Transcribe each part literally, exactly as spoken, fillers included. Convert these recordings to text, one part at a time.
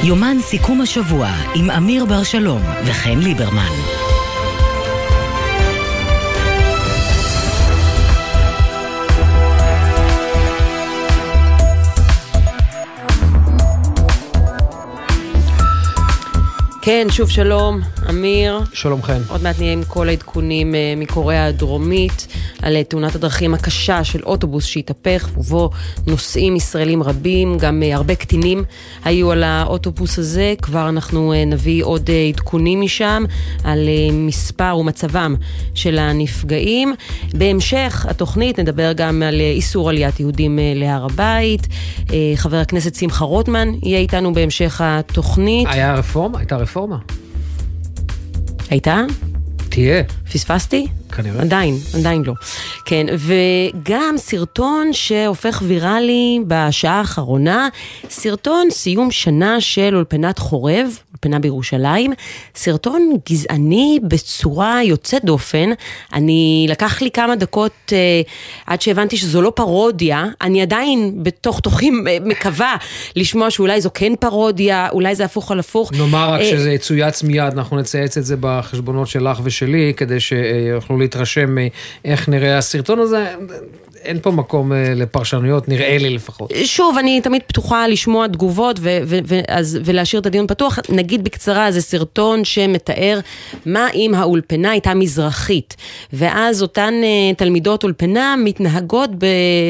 יומן סיכום השבוע עם אמיר בר שלום וחן ליברמן. כן, שוב שלום, אמיר. שלום חן. עוד מעט נהיה עם כל העדכונים מקוריאה הדרומית על תאונת הדרכים הקשה של אוטובוס שהתהפך, ובו נוסעים ישראלים רבים, גם הרבה קטינים היו על האוטובוס הזה. כבר אנחנו נביא עוד עדכונים משם על מספר ומצבם של הנפגעים. בהמשך התוכנית נדבר גם על איסור עליית יהודים להר הבית. חבר הכנסת שמחה רוטמן יהיה איתנו בהמשך התוכנית. היה רפורמה? הייתה רפורמה? הייתה? תהיה. פספסתי? כנראה. עדיין, עדיין לא. כן, וגם סרטון שהופך ויראלי בשעה האחרונה, סרטון סיום שנה של אולפנת חורב, אולפנה בירושלים, סרטון גזעני בצורה יוצאת דופן. אני לקח לי כמה דקות אה, עד שהבנתי שזו לא פרודיה, אני עדיין בתוך תוכי מקווה לשמוע שאולי זו כן פרודיה, אולי זה הפוך על הפוך. נאמר רק אה, שזה יצויץ מיד, אנחנו נצייץ את זה בחשבונות שלך ושלי, כדי שיוכלו להתרשם איך נראה הסרטון הזה. אין פה מקום לפרשנויות, נראה לי לפחות. שוב, אני תמיד פתוחה לשמוע תגובות ו- ו- ו- אז, ולהשאיר את הדיון פתוח. נגיד בקצרה, זה סרטון שמתאר מה אם האולפנה הייתה מזרחית, ואז אותן תלמידות אולפנה מתנהגות ב...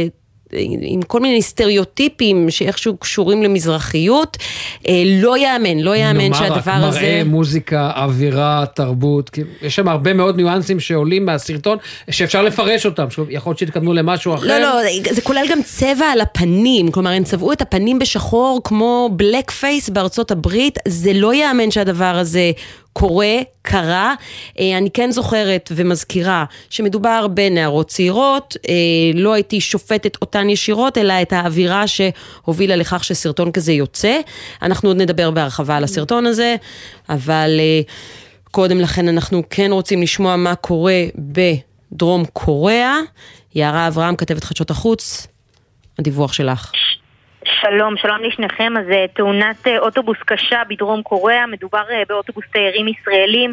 עם כל מיני סטריאוטיפים שאיכשהו קשורים למזרחיות. לא יאמן, לא יאמן שהדבר הזה... מראה, מוזיקה, אווירה, תרבות, יש שם הרבה מאוד ניואנסים שעולים מהסרטון, שאפשר לפרש אותם, יכול להיות שהתקדמו למשהו אחר. לא, לא, זה כולל גם צבע על הפנים, כלומר, הם צבעו את הפנים בשחור, כמו בלק פייס בארצות הברית. זה לא יאמן שהדבר הזה קורה, קרה. אני כן זוכרת ומזכירה שמדובר בנערות צעירות, לא הייתי שופטת אותן ישירות, אלא את האווירה שהובילה לכך שסרטון כזה יוצא. אנחנו עוד נדבר בהרחבה על הסרטון הזה, אבל קודם לכן אנחנו כן רוצים לשמוע מה קורה בדרום קוריאה. יערה אברהם, כתבת חדשות החוץ, הדיווח שלך. שלום, שלום לשניכם. אז תאונת אוטובוס קשה בדרום קוריאה, מדובר באוטובוס תיירים ישראלים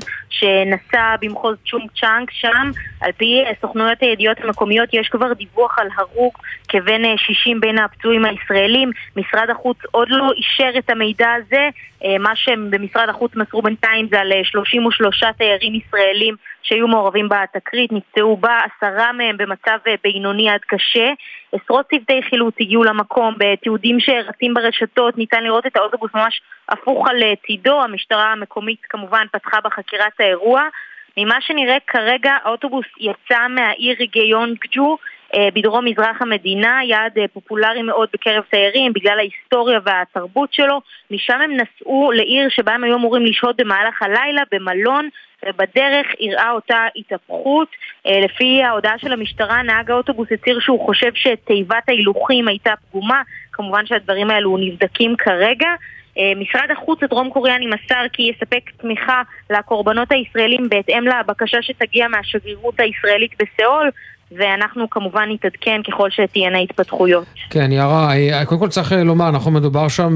שנסע במחוז צ'ונג צ'אנג שם. על פי סוכנויות הידיעות המקומיות יש כבר דיווח על הרוג כבן שישים בין הפצועים הישראלים. משרד החוץ עוד לא אישר את המידע הזה. מה שהם במשרד החוץ מסרו בינתיים זה על שלושים ושלושה תיירים ישראלים שהיו מעורבים בתקרית, נפצעו בה עשרה מהם במצב בינוני עד קשה. עשרות צוותי חילוץ הגיעו למקום, בתיעודים שרצים ברשתות ניתן לראות את האוטובוס ממש הפוך על צידו. המשטרה המקומית כמובן פתחה בחקירת האירוע. ממה שנראה כרגע האוטובוס יצא מהעיר גיונגג'ו בדרום מזרח המדינה, יעד פופולרי מאוד בקרב תיירים בגלל ההיסטוריה והתרבות שלו. משם הם נסעו לעיר שבה הם היו אמורים לשהות במהלך הלילה במלון, ובדרך הראה אותה התהפכות. לפי ההודעה של המשטרה, נהג האוטובוס הצהיר שהוא חושב שתיבת ההילוכים הייתה פגומה. כמובן שהדברים האלו נבדקים כרגע. משרד החוץ הדרום קוריאני מסר כי יספק תמיכה לקורבנות הישראלים בהתאם לבקשה שתגיע מהשגרירות הישראלית בסיאול, ואנחנו כמובן נתעדכן ככל שתהיינה התפתחויות. כן, יערה, קודם כל צריך לומר, אנחנו מדובר שם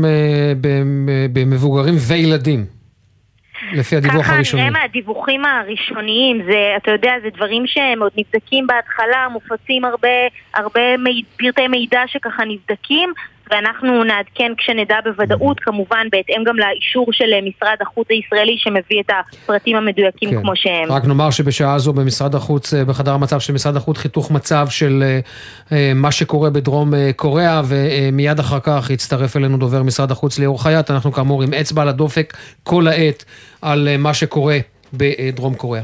במבוגרים וילדים, לפי הדיווח הראשוני. ככה נראה מהדיווחים הראשוניים, זה, אתה יודע, זה דברים שהם עוד נבדקים בהתחלה, מופצים הרבה, הרבה מיד, פרטי מידע שככה נבדקים, ואנחנו נעדכן כשנדע בוודאות, כמובן בהתאם גם לאישור של משרד החוץ הישראלי שמביא את הפרטים המדויקים כן. כמו שהם. רק נאמר שבשעה זו במשרד החוץ, בחדר המצב של משרד החוץ, חיתוך מצב של מה שקורה בדרום קוריאה, ומיד אחר כך יצטרף אלינו דובר משרד החוץ ליאור חייט. אנחנו כאמור עם אצבע על הדופק כל העת על מה שקורה בדרום קוריאה.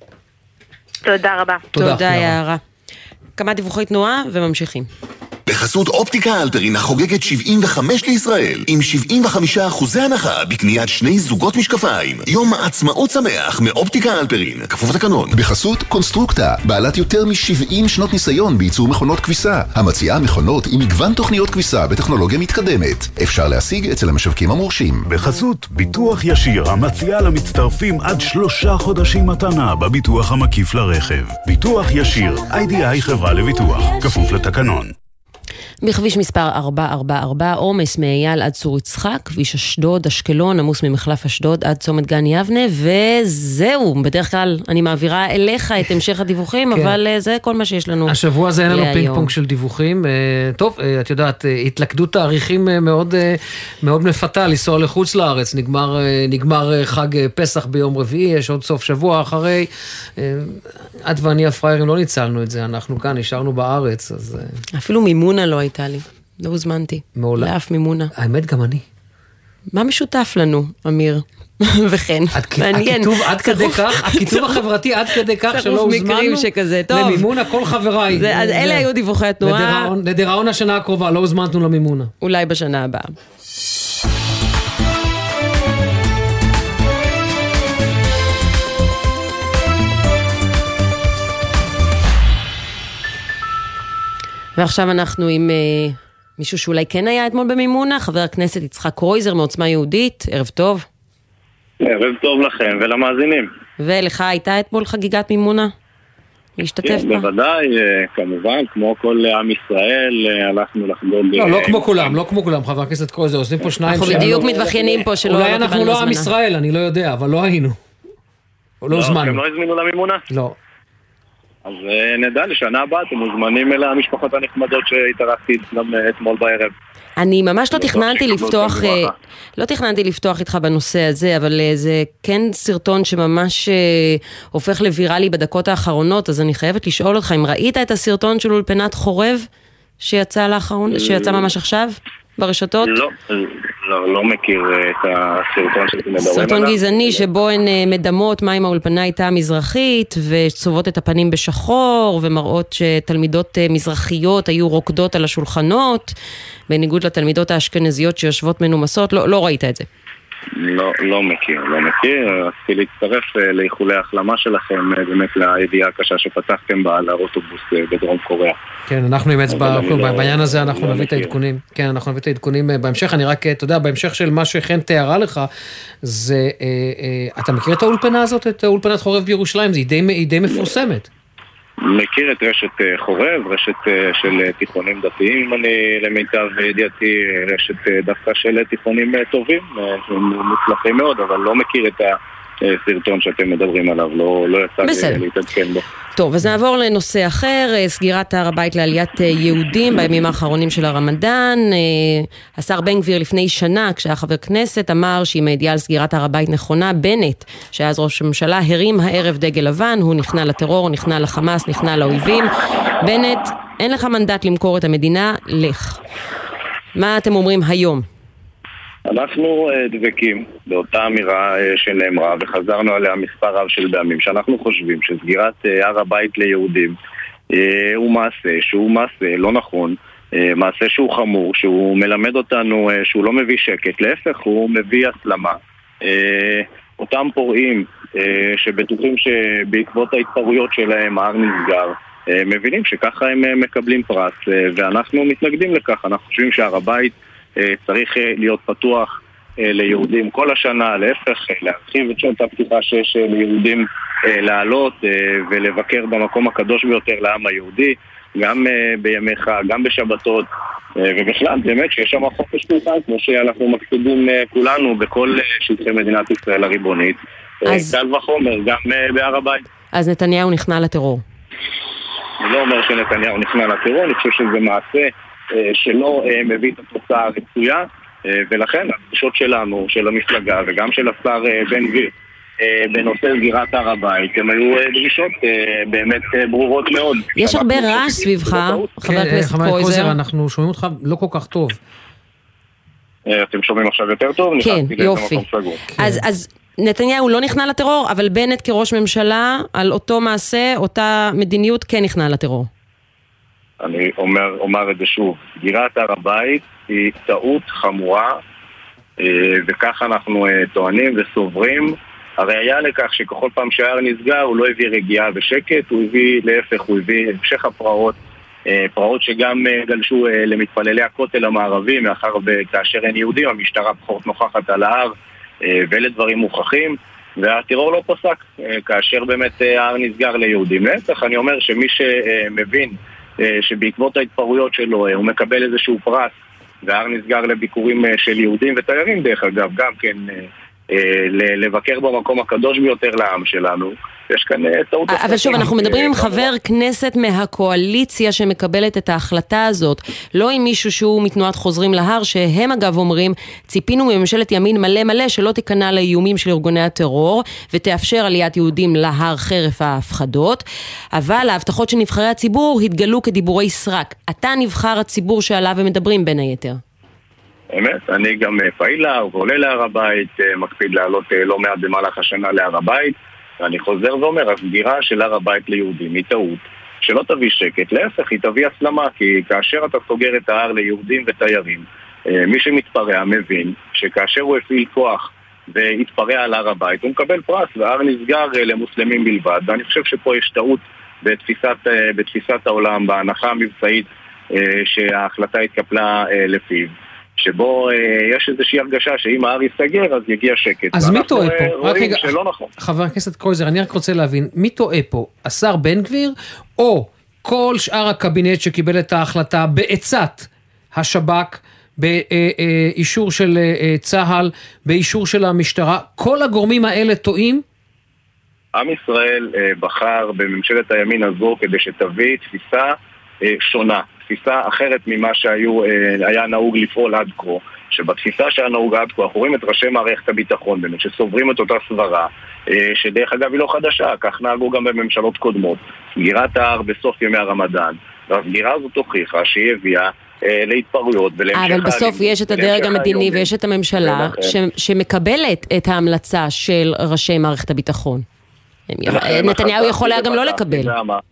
תודה רבה. תודה, תודה יערה. כמה דיווחי תנועה וממשיכים. בחסות אופטיקה אלפרין החוגגת שבעים וחמש לישראל, עם שבעים וחמישה אחוזי הנחה בקניית שני זוגות משקפיים. יום עצמאות שמח מאופטיקה אלפרין, כפוף לתקנון. בחסות קונסטרוקטה, בעלת יותר מ-שבעים שנות ניסיון בייצור מכונות כביסה, המציעה מכונות עם מגוון תוכניות כביסה בטכנולוגיה מתקדמת. אפשר להשיג אצל המשווקים המורשים. בחסות ביטוח ישיר, המציעה למצטרפים עד שלושה חודשים מתנה בביטוח המקיף לרכב. ביטוח ישיר, איי די איי חברה לביטוח, כפוף לתקנון. בכביש מספר ארבע ארבע ארבע, עומס מאייל עד צור יצחק, כביש אשדוד, אשקלון, עמוס ממחלף אשדוד עד צומת גן יבנה, וזהו, בדרך כלל אני מעבירה אליך את המשך הדיווחים, אבל זה כל מה שיש לנו. השבוע זה אין לנו פינג פונג של דיווחים. טוב, את יודעת, התלכדות תאריכים מאוד מאוד מפתה לנסוע לחוץ לארץ, נגמר, נגמר חג פסח ביום רביעי, יש עוד סוף שבוע אחרי, את ואני הפריירים לא ניצלנו את זה, אנחנו כאן נשארנו בארץ, אז... אפילו מימונה לא הייתה לי, לא הוזמנתי. מעולה. לאף מימונה. האמת גם אני. מה משותף לנו, אמיר? וכן. הכיתוב עד כדי כך, הכיתוב החברתי עד כדי כך שלא הוזמנו למימונה כל חבריי. אז אלה היו דיווחי התנועה. לדיראון השנה הקרובה, לא הוזמננו למימונה. אולי בשנה הבאה. ועכשיו אנחנו עם uh, מישהו שאולי כן היה אתמול במימונה, חבר הכנסת יצחק קרויזר מעוצמה יהודית, ערב טוב. ערב טוב לכם ולמאזינים. ולך הייתה אתמול חגיגת מימונה? להשתתף כן, בה? בוודאי, כמובן, כמו כל עם ישראל, הלכנו לחגוג... לא, לא כמו כולם, לא כמו כולם, חבר הכנסת קרויזר, עושים פה שניים... אנחנו בדיוק מתבחיינים פה שלא... אולי אנחנו לא עם ישראל, אני לא יודע, אבל לא היינו. לא הזמנו. אתם לא הזמינו למימונה? לא. אז נדע, לשנה הבאה אתם מוזמנים אל המשפחות הנחמדות שהתארחתי גם אתמול בערב. אני ממש לא תכננתי לפתוח, לא תכננתי לפתוח איתך בנושא הזה, אבל זה כן סרטון שממש הופך לוויראלי בדקות האחרונות, אז אני חייבת לשאול אותך, אם ראית את הסרטון של אולפנת חורב שיצא לאחרון, שיצא ממש עכשיו ברשתות? לא, לא, לא מכיר את הסרטון שאתם מדברים עליו. סרטון גזעני שבו הן מדמות מה עם האולפנה הייתה המזרחית, וצובעות את הפנים בשחור, ומראות שתלמידות מזרחיות היו רוקדות על השולחנות, בניגוד לתלמידות האשכנזיות שיושבות מנומסות. לא, לא ראית את זה. לא, לא מכיר, לא מכיר. רציתי להצטרף לאיחולי ההחלמה שלכם, באמת לידיעה הקשה שפתחתם בה על האוטובוס בדרום קוריאה. כן, אנחנו עם אצבע, בעניין הזה אנחנו נביא את העדכונים. כן, אנחנו נביא את העדכונים בהמשך. אני רק, אתה יודע, בהמשך של מה שכן תיארה לך, זה, אתה מכיר את האולפנה הזאת, את האולפנת חורב בירושלים? היא די מפורסמת. מכיר את רשת חורב, רשת של תיכונים דתיים, אני למיטב ידיעתי רשת דווקא של תיכונים טובים, מוצלחים מאוד, אבל לא מכיר את הסרטון שאתם מדברים עליו, לא, לא יצא לי להתעדכן בו. טוב, אז נעבור לנושא אחר, סגירת הר הבית לעליית יהודים בימים האחרונים של הרמדאן. השר בן גביר לפני שנה, כשהיה חבר כנסת, אמר שאם הידיעה על סגירת הר הבית נכונה, בנט, שאז ראש הממשלה, הרים הערב דגל לבן, הוא נכנע לטרור, נכנע לחמאס, נכנע לאויבים. בנט, אין לך מנדט למכור את המדינה, לך. מה אתם אומרים היום? אנחנו דבקים באותה אמירה שנאמרה וחזרנו עליה מספר רב של פעמים, שאנחנו חושבים שסגירת הר הבית ליהודים הוא מעשה שהוא מעשה לא נכון, מעשה שהוא חמור, שהוא מלמד אותנו שהוא לא מביא שקט, להפך הוא מביא הסלמה. אותם פורעים שבטוחים שבעקבות ההתפרעויות שלהם ההר נסגר, מבינים שככה הם מקבלים פרס, ואנחנו מתנגדים לכך. אנחנו חושבים שהר הבית צריך להיות פתוח ליהודים כל השנה, להפך, להרחיב את שעות הפתיחה שיש ליהודים לעלות ולבקר במקום הקדוש ביותר לעם היהודי, גם בימי חג, גם בשבתות, ובכלל באמת שיש שם חופש פולחן, כמו שאנחנו מקפידים כולנו בכל שטחי מדינת ישראל הריבונית, קל וחומר, גם בהר הבית. אז נתניהו נכנע לטרור? אני לא אומר שנתניהו נכנע לטרור, אני חושב שזה מעשה שלא מביא את התוצאה הרצויה, ולכן הדרישות שלנו, של המפלגה וגם של השר בן גביר בנושא סגירת הר הבית, הם היו דרישות באמת ברורות מאוד. יש הרבה רעש סביבך, חבר הכנסת קרויזר. אנחנו שומעים אותך לא כל כך טוב. אתם שומעים עכשיו יותר טוב? כן, יופי. אז נתניהו לא נכנע לטרור, אבל בנט כראש ממשלה על אותו מעשה, אותה מדיניות כן נכנע לטרור. אני אומר, אומר את זה שוב, סגירת הר הבית היא טעות חמורה, וכך אנחנו טוענים וסוברים. הרי היה לכך שככל פעם שההר נסגר הוא לא הביא רגיעה ושקט, הוא הביא להפך, הוא הביא המשך הפרעות, פרעות שגם גלשו למתפללי הכותל המערבי, מאחר וכאשר אין יהודים המשטרה פחות נוכחת על ההר, ואלה דברים מוכחים, והטרור לא פוסק כאשר באמת ההר נסגר ליהודים. להפך, אני אומר שמי שמבין שבעקבות ההתפרעויות שלו הוא מקבל איזשהו פרס, וההר נסגר לביקורים של יהודים ותיירים דרך אגב, גם כן לבקר במקום הקדוש ביותר לעם שלנו. יש כאן טעות. אבל שוב, אנחנו מדברים עם חבר כנסת מהקואליציה שמקבלת את ההחלטה הזאת, לא עם מישהו שהוא מתנועת חוזרים להר, שהם אגב אומרים, ציפינו מממשלת ימין מלא מלא שלא תיכנע לאיומים של ארגוני הטרור, ותאפשר עליית יהודים להר חרף ההפחדות, אבל ההבטחות של נבחרי הציבור התגלו כדיבורי סרק. אתה נבחר הציבור שעליו הם מדברים בין היתר. באמת, אני גם פעיל להר ועולה להר הבית, מקפיד לעלות לא מעט במהלך השנה להר הבית, ואני חוזר ואומר, הסגירה של הר הבית ליהודים היא טעות, שלא תביא שקט, להפך, היא תביא הסלמה, כי כאשר אתה סוגר את ההר ליהודים ותיירים, מי שמתפרע מבין שכאשר הוא הפעיל כוח והתפרע על הר הבית, הוא מקבל פרס, וההר נסגר למוסלמים בלבד, ואני חושב שפה יש טעות בתפיסת, בתפיסת העולם, בהנחה המבצעית שההחלטה התקפלה לפיו. שבו אה, יש איזושהי הרגשה שאם ההר יסגר אז יגיע שקט. אז מי טועה פה? רק רגע, שלא נכון. חבר הכנסת קרויזר, אני רק רוצה להבין, מי טועה פה? השר בן גביר או כל שאר הקבינט שקיבל את ההחלטה בעצת השב"כ, באישור של צה"ל, באישור של המשטרה, כל הגורמים האלה טועים? עם ישראל אה, בחר בממשלת הימין הזו כדי שתביא תפיסה אה, שונה. תפיסה אחרת ממה שהיו, היה נהוג לפעול עד כה, שבתפיסה שהיה נהוג עד כה, אנחנו רואים את ראשי מערכת הביטחון באמת, שסוברים את אותה סברה, שדרך אגב היא לא חדשה, כך נהגו גם בממשלות קודמות, סגירת ההר בסוף ימי הרמדאן, והסגירה הזאת הוכיחה שהיא הביאה להתפרעויות ולהמשך... אבל בסוף יש את הדרג המדיני ויש את הממשלה שמקבלת את ההמלצה של ראשי מערכת הביטחון. נתניהו יכול היה גם לא לקבל.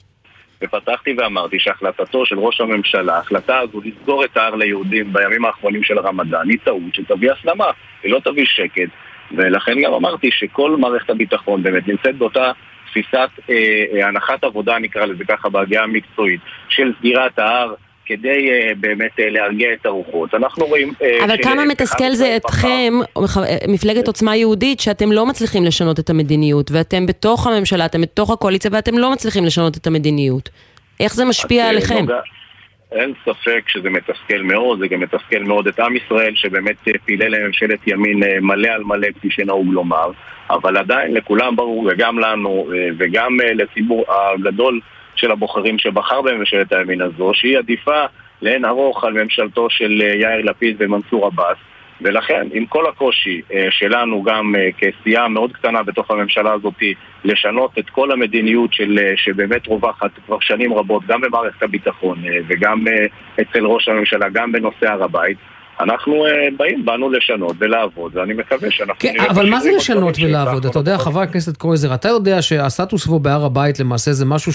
ופתחתי ואמרתי שהחלטתו של ראש הממשלה, ההחלטה הזו לסגור את ההר ליהודים בימים האחרונים של הרמדאן, היא טעות שתביא הסלמה, היא לא תביא שקט, ולכן גם אמרתי שכל מערכת הביטחון באמת נמצאת באותה תפיסת אה, הנחת עבודה, נקרא לזה ככה בהגיעה המקצועית, של סגירת ההר, כדי uh, באמת uh, להרגיע את הרוחות. אנחנו רואים... Uh, אבל כמה מתסכל זה אתכם, מפלגת עוצמה יהודית, שאתם לא מצליחים לשנות את המדיניות, ואתם בתוך הממשלה, אתם בתוך הקואליציה, ואתם לא מצליחים לשנות את המדיניות. איך זה משפיע עליכם? אין ספק שזה מתסכל מאוד, זה גם מתסכל מאוד את עם ישראל, שבאמת פעילה לממשלת ימין מלא על מלא, כפי שנהוג לומר, אבל עדיין לכולם ברור, וגם לנו, וגם לציבור הגדול, של הבוחרים שבחר בממשלת הימין הזו, שהיא עדיפה לאין ארוך על ממשלתו של יאיר לפיד ומנסור עבאס, ולכן עם כל הקושי שלנו גם כסיעה מאוד קטנה בתוך הממשלה הזאת לשנות את כל המדיניות של, שבאמת רווחת כבר שנים רבות גם במערכת הביטחון וגם אצל ראש הממשלה, גם בנושא הר הבית, אנחנו באים, באנו לשנות ולעבוד, ואני מקווה שאנחנו... כן, אבל מה זה לשנות ולעבוד? אתה יודע, חבר הכנסת קרויזר, אתה יודע שהסטטוס קוו בהר הבית למעשה זה משהו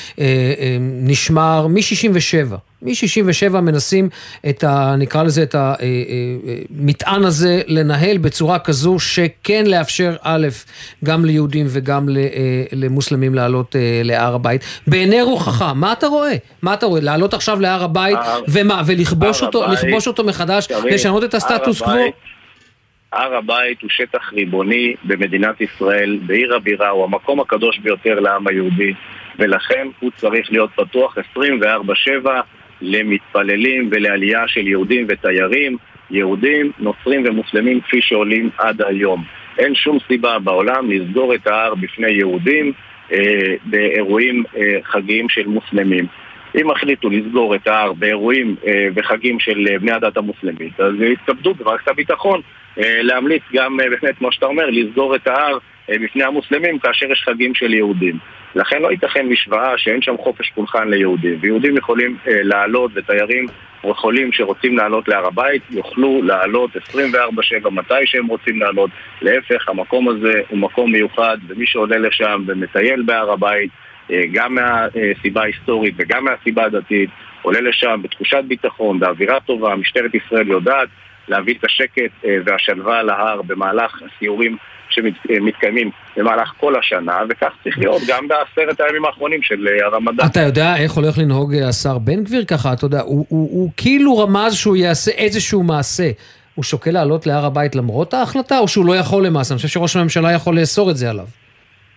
שנשמר מ-שישים ושבע. מ-שישים ושבע מנסים את ה... נקרא לזה את המטען הזה לנהל בצורה כזו שכן לאפשר א', גם ליהודים וגם למוסלמים לעלות להר הבית. בעיני רוחך, מה אתה רואה? מה אתה רואה? לעלות עכשיו להר הבית ומה? ולכבוש אותו, לכבוש אותו מחדש, לשנות את הסטטוס קוו? הר הבית הוא שטח ריבוני במדינת ישראל, בעיר הבירה, הוא המקום הקדוש ביותר לעם היהודי, ולכן הוא צריך להיות פתוח עשרים וארבע שבע למתפללים ולעלייה של יהודים ותיירים, יהודים, נוצרים ומוסלמים כפי שעולים עד היום. אין שום סיבה בעולם לסגור את ההר בפני יהודים אה, באירועים אה, חגיים של מוסלמים. אם החליטו לסגור את ההר באירועים אה, וחגים של אה, בני הדת המוסלמית, אז יתכבדו במערכת הביטחון אה, להמליץ גם, אה, באמת, כמו שאתה אומר, לסגור את ההר אה, בפני המוסלמים כאשר יש חגים של יהודים. לכן לא ייתכן משוואה שאין שם חופש פולחן ליהודים, ויהודים יכולים אה, לעלות, ותיירים יכולים שרוצים לעלות להר הבית, יוכלו לעלות עשרים וארבע שבע מתי שהם רוצים לעלות. להפך, המקום הזה הוא מקום מיוחד, ומי שעולה לשם ומטייל בהר הבית, אה, גם מהסיבה ההיסטורית וגם מהסיבה הדתית, עולה לשם בתחושת ביטחון, באווירה טובה. משטרת ישראל יודעת להביא את השקט אה, והשלווה להר במהלך הסיורים שמתקיימים במהלך כל השנה, וכך צריך להיות גם בעשרת הימים האחרונים של הרמדאן. אתה יודע איך הולך לנהוג השר בן גביר ככה? אתה יודע, הוא, הוא, הוא כאילו רמז שהוא יעשה איזשהו מעשה. הוא שוקל לעלות להר הבית למרות ההחלטה, או שהוא לא יכול למעשה? אני חושב שראש הממשלה יכול לאסור את זה עליו.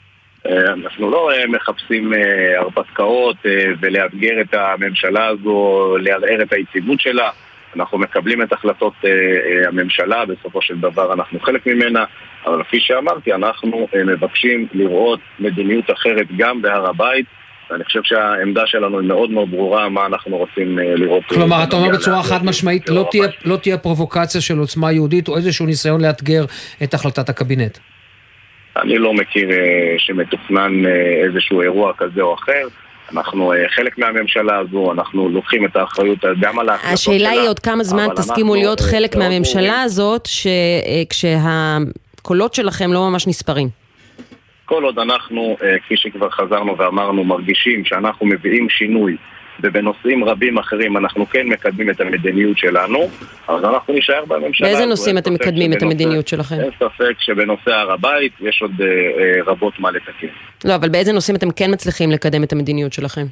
אנחנו לא מחפשים הרפתקאות ולאתגר את הממשלה הזו, לערער את היציבות שלה. אנחנו מקבלים את החלטות הממשלה, בסופו של דבר אנחנו חלק ממנה, אבל כפי שאמרתי, אנחנו מבקשים לראות מדיניות אחרת גם בהר הבית, ואני חושב שהעמדה שלנו היא מאוד מאוד ברורה מה אנחנו רוצים לראות. כלומר, אתה אומר בצורה חד משמעית, לא תהיה, לא תהיה פרובוקציה של עוצמה יהודית או איזשהו ניסיון לאתגר את החלטת הקבינט? אני לא מכיר שמתוכנן איזשהו אירוע כזה או אחר. אנחנו חלק מהממשלה הזו, אנחנו לוקחים את האחריות גם על ההחלטות שלה. השאלה היא עוד כמה זמן תסכימו להיות חלק מהממשלה הזאת, כשהקולות שלכם לא ממש נספרים. כל עוד אנחנו, כפי שכבר חזרנו ואמרנו, מרגישים שאנחנו מביאים שינוי, ובנושאים רבים אחרים אנחנו כן מקדמים את המדיניות שלנו, אז אנחנו נשאר בממשלה. באיזה נושאים אתם מקדמים את המדיניות שלכם? אין ספק שבנושא הר הבית יש עוד רבות מה לתקן. לא, אבל באיזה נושאים אתם כן מצליחים לקדם את המדיניות שלכם?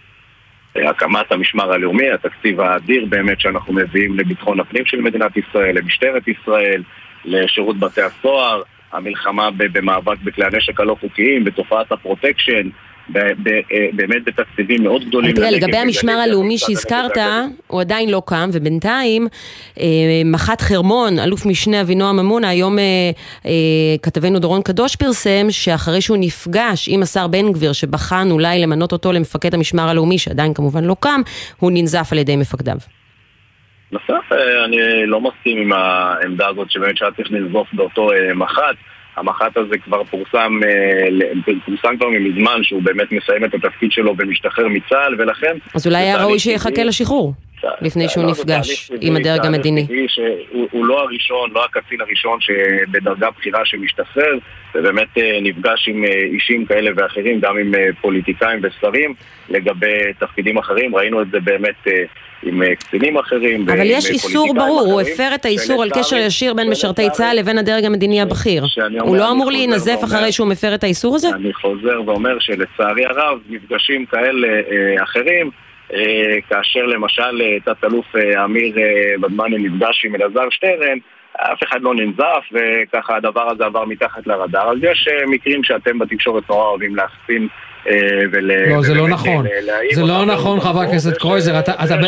הקמת המשמר הלאומי, התקציב האדיר באמת שאנחנו מביאים לביטחון הפנים של מדינת ישראל, למשטרת ישראל, לשירות בתי הסוהר, המלחמה במאבק בכלי הנשק הלא חוקיים, בתופעת הפרוטקשן, באמת בתקציבים מאוד גדולים. תראה, לגבי המשמר הלאומי שהזכרת, הוא עדיין לא קם, ובינתיים מח"ט חרמון, אלוף משנה אבינועם ממונה, היום כתבנו דורון קדוש פרסם, שאחרי שהוא נפגש עם השר בן גביר, שבחן אולי למנות אותו למפקד המשמר הלאומי, שעדיין כמובן לא קם, הוא ננזף על ידי מפקדיו. נוסף, אני לא מסכים עם העמדה הזאת שבאמת שהיה צריך לנזוף באותו מח"ט. המח"ט הזה כבר פורסם, פורסם כבר מזמן שהוא באמת מסיים את התפקיד שלו ומשתחרר מצה"ל, ולכן... אז אולי היה ראוי שיחכה לשחרור, לפני שהוא נפגש עם הדרג המדיני. הוא לא הראשון, לא הקצין הראשון שבדרגה בחירה שמשתחרר, ובאמת נפגש עם אישים כאלה ואחרים, גם עם פוליטיקאים ושרים, לגבי תפקידים אחרים. ראינו את זה באמת עם קצינים אחרים. אבל יש איסור ברור, הוא הפר את האיסור על קשר ישיר בין משרתי צה"ל לבין הדרג המדיני הבכיר. הוא לא אמור להינזף אחרי שהוא מפר את האיסור הזה? אני חוזר ואומר שלצערי הרב, מפגשים כאלה אחרים, כאשר למשל תת-אלוף אמיר ודמני נפגש עם אלעזר שטרן, אף אחד לא ננזף, וככה הדבר הזה עבר מתחת לרדאר. אז יש מקרים שאתם בתקשורת נורא אוהבים להחסין ול... לא, זה לא נכון. זה לא נכון, חבר הכנסת קרויזר.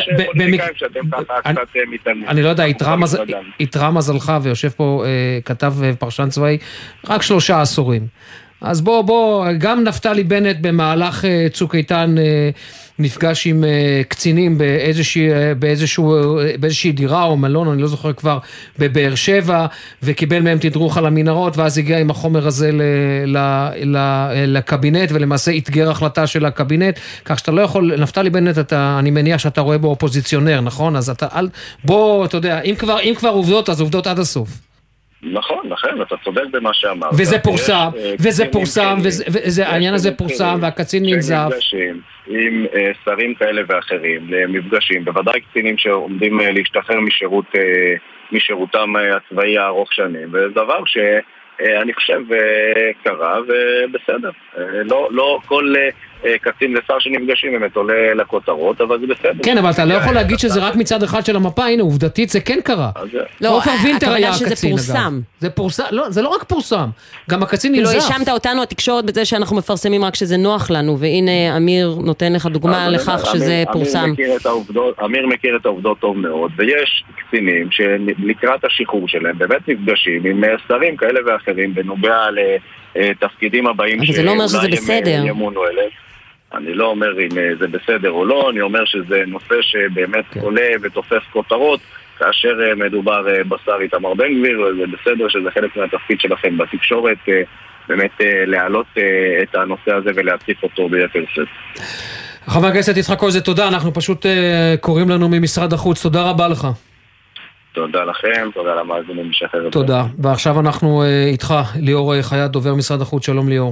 אני לא יודע, יתרה מזלך, ויושב פה כתב פרשן צבאי, רק שלושה עשורים. אז בוא, בוא, גם נפתלי בנט במהלך צוק איתן נפגש עם קצינים באיזושהי, באיזשהו, באיזושהי דירה או מלון, אני לא זוכר כבר, בבאר שבע, וקיבל מהם תדרוך על המנהרות, ואז הגיע עם החומר הזה ל, ל, ל, לקבינט, ולמעשה התגר החלטה של הקבינט, כך שאתה לא יכול, נפתלי בנט, אתה, אני מניח שאתה רואה בו אופוזיציונר, נכון? אז אתה, בוא, אתה יודע, אם כבר, אם כבר עובדות, אז עובדות עד הסוף. נכון, נכון, אתה צודק במה שאמרת. וזה פורסם, וזה פורסם, והעניין הזה פורסם, והקצין ננזף. עם שרים כאלה ואחרים, למפגשים, בוודאי קצינים שעומדים להשתחרר משירות, משירותם הצבאי הארוך שנים, וזה דבר שאני חושב קרה, ובסדר. לא, לא כל קצין ושר שנפגשים באמת עולה לכותרות, אבל זה בסדר. כן, אבל אתה לא יכול להגיד שזה רק מצד אחד של המפה, הנה, עובדתית זה כן קרה. לא, הכוונה שזה פורסם. זה פורסם, לא, זה לא רק פורסם, גם הקצין ננזף. לא, האשמת אותנו התקשורת בזה שאנחנו מפרסמים רק שזה נוח לנו, והנה אמיר נותן לך דוגמה לכך שזה פורסם. אמיר מכיר את העובדות טוב מאוד, ויש קצינים שלקראת השחרור שלהם באמת נפגשים עם שרים כאלה ואחרים, בנוגע לתפקידים הבאים שאולי הם ימונו אליהם. אני לא אומר אם זה בסדר או לא, אני אומר שזה נושא שבאמת עולה ותופס כותרות, כאשר מדובר בשר איתמר בן גביר, זה בסדר שזה חלק מהתפקיד שלכם בתקשורת, באמת להעלות את הנושא הזה ולהציף אותו ביתר שאת. חבר הכנסת יצחק קרויזר, תודה, אנחנו פשוט קוראים לנו ממשרד החוץ, תודה רבה לך. תודה לכם, תודה למאזינים משחרר. תודה, ועכשיו אנחנו איתך, ליאור חייט, דובר משרד החוץ, שלום ליאור.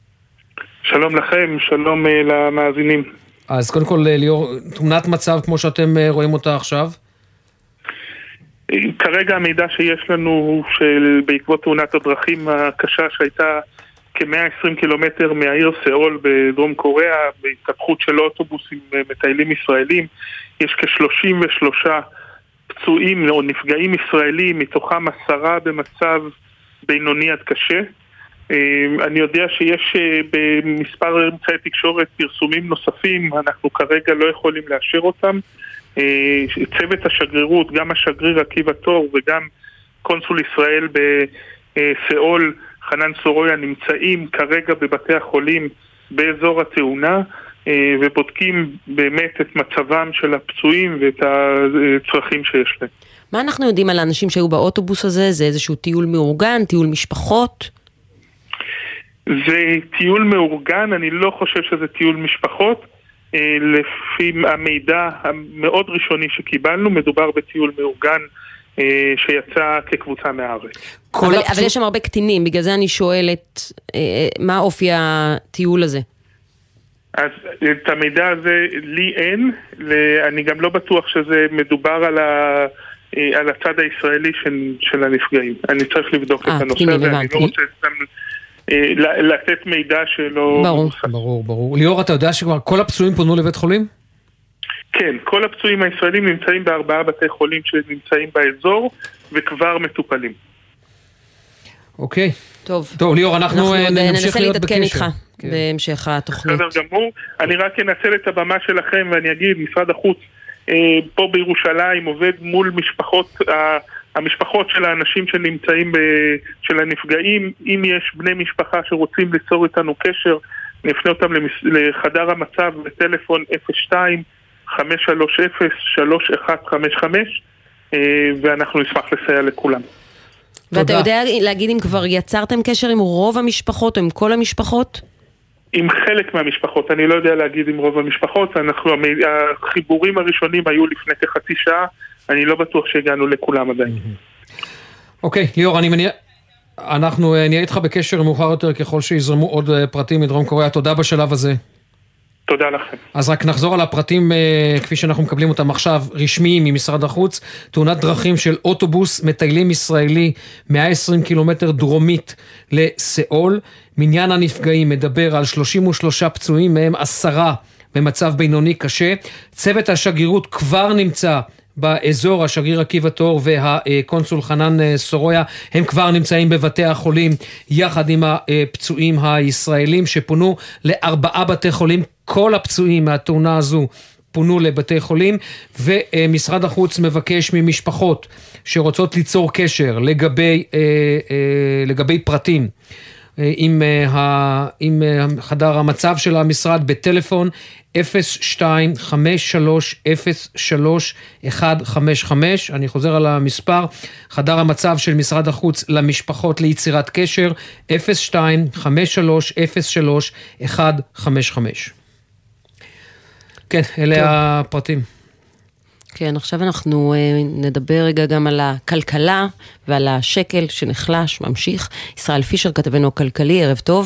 שלום לכם, שלום למאזינים. אז קודם כל ליאור, תמונת מצב כמו שאתם רואים אותה עכשיו? כרגע המידע שיש לנו הוא של בעקבות תאונת הדרכים הקשה שהייתה כ-מאה ועשרים קילומטר מהעיר סאול בדרום קוריאה, בהתהפכות של אוטובוס עם מטיילים ישראלים, יש כ-שלושים ושלושה פצועים או נפגעים ישראלים, מתוכם עשרה במצב בינוני עד קשה. אני יודע שיש במספר אמצעי תקשורת פרסומים נוספים, אנחנו כרגע לא יכולים לאשר אותם. צוות השגרירות, גם השגריר עקיבא תור וגם קונסול ישראל בסיאול, חנן סורויה, נמצאים כרגע בבתי החולים באזור התאונה, ובודקים באמת את מצבם של הפצועים ואת הצרכים שיש להם. מה אנחנו יודעים על האנשים שהיו באוטובוס הזה? זה איזשהו טיול מאורגן, טיול משפחות? זה טיול מאורגן, אני לא חושב שזה טיול משפחות. לפי המידע המאוד ראשוני שקיבלנו, מדובר בטיול מאורגן שיצא כקבוצה מהארץ. אבל, הפצוע... אבל יש שם הרבה קטינים, בגלל זה אני שואלת, מה אופי הטיול הזה? אז את המידע הזה לי אין, אני גם לא בטוח שזה מדובר על, ה, על הצד הישראלי של, של הנפגעים. אני צריך לבדוק 아, את הנושא הזה, אני לא רוצה לתת מידע שלא... ברור. ברור, ברור. ליאור, אתה יודע שכבר כל הפצועים פונו לבית חולים? כן, כל הפצועים הישראלים נמצאים בארבעה בתי חולים שנמצאים באזור, וכבר מטופלים. אוקיי. טוב. טוב, ליאור, אנחנו נמשיך להיות בקשר. איתך בהמשך התוכנית. בסדר גמור. אני רק אנצל את הבמה שלכם ואני אגיד, משרד החוץ פה בירושלים עובד מול משפחות, המשפחות של האנשים שנמצאים, של הנפגעים. אם יש בני משפחה שרוצים ליצור איתנו קשר, נפנה אותם לחדר המצב בטלפון אפס שתיים חמש שלוש אפס שלוש אחת חמש חמש, ואנחנו נשמח לסייע לכולם. ואתה יודע להגיד אם כבר יצרתם קשר עם רוב המשפחות או עם כל המשפחות? עם חלק מהמשפחות, אני לא יודע להגיד עם רוב המשפחות, אנחנו, החיבורים הראשונים היו לפני כחצי שעה, אני לא בטוח שהגענו לכולם עדיין. אוקיי, ליאור, אני מניע, אנחנו נהיה איתך בקשר מאוחר יותר ככל שיזרמו עוד פרטים מדרום קוריאה, תודה בשלב הזה. תודה לכם. אז רק נחזור על הפרטים כפי שאנחנו מקבלים אותם עכשיו, רשמיים ממשרד החוץ. תאונת דרכים של אוטובוס מטיילים ישראלי מאה ועשרים קילומטר דרומית לסיאול. מניין הנפגעים מדבר על שלושים ושלושה פצועים, מהם עשרה במצב בינוני קשה. צוות השגרירות כבר נמצא באזור, השגריר עקיבא תור והקונסול חנן סורויה, הם כבר נמצאים בבתי החולים יחד עם הפצועים הישראלים שפונו לארבעה בתי חולים. כל הפצועים מהתאונה הזו פונו לבתי חולים, ומשרד החוץ מבקש ממשפחות שרוצות ליצור קשר לגבי, לגבי פרטים עם, עם חדר המצב של המשרד בטלפון אפס שתיים חמש שלוש אפס שלוש אחת חמש חמש. אני חוזר על המספר, חדר המצב של משרד החוץ למשפחות ליצירת קשר אפס שתיים חמש שלוש אפס שלוש אחת חמש חמש. כן, אלה טוב. הפרטים. כן, עכשיו אנחנו נדבר רגע גם על הכלכלה ועל השקל שנחלש, ממשיך. ישראל פישר, כתבנו הכלכלי, ערב טוב.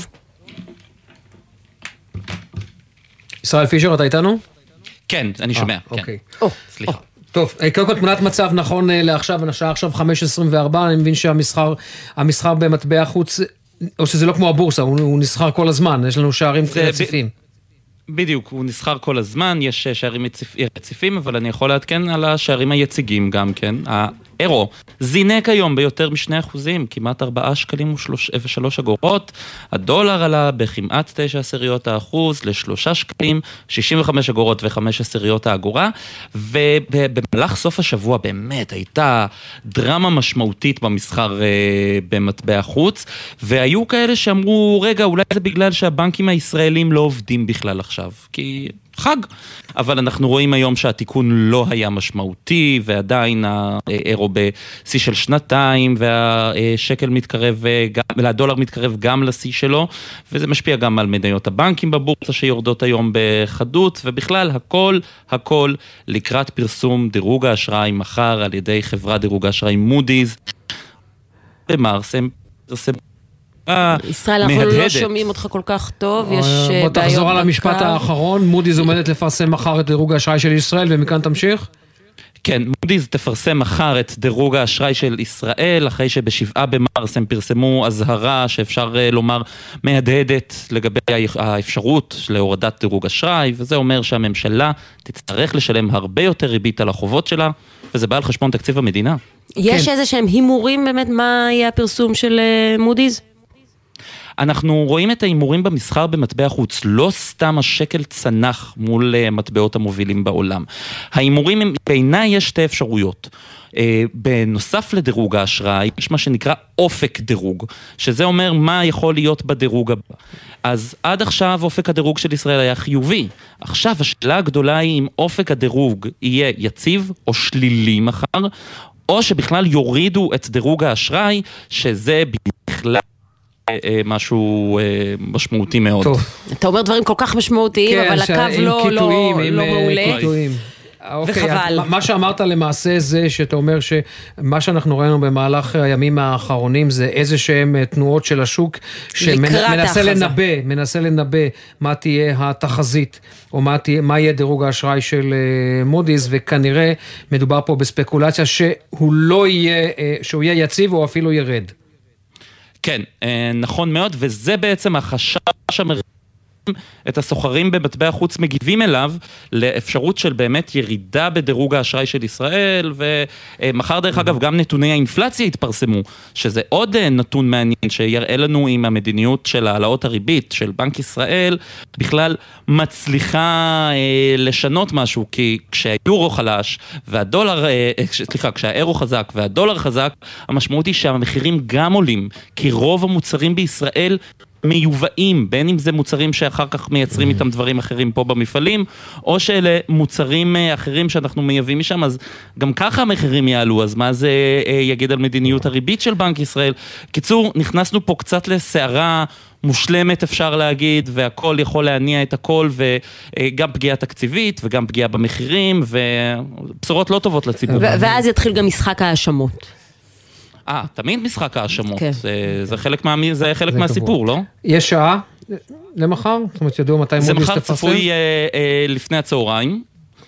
ישראל פישר, אתה איתנו? כן, אני שומע. אוקיי. סליחה. טוב, קודם כל תמונת מצב נכון לעכשיו, השעה עכשיו חמש עשרים וארבע, אני מבין שהמסחר המסחר במטבע חוץ, או שזה לא כמו הבורסה, הוא נסחר כל הזמן, יש לנו שערים רציפים. בדיוק, הוא נסחר כל הזמן, יש שערים רציפים, אבל אני יכול לעדכן על השערים היציגים גם כן. האירו זינק היום ביותר משני אחוזים, כמעט ארבעה שקלים ושלוש אגורות. הדולר עלה בכמעט תשע עשיריות האחוז לשלושה שקלים, שישים וחמש אגורות וחמש עשיריות האגורה. ובמהלך סוף השבוע באמת הייתה דרמה משמעותית במסחר במטבע חוץ, והיו כאלה שאמרו, רגע, אולי זה בגלל שהבנקים הישראלים לא עובדים בכלל עכשיו, כי חג. אבל אנחנו רואים היום שהתיקון לא היה משמעותי, ועדיין האירו בשיא של שנתיים, והשקל מתקרב, והדולר מתקרב גם לשיא שלו, וזה משפיע גם על מניות הבנקים בבורסה שיורדות היום בחדות, ובכלל הכל, הכל לקראת פרסום דירוג האשראי מחר על ידי חברת דירוג האשראי מודי'ס. במרס הם פרסם ישראל, אנחנו לא שומעים אותך כל כך טוב, יש בעיות. בוא תחזור על המשפט האחרון, מודי'ס עומדת לפרסם מחר את דירוג האשראי של ישראל, ומכאן תמשיך? כן, מודי'ס תפרסם מחר את דירוג האשראי של ישראל, אחרי שבשבעה במרס הם פרסמו אזהרה שאפשר לומר מהדהדת לגבי האפשרות להורדת דירוג אשראי, וזה אומר שהממשלה תצטרך לשלם הרבה יותר ריבית על החובות שלה, וזה בא על חשבון תקציב המדינה. יש איזה שהם הימורים באמת מה יהיה הפרסום של מודי'ס? אנחנו רואים את ההימורים במסחר במטבע חוץ, לא סתם השקל צנח מול מטבעות המובילים בעולם. ההימורים, בעיניי יש שתי אפשרויות. בנוסף לדירוג האשראי, יש מה שנקרא אופק דירוג, שזה אומר מה יכול להיות בדירוג הבא. אז עד עכשיו אופק הדירוג של ישראל היה חיובי. עכשיו השאלה הגדולה היא אם אופק הדירוג יהיה יציב או שלילי מחר, או שבכלל יורידו את דירוג האשראי, שזה בכלל משהו משמעותי מאוד. טוב. אתה אומר דברים כל כך משמעותיים, אבל הקו לא מעולה. וחבל. מה שאמרת למעשה זה שאתה אומר שמה שאנחנו ראינו במהלך הימים האחרונים זה איזה שהם תנועות של השוק שמנסה לנבא, מנסה לנבא מה תהיה התחזית או מה, תהיה, מה יהיה דירוג האשראי של מודי'ס, וכנראה מדובר פה בספקולציה שהוא לא יהיה, שהוא יהיה יציב או אפילו ירד. כן, נכון מאוד, וזה בעצם החשש המרכזי את הסוחרים במטבע חוץ מגיבים אליו לאפשרות של באמת ירידה בדירוג האשראי של ישראל, ומחר דרך אגב גם נתוני האינפלציה התפרסמו, שזה עוד נתון מעניין שיראה לנו אם המדיניות של העלאות הריבית של בנק ישראל בכלל מצליחה לשנות משהו, כי כשהיורו חלש והדולר, סליחה, כשהאירו חזק והדולר חזק, המשמעות היא שהמחירים גם עולים, כי רוב המוצרים בישראל מיובאים, בין אם זה מוצרים שאחר כך מייצרים איתם דברים אחרים פה במפעלים, או שאלה מוצרים אחרים שאנחנו מייבאים משם, אז גם ככה המחירים יעלו, אז מה זה יגיד על מדיניות הריבית של בנק ישראל? קיצור, נכנסנו פה קצת לסערה מושלמת אפשר להגיד, והכל יכול להניע את הכל, וגם פגיעה תקציבית, וגם פגיעה במחירים, ובשורות לא טובות לציבור. ואז יתחיל גם משחק האשמות. אה, תמיד משחק האשמות, זה חלק מהסיפור, לא? יש שעה למחר? זאת אומרת, ידעו מתי מודי'ס תפרסם? זה מחר צפוי לפני הצהריים,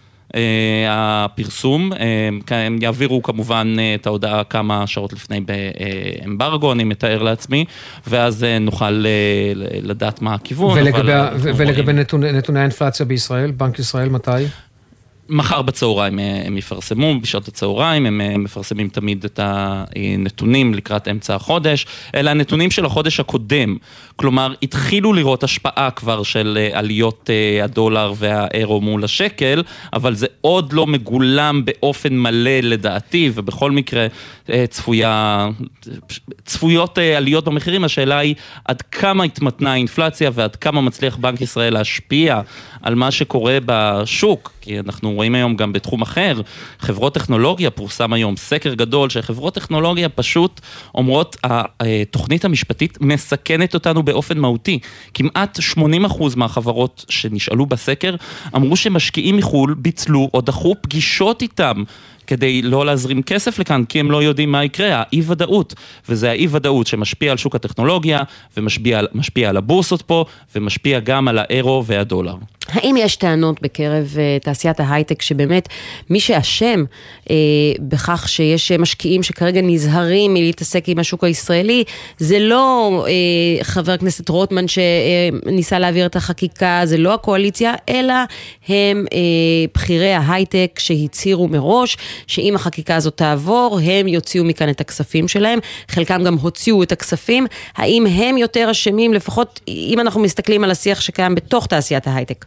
הפרסום, הם יעבירו כמובן את ההודעה כמה שעות לפני באמברגו, אני מתאר לעצמי, ואז נוכל לדעת מה הכיוון. ולגבי נתוני האינפלציה בישראל, בנק ישראל מתי? מחר בצהריים הם יפרסמו, בשעות הצהריים, הם מפרסמים תמיד את הנתונים לקראת אמצע החודש, אלה הנתונים של החודש הקודם, כלומר, התחילו לראות השפעה כבר של עליות הדולר והאירו מול השקל, אבל זה עוד לא מגולם באופן מלא לדעתי, ובכל מקרה צפויה, צפויות עליות במחירים, השאלה היא עד כמה התמתנה האינפלציה, ועד כמה מצליח בנק ישראל להשפיע על מה שקורה בשוק, כי אנחנו רואים היום גם בתחום אחר, חברות טכנולוגיה, פורסם היום סקר גדול, שחברות טכנולוגיה פשוט אומרות, התוכנית המשפטית מסכנת אותנו באופן מהותי. כמעט שמונים אחוז מהחברות שנשאלו בסקר, אמרו שמשקיעים מחול, ביטלו או דחו פגישות איתם, כדי לא להזרים כסף לכאן, כי הם לא יודעים מה יקרה, האי-ודאות, וזה האי-ודאות שמשפיע על שוק הטכנולוגיה, ומשפיע משפיע על הבורסות פה, ומשפיע גם על האירו והדולר. האם יש טענות בקרב uh, תעשיית ההייטק, שבאמת מי שאשם uh, בכך שיש משקיעים שכרגע נזהרים מלהתעסק עם השוק הישראלי, זה לא uh, חבר הכנסת רוטמן שניסה uh, להעביר את החקיקה, זה לא הקואליציה, אלא הם uh, בחירי ההייטק שהצהירו מראש, שאם החקיקה הזאת תעבור, הם יוציאו מכאן את הכספים שלהם, חלקם גם הוציאו את הכספים, האם הם יותר אשמים, לפחות אם אנחנו מסתכלים על השיח שקיים בתוך תעשיית ההייטק?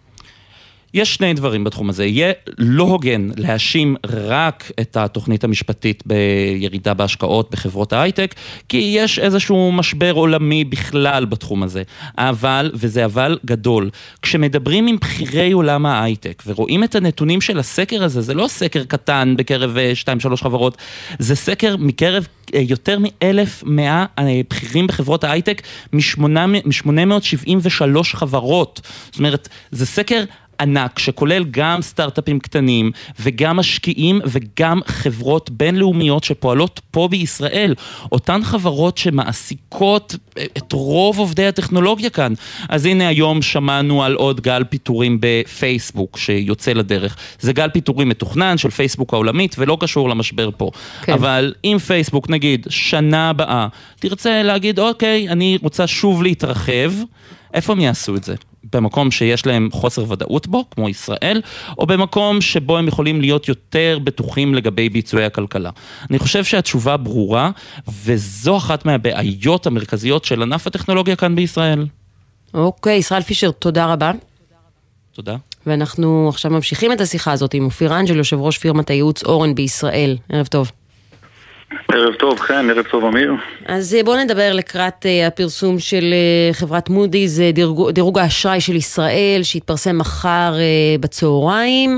יש שני דברים בתחום הזה, יהיה לא הוגן להאשים רק את התוכנית המשפטית בירידה בהשקעות בחברות ההייטק, כי יש איזשהו משבר עולמי בכלל בתחום הזה, אבל, וזה אבל גדול, כשמדברים עם בחירי עולם ההייטק, ורואים את הנתונים של הסקר הזה, זה לא סקר קטן בקרב שתיים שלוש חברות, זה סקר מקרב יותר מ-אלף ומאה בכירים בחברות ההייטק, מ-שמונה מאות שבעים ושלוש חברות, זאת אומרת, זה סקר ענק שכולל גם סטארט-אפים קטנים וגם משקיעים וגם חברות בינלאומיות שפועלות פה בישראל, אותן חברות שמעסיקות את רוב עובדי הטכנולוגיה כאן. אז הנה היום שמענו על עוד גל פיטורים בפייסבוק שיוצא לדרך. זה גל פיטורים מתוכנן של פייסבוק העולמית ולא קשור למשבר פה. כן. אבל אם פייסבוק נגיד שנה הבאה תרצה להגיד אוקיי, אני רוצה שוב להתרחב, איפה הם יעשו את זה? במקום שיש להם חוסר ודאות בו, כמו ישראל, או במקום שבו הם יכולים להיות יותר בטוחים לגבי ביצועי הכלכלה. אני חושב שהתשובה ברורה, וזו אחת מהבעיות המרכזיות של ענף הטכנולוגיה כאן בישראל. אוקיי, ישראל פישר, תודה רבה. תודה. ואנחנו עכשיו ממשיכים את השיחה הזאת עם אופיר אנג'ל, יושב ראש פירמת הייעוץ אורן בישראל. ערב טוב. ערב טוב, כן, ערב טוב אמיר. אז בואו נדבר לקראת הפרסום של חברת מודי'ס, דירוג, דירוג האשראי של ישראל, שהתפרסם מחר בצהריים.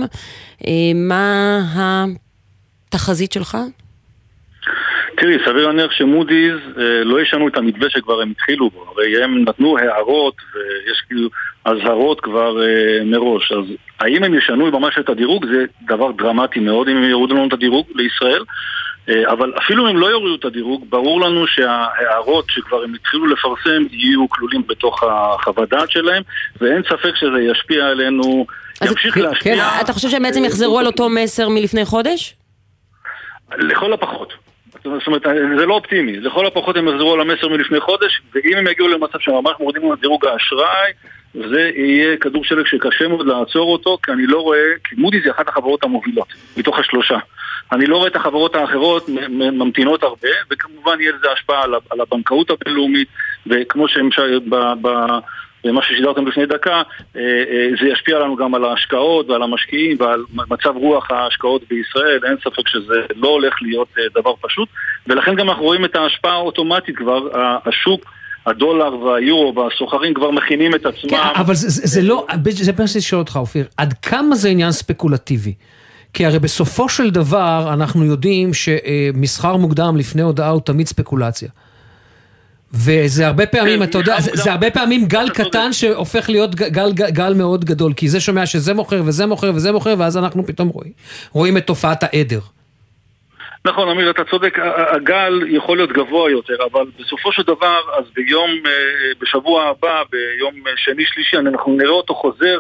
מה התחזית שלך? תראי, סביר להניח שמודי'ס לא ישנו את המתווה שכבר הם התחילו בו, הרי הם נתנו הערות ויש כאילו הזהרות כבר מראש, אז האם הם ישנו ממש את הדירוג? זה דבר דרמטי מאוד אם הם יורידו לנו את הדירוג לישראל, אבל אפילו אם הם לא יורידו את הדירוג, ברור לנו שההערות שכבר הם התחילו לפרסם יהיו כלולים בתוך החוות דעת שלהם, ואין ספק שזה ישפיע עלינו, ימשיך להשפיע. אתה חושב שהם בעצם יחזרו על אותו מסר מלפני חודש? לכל הפחות. זאת אומרת, זה לא אופטימי. לכל הפחות הם יחזרו על המסר מלפני חודש, ואם הם יגיעו למצב שממש מורידים את דירוג האשראי, זה יהיה כדור שלג שקשה מאוד לעצור אותו, כי אני לא רואה, כי מודי'ס היא אחת החברות המובילות, מתוך השלושה. אני לא רואה את החברות האחרות ממתינות הרבה, וכמובן יהיה לזה השפעה על הבנקאות הבינלאומית, וכמו במה ששידרתם לפני דקה, זה ישפיע לנו גם על ההשקעות ועל המשקיעים ועל מצב רוח ההשקעות בישראל. אין ספק שזה לא הולך להיות דבר פשוט, ולכן גם אנחנו רואים את ההשפעה האוטומטית כבר, השוק, הדולר והיורו והסוחרים כבר מכינים את עצמם. כן, אבל זה, זה לא, זה פרסי לשאול אותך אופיר, עד כמה זה עניין ספקולטיבי? כי הרי בסופו של דבר אנחנו יודעים שמסחר מוקדם לפני הודעה הוא תמיד ספקולציה. וזה הרבה פעמים, אתה יודע, זה הרבה פעמים גל קטן שהופך להיות גל מאוד גדול, כי זה שומע שזה מוכר וזה מוכר וזה מוכר, ואז אנחנו פתאום רואים, רואים את תופעת העדר. נכון, אמיר, אתה צודק, הגל יכול להיות גבוה יותר, אבל בסופו של דבר, אז ביום, בשבוע הבא, ביום שני שלישי, אנחנו נראה אותו חוזר,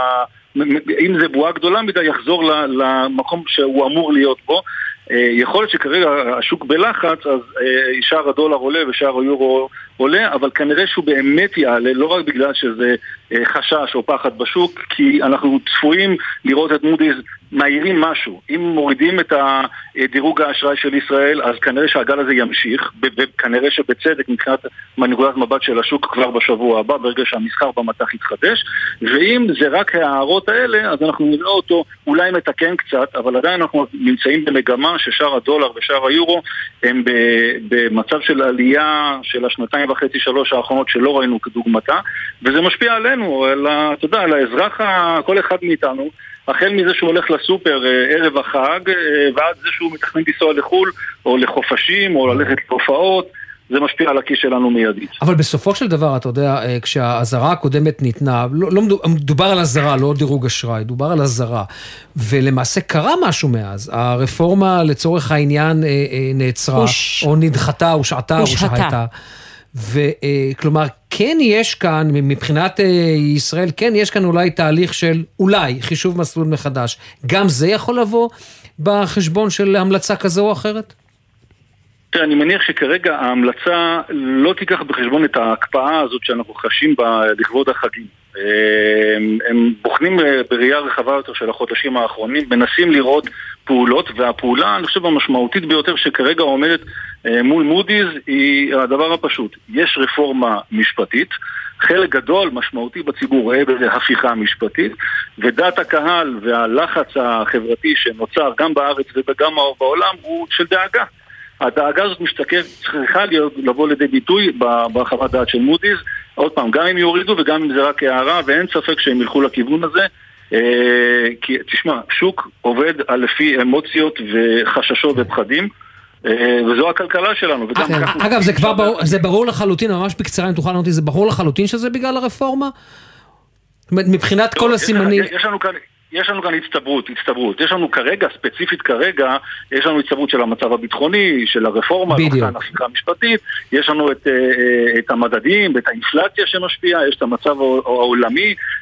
אם זה בועה גדולה מדי, יחזור למקום שהוא אמור להיות בו. יכול להיות שכרגע השוק בלחץ, אז שער הדולר עולה ושער היורו עולה, אבל כנראה שהוא באמת יעלה, לא רק בגלל שזה חשש או פחד בשוק, כי אנחנו צפויים לראות את מודי'ס מהירים משהו. אם מורידים את הדירוג האשראי של ישראל, אז כנראה שהגל הזה ימשיך, וכנראה שבצדק מבחינת מנקודת מבט של השוק כבר בשבוע הבא, ברגע שהמסחר במטח יתחדש, ואם זה רק הערות האלה, אז אנחנו נראה אותו אולי מתקן קצת, אבל עדיין אנחנו נמצאים במגמה ששער הדולר ושער היורו הם במצב של עלייה של השנתיים וחצי שלוש האחרונות שלא ראינו כדוגמתה, וזה משפיע עלינו, על, אתה יודע, על האזרח, כל אחד מאיתנו, החל מזה שהוא הולך לסופר ערב החג, ועד זה שהוא מתכנן לנסוע לחול, או לחופשים, או ללכת להופעות, זה משפיע על הכיס שלנו מיידית. אבל בסופו של דבר, אתה יודע, כשההזרה הקודמת ניתנה, לא, לא מדובר על הזרה, לא דירוג אשראי, דובר על הזרה, ולמעשה קרה משהו מאז. הרפורמה לצורך העניין נעצרה, הוש... או נדחתה, או שעתה, או שחייתה. וכלומר, כן יש כאן, מבחינת ישראל, כן יש כאן אולי תהליך של, אולי, חישוב מסלול מחדש. גם זה יכול לבוא בחשבון של המלצה כזו או אחרת? אני מניח שכרגע ההמלצה לא תיקח בחשבון את ההקפאה הזאת שאנחנו חשים בה לכבוד החגים. הם בוחנים בראייה רחבה יותר של החודשים האחרונים, מנסים לראות פעולות, והפעולה, אני חושב, המשמעותית ביותר שכרגע עומדת מול מודי'ס היא הדבר הפשוט. יש רפורמה משפטית, חלק גדול משמעותי בציבור רואה בזה הפיכה משפטית, ודעת הקהל והלחץ החברתי שנוצר גם בארץ וגם בעולם הוא של דאגה. הדאגה הזאת משתקף, צריכה להיות, לבוא לידי ביטוי בחוות דעת של מודי'ס, עוד פעם, גם אם יורידו וגם אם זה רק הערה, ואין ספק שהם ילכו לכיוון הזה, כי תשמע, שוק עובד על לפי אמוציות וחששות ופחדים, וזו הכלכלה שלנו. אגב, זה כבר ברור, זה ברור לחלוטין, ממש בקצרה, אם תוכל לענות לי, זה ברור לחלוטין שזה בגלל הרפורמה? מבחינת כל הסימנים... יש לנו כאן... יש לנו כאן הצטברות, הצטברות. יש לנו כרגע, ספציפית כרגע, יש לנו הצטברות של המצב הביטחוני, של הרפורמה, כאן הפיכה המשפטית, יש לנו את, את המדדים, את האינפלציה שמשפיעה, יש את המצב העולמי,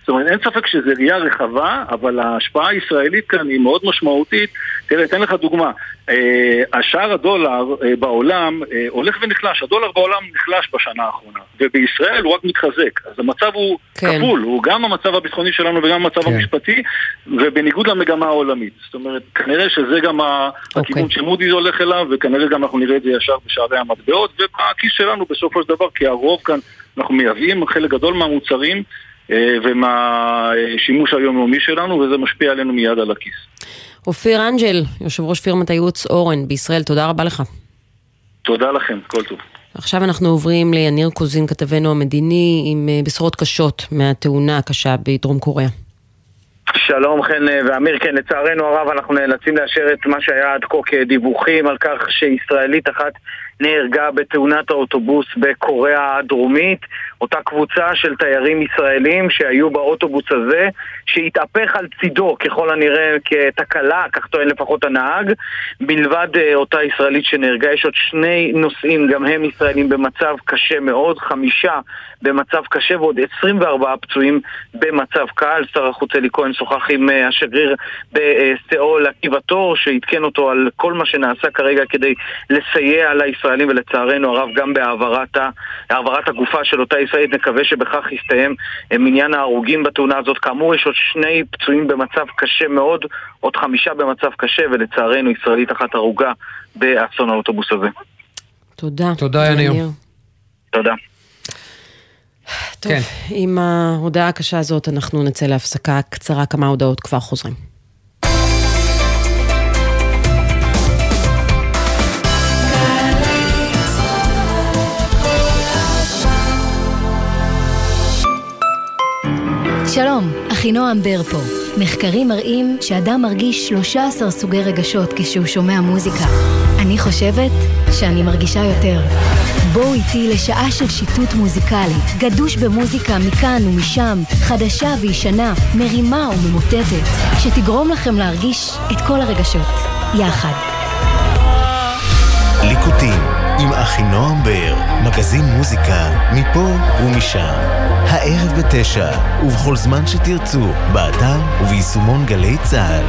זאת אומרת, אין ספק שזה ראייה רחבה, אבל ההשפעה הישראלית כאן היא מאוד משמעותית. תראה, אתן לך דוגמה. השער הדולר בעולם הולך ונחלש. הדולר בעולם נחלש בשנה האחרונה, ובישראל הוא רק מתחזק. אז המצב הוא כן. כפול, הוא גם המצב הביטחוני שלנו וגם המצב כן. המשפטי, ובניגוד למגמה העולמית. זאת אומרת, כנראה שזה גם הכיוון okay. שמודי הולך אליו, וכנראה גם אנחנו נראה את זה ישר בשערי המטבעות, ובכיס שלנו בסופו של דבר, כי הרוב כאן אנחנו מייבאים חלק גדול מהמוצרים, ומהשימוש היומיומי שלנו, וזה משפיע עלינו מיד על הכיס. אופיר אנג'ל, יושב ראש פירמת הייעוץ אורן בישראל, תודה רבה לך. תודה לכם, כל טוב. עכשיו אנחנו עוברים ליניר קוזין, כתבנו המדיני, עם בשורות קשות מהתאונה הקשה בדרום קוריאה. שלום חן ואמיר, כן, לצערנו הרב אנחנו נאלצים לאשר את מה שהיה עד כה כדיווחים על כך שישראלית אחת נהרגה בתאונת האוטובוס בקוריאה הדרומית, אותה קבוצה של תיירים ישראלים שהיו באוטובוס הזה, שהתהפך על צידו ככל הנראה כתקלה, כך טוען לפחות הנהג. בלבד אותה ישראלית שנהרגה, יש עוד שני נוסעים, גם הם ישראלים במצב קשה מאוד, חמישה במצב קשה ועוד עשרים וארבעה פצועים במצב קל. שר החוץ אלי כהן שוחח עם השגריר בסאול עקיבא תור, שהתקן אותו על כל מה שנעשה כרגע כדי לסייע לישראלים, ולצערנו הרב גם בהעברת, העברת הגופה של אותה ישראלית. נקווה שבכך יסתיים מניין ההרוגים בתאונה הזאת. כאמור יש עוד שני פצועים במצב קשה מאוד, עוד חמישה במצב קשה, ולצערנו ישראלית אחת הרוגה באסון האוטובוס הזה. תודה. תודה יניר. תודה. טוב, כן. עם ההודעה הקשה הזאת אנחנו נצא להפסקה קצרה, כמה הודעות כבר חוזרים. שלום, אחינועם בר פה. מחקרים מראים שאדם מרגיש שלושה עשר סוגי רגשות כשהוא שומע מוזיקה. אני חושבת שאני מרגישה יותר. בואו איתי לשעה של שיטוט מוזיקלי, גדוש במוזיקה מכאן ומשם, חדשה וישנה, מרימה וממוטטת, שתגרום לכם להרגיש את כל הרגשות, יחד. ליקוטים עם אחינועם בר, מגזין מוזיקה מפה ומשם. הערב בתשע, ובכל זמן שתרצו, באתר וביישומון גלי צהל.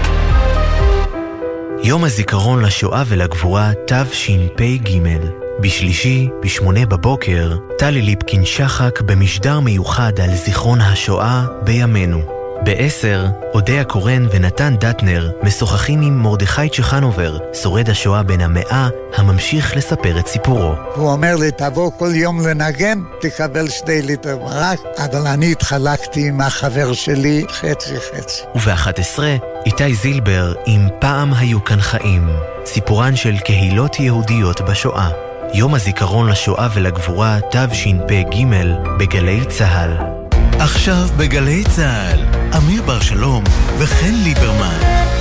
יום הזיכרון לשואה ולגבורה תשפ"ג. בשלישי, בשמונה בבוקר, טלי ליפקין שחק במשדר מיוחד על זיכרון השואה בימינו. בעשר, אודיה קורן ונתן דטנר משוחחים עם מרדכי צ'חנובר, שורד השואה בן המאה, הממשיך לספר את סיפורו. הוא אומר לי, תבוא כל יום לנגן, תקבל שתי ליטר מרק, אבל אני התחלקתי עם החבר שלי חצי חצי. ובאחת עשרה, איתי זילבר עם פעם היו כאן חיים, סיפורן של קהילות יהודיות בשואה. יום הזיכרון לשואה ולגבורה תשפ"ג בגלי צהל. עכשיו בגלי צהל, אמיר בר שלום וחן ליברמן.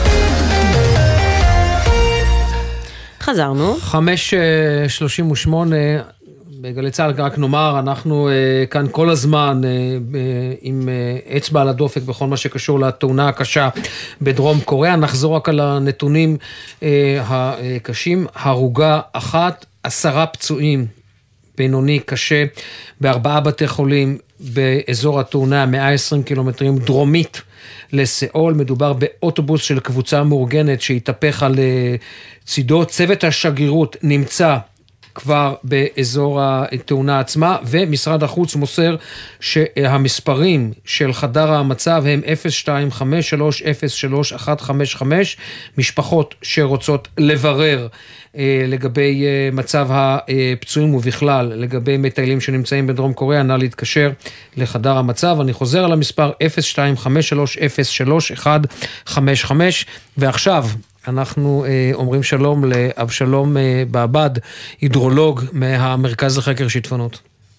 חזרנו. חמש שלושים ושמונה, בגלי צהל רק נאמר, אנחנו כאן כל הזמן עם אצבע על הדופק בכל מה שקשור לתאונה הקשה בדרום קוריאה. נחזור רק על הנתונים הקשים. הרוגה אחת, עשרה פצועים, בינוני קשה, בארבעה בתי חולים באזור התאונה, מאה ועשרים קילומטרים דרומית לסאול. מדובר באוטובוס של קבוצה מאורגנת שהתהפך על צידו. צוות השגרירות נמצא כבר באזור התאונה עצמה, ומשרד החוץ מוסר שהמספרים של חדר המצב הם אפס שתיים חמש שלוש אפס שלוש אחת חמש חמש. משפחות שרוצות לברר לגבי מצב הפצועים ובכלל לגבי מטיילים שנמצאים בדרום קוריאה, נא להתקשר לחדר המצב. אני חוזר על המספר אפס שתיים חמש שלוש אפס שלוש אחת חמש חמש. ועכשיו אנחנו אה, אומרים שלום לאבשלום אה, בעבד, הידרולוג מהמרכז לחקר שיטפונות.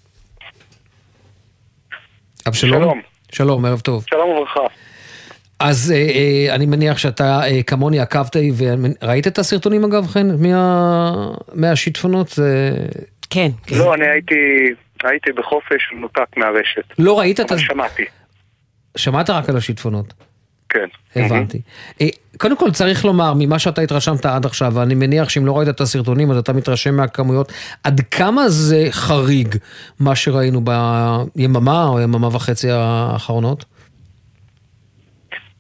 אבשלום? שלום. שלום, ערב טוב. שלום וברכה. אז אה, אה, אני מניח שאתה אה, כמוני עקבת, וראית את הסרטונים אגב, חן, מה, מהשיטפונות? זה... כן, כן. לא, אני הייתי, הייתי בחופש נותק מהרשת. לא ראית את... אבל שמעתי. שמעת רק על השיטפונות? כן. הבנתי. קודם כל צריך לומר, ממה שאתה התרשמת עד עכשיו, ואני מניח שאם לא ראית את הסרטונים, אז אתה מתרשם מהכמויות, עד כמה זה חריג מה שראינו ביממה או יממה וחצי האחרונות?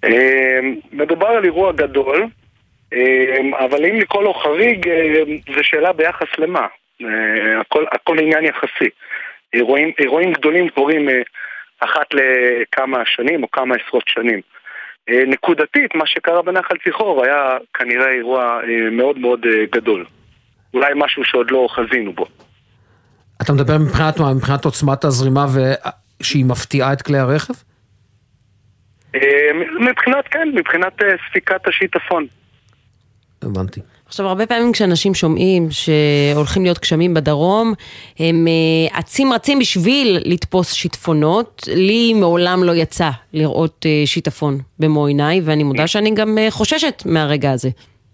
מדובר על אירוע גדול, אבל אם לקרוא לו חריג, זה שאלה ביחס למה. הכל, הכל עניין יחסי. אירועים, אירועים גדולים קורים אחת לכמה שנים או כמה עשרות שנים. נקודתית, מה שקרה בנחל ציחור היה כנראה אירוע מאוד מאוד גדול. אולי משהו שעוד לא חזינו בו. אתה מדבר מבחינת, מבחינת עוצמת הזרימה שהיא מפתיעה את כלי הרכב? מבחינת, כן, מבחינת ספיקת השיטפון. הבנתי. עכשיו, הרבה פעמים כשאנשים שומעים שהולכים להיות גשמים בדרום, הם עצים רצים בשביל לתפוס שיטפונות. לי מעולם לא יצא לראות שיטפון במו עיניי, ואני מודה שאני גם חוששת מהרגע הזה.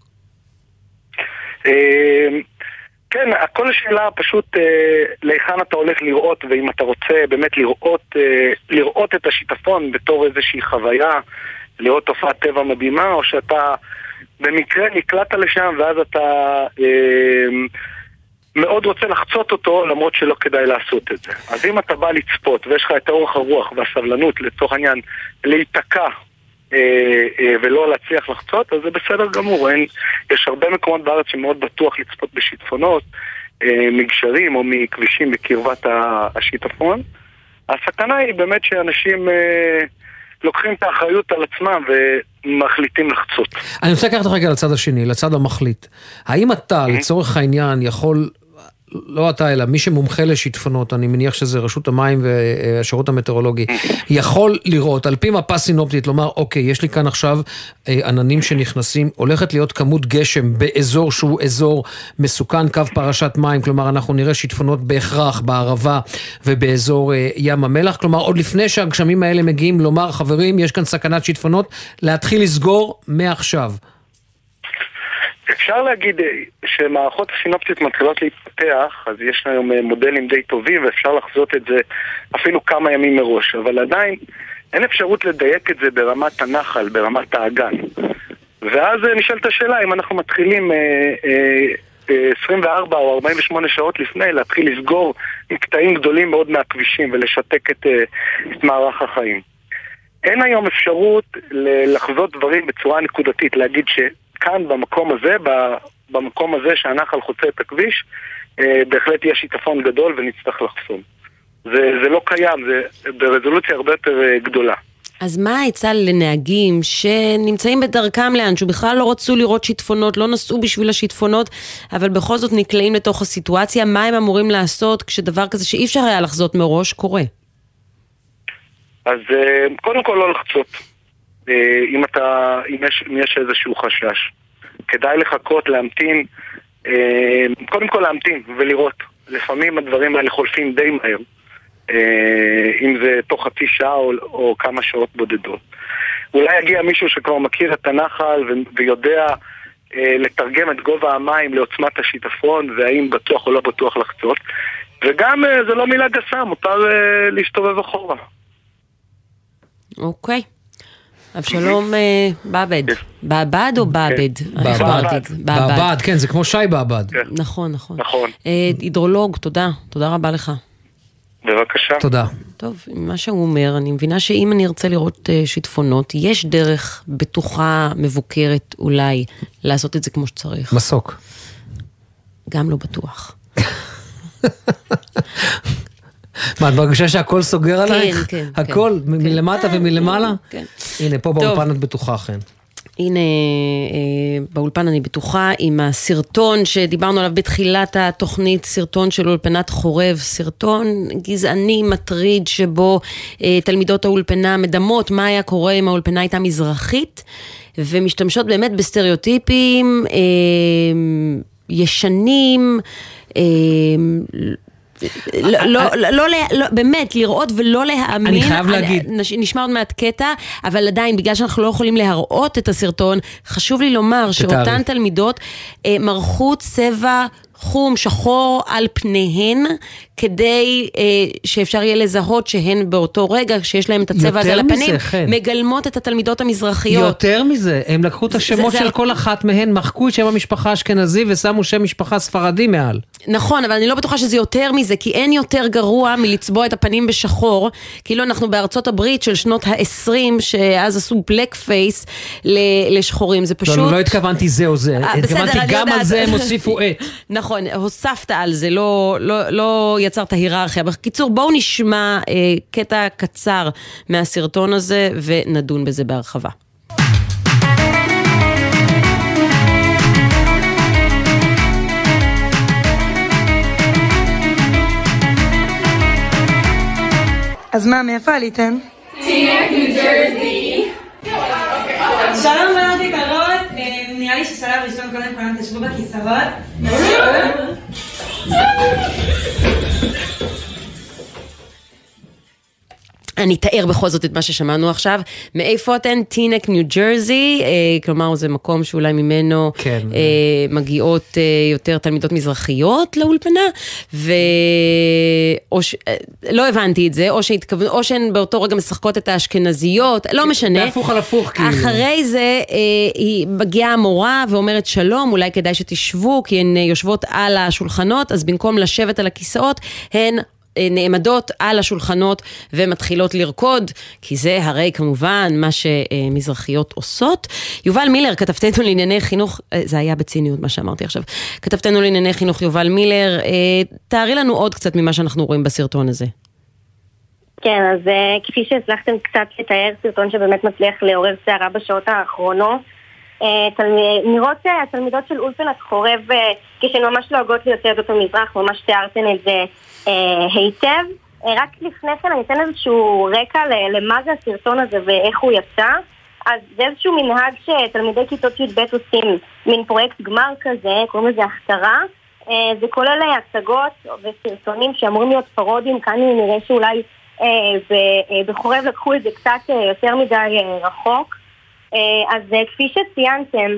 כן, הכל שאלה פשוט להיכן אתה הולך לראות, ואם אתה רוצה באמת לראות, לראות את השיטפון בתור איזושהי חוויה, לראות תופעת טבע מדהימה, או שאתה במקרה נקלעת לשם ואז אתה אה, מאוד רוצה לחצות אותו למרות שלא כדאי לעשות את זה. אז אם אתה בא לצפות ויש לך את אורך הרוח והסבלנות לצורך העניין להיתקע אה, אה, ולא להצליח לחצות, אז זה בסדר גמור. אין, יש הרבה מקומות בארץ שמאוד בטוח לצפות בשיטפונות, אה, מגשרים או מכבישים בקרבת השיטפון. הסכנה היא באמת שאנשים אה, לוקחים את האחריות על עצמם ומחליטים לחצות. אני רוצה לקחת רגע לצד השני, לצד המחליט. האם אתה, לצורך העניין, יכול, לא אתה אלא, מי שמומחה לשיטפונות, אני מניח שזה רשות המים והשירות המטאורולוגי, יכול לראות, על פי מפה סינופטית, לומר, אוקיי, יש לי כאן עכשיו עננים שנכנסים, הולכת להיות כמות גשם באזור שהוא אזור מסוכן, קו פרשת מים, כלומר, אנחנו נראה שיטפונות בהכרח, בערבה ובאזור ים המלח, כלומר, עוד לפני שהגשמים האלה מגיעים, לומר, חברים, יש כאן סכנת שיטפונות, להתחיל לסגור מעכשיו. אפשר להגיד שמערכות הסינופטיות מתחילות להתפתח, אז יש היום מודלים די טובים ואפשר לחזות את זה אפילו כמה ימים מראש, אבל עדיין אין אפשרות לדייק את זה ברמת הנחל, ברמת האגן. ואז נשאלת השאלה אם אנחנו מתחילים עשרים וארבע או ארבעים ושמונה שעות לפני להתחיל לסגור מקטעים גדולים מאוד מהכבישים ולשתק את, את מערך החיים. אין היום אפשרות לחזות דברים בצורה נקודתית, להגיד ש... כאן במקום הזה, במקום הזה שהנחל חוצה את הכביש, בהחלט יהיה שיטפון גדול ונצטרך לחסום. זה, זה לא קיים, זה ברזולוציה הרבה יותר גדולה. אז מה העצה לנהגים שנמצאים בדרכם לאן, שבכלל לא רצו לראות שיטפונות, לא נסעו בשביל השיטפונות, אבל בכל זאת נקלעים לתוך הסיטואציה, מה הם אמורים לעשות כשדבר כזה שאי אפשר היה לחזות מראש קורה? אז קודם כל לא לחצות. אם אתה, אם יש, אם יש איזשהו חשש, כדאי לחכות, להמתין, קודם כל להמתין ולראות. לפעמים הדברים האלה חולפים די מהר, אם זה תוך חצי שעה או, או כמה שעות בודדות. אולי יגיע מישהו שכבר מכיר את הנחל ויודע לתרגם את גובה המים לעוצמת השיטפון, והאם בטוח או לא בטוח לחצות. וגם זה לא מילה גסה, מותר להסתובב אחורה. אוקיי. אבשלום בעבד. בעבד או בעבד? בעבד. בעבד, כן, זה כמו שי בעבד. נכון, נכון. נכון. הידרולוג, תודה. תודה רבה לך. בבקשה. תודה. טוב, מה שהוא אומר, אני מבינה שאם אני ארצה לראות שיטפונות, יש דרך בטוחה, מבוקרת אולי, לעשות את זה כמו שצריך. מסוק. גם לא בטוח. מה, את מרגישה שהכל סוגר עלייך? כן, כן. הכל, מלמטה ומלמעלה? כן. הנה, פה באולפן את בטוחה, כן. הנה, באולפן אני בטוחה, עם הסרטון שדיברנו עליו בתחילת התוכנית, סרטון של אולפנת חורב, סרטון גזעני מטריד, שבו תלמידות האולפנה מדמות מה היה קורה אם האולפנה הייתה מזרחית, ומשתמשות באמת בסטריאוטיפים ישנים, לא, לא, לא, לא, באמת, לראות ולא להאמין. אני חייב להגיד. נשמע עוד מעט קטע, אבל עדיין, בגלל שאנחנו לא יכולים להראות את הסרטון, חשוב לי לומר שאותן תלמידות מרחו צבע חום, שחור על פניהן, כדי אה, שאפשר יהיה לזהות שהן באותו רגע, שיש להם את הצבע הזה על הפנים, מזה, מגלמות את התלמידות המזרחיות. יותר מזה, הם לקחו את השמות זה, של זה... כל אחת מהן, מחקו את שם המשפחה אשכנזי ושמו שם משפחה ספרדי מעל. נכון, אבל אני לא בטוחה שזה יותר מזה, כי אין יותר גרוע מלצבוע את הפנים בשחור, כאילו אנחנו בארצות הברית של שנות ה-עשרים, שאז עשו בלק פייס לשחורים, זה פשוט... לא, לא התכוונתי זה או זה, התכוונתי גם על זה הם הוסיפו את. נכון, הוספת על זה, לא, לא, לא יצרת היררכיה. בקיצור, בואו נשמע אה, קטע קצר מהסרטון הזה, ונדון בזה בהרחבה. אז מה, מאיפה עליתן? טינק, ניו ג'רזי. שלום בנות יקרות, נראה לי ששלב ראשון קודם כל תשבו בכיסאות. אני אתאר בכל זאת את מה ששמענו עכשיו. מאיפה אתן? טינק, ניו ג'רזי, כלומר זה מקום שאולי ממנו כן. אה, מגיעות אה, יותר תלמידות מזרחיות לאולפנה, ו... או ש... לא הבנתי את זה, או, שהתכוון... או שהן באותו רגע משחקות את האשכנזיות, לא משנה. בהפוך על הפוך כאילו. אחרי זה אה, היא מגיעה המורה ואומרת שלום, אולי כדאי שתשבו, כי הן יושבות על השולחנות, אז במקום לשבת על הכיסאות, הן נעמדות על השולחנות ומתחילות לרקוד, כי זה הרי כמובן מה שמזרחיות עושות. יובל מילר, כתבתנו לענייני חינוך, זה היה בציניות מה שאמרתי עכשיו, כתבתנו לענייני חינוך יובל מילר, תארי לנו עוד קצת ממה שאנחנו רואים בסרטון הזה. כן, אז כפי שהצלחתם קצת לתאר, סרטון שבאמת מצליח לעורר שערה בשעות האחרונות, נראות התלמידות של אולפנת חורב, כשהן ממש לא הגות ליוצאי עדות המזרח, ממש תיארתן את זה היטב. רק לפני כן אני אתן איזשהו רקע למה זה הסרטון הזה ואיך הוא יצא. אז זה איזשהו מנהג שתלמידי כיתות י"ב עושים, מין פרויקט גמר כזה, קוראים לזה הכתרה. זה כולל הצגות וסרטונים שאמורים להיות פרודים, כאן נראה שאולי בחורב לקחו את זה קצת יותר מדי רחוק. אז כפי שציינתם,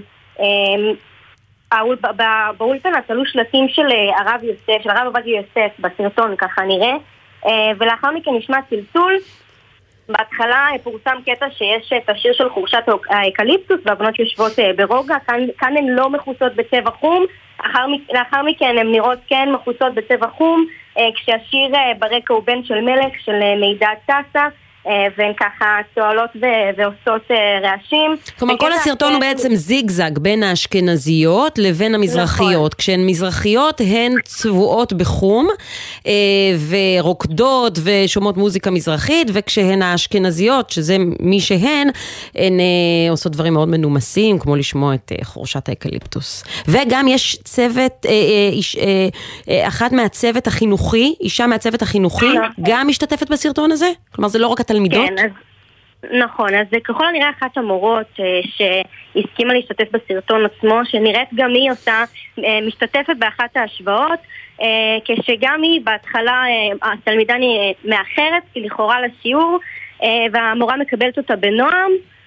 באולפנה תלו שלטים של הרב יוסף, של הרב עובדיה יוסף בסרטון, ככה נראה, ולאחר מכן נשמע צלצול. בהתחלה פורסם קטע שיש את השיר של חורשת האקליפטוס, והבנות יושבות ברוגע, כאן, כאן הן לא מחוסות בצבע חום, לאחר, לאחר מכן הן נראות כן מחוסות בצבע חום, כשהשיר ברקע הוא בן של מלך, של מידע טסה, והן ככה צועלות ועושות רעשים. כלומר, כל הסרטון הוא בעצם זיגזג בין האשכנזיות לבין המזרחיות. כשהן מזרחיות הן צבועות בחום ורוקדות ושומעות מוזיקה מזרחית, וכשהן האשכנזיות, שזה מי שהן, הן עושות דברים מאוד מנומסים, כמו לשמוע את חורשת האקליפטוס. וגם יש צוות, אחת מהצוות החינוכי, אישה מהצוות החינוכי, גם משתתפת בסרטון הזה? כלומר, זה לא רק התלמידות? כן, אז, נכון, אז ככל הנראה אחת המורות שהסכימה להשתתף בסרטון עצמו, שנראית גם היא עושה, משתתפת באחת ההשוואות, כשגם היא בהתחלה, התלמידה מאחרת, היא לכאורה לשיעור, והמורה מקבלת אותה בנועם,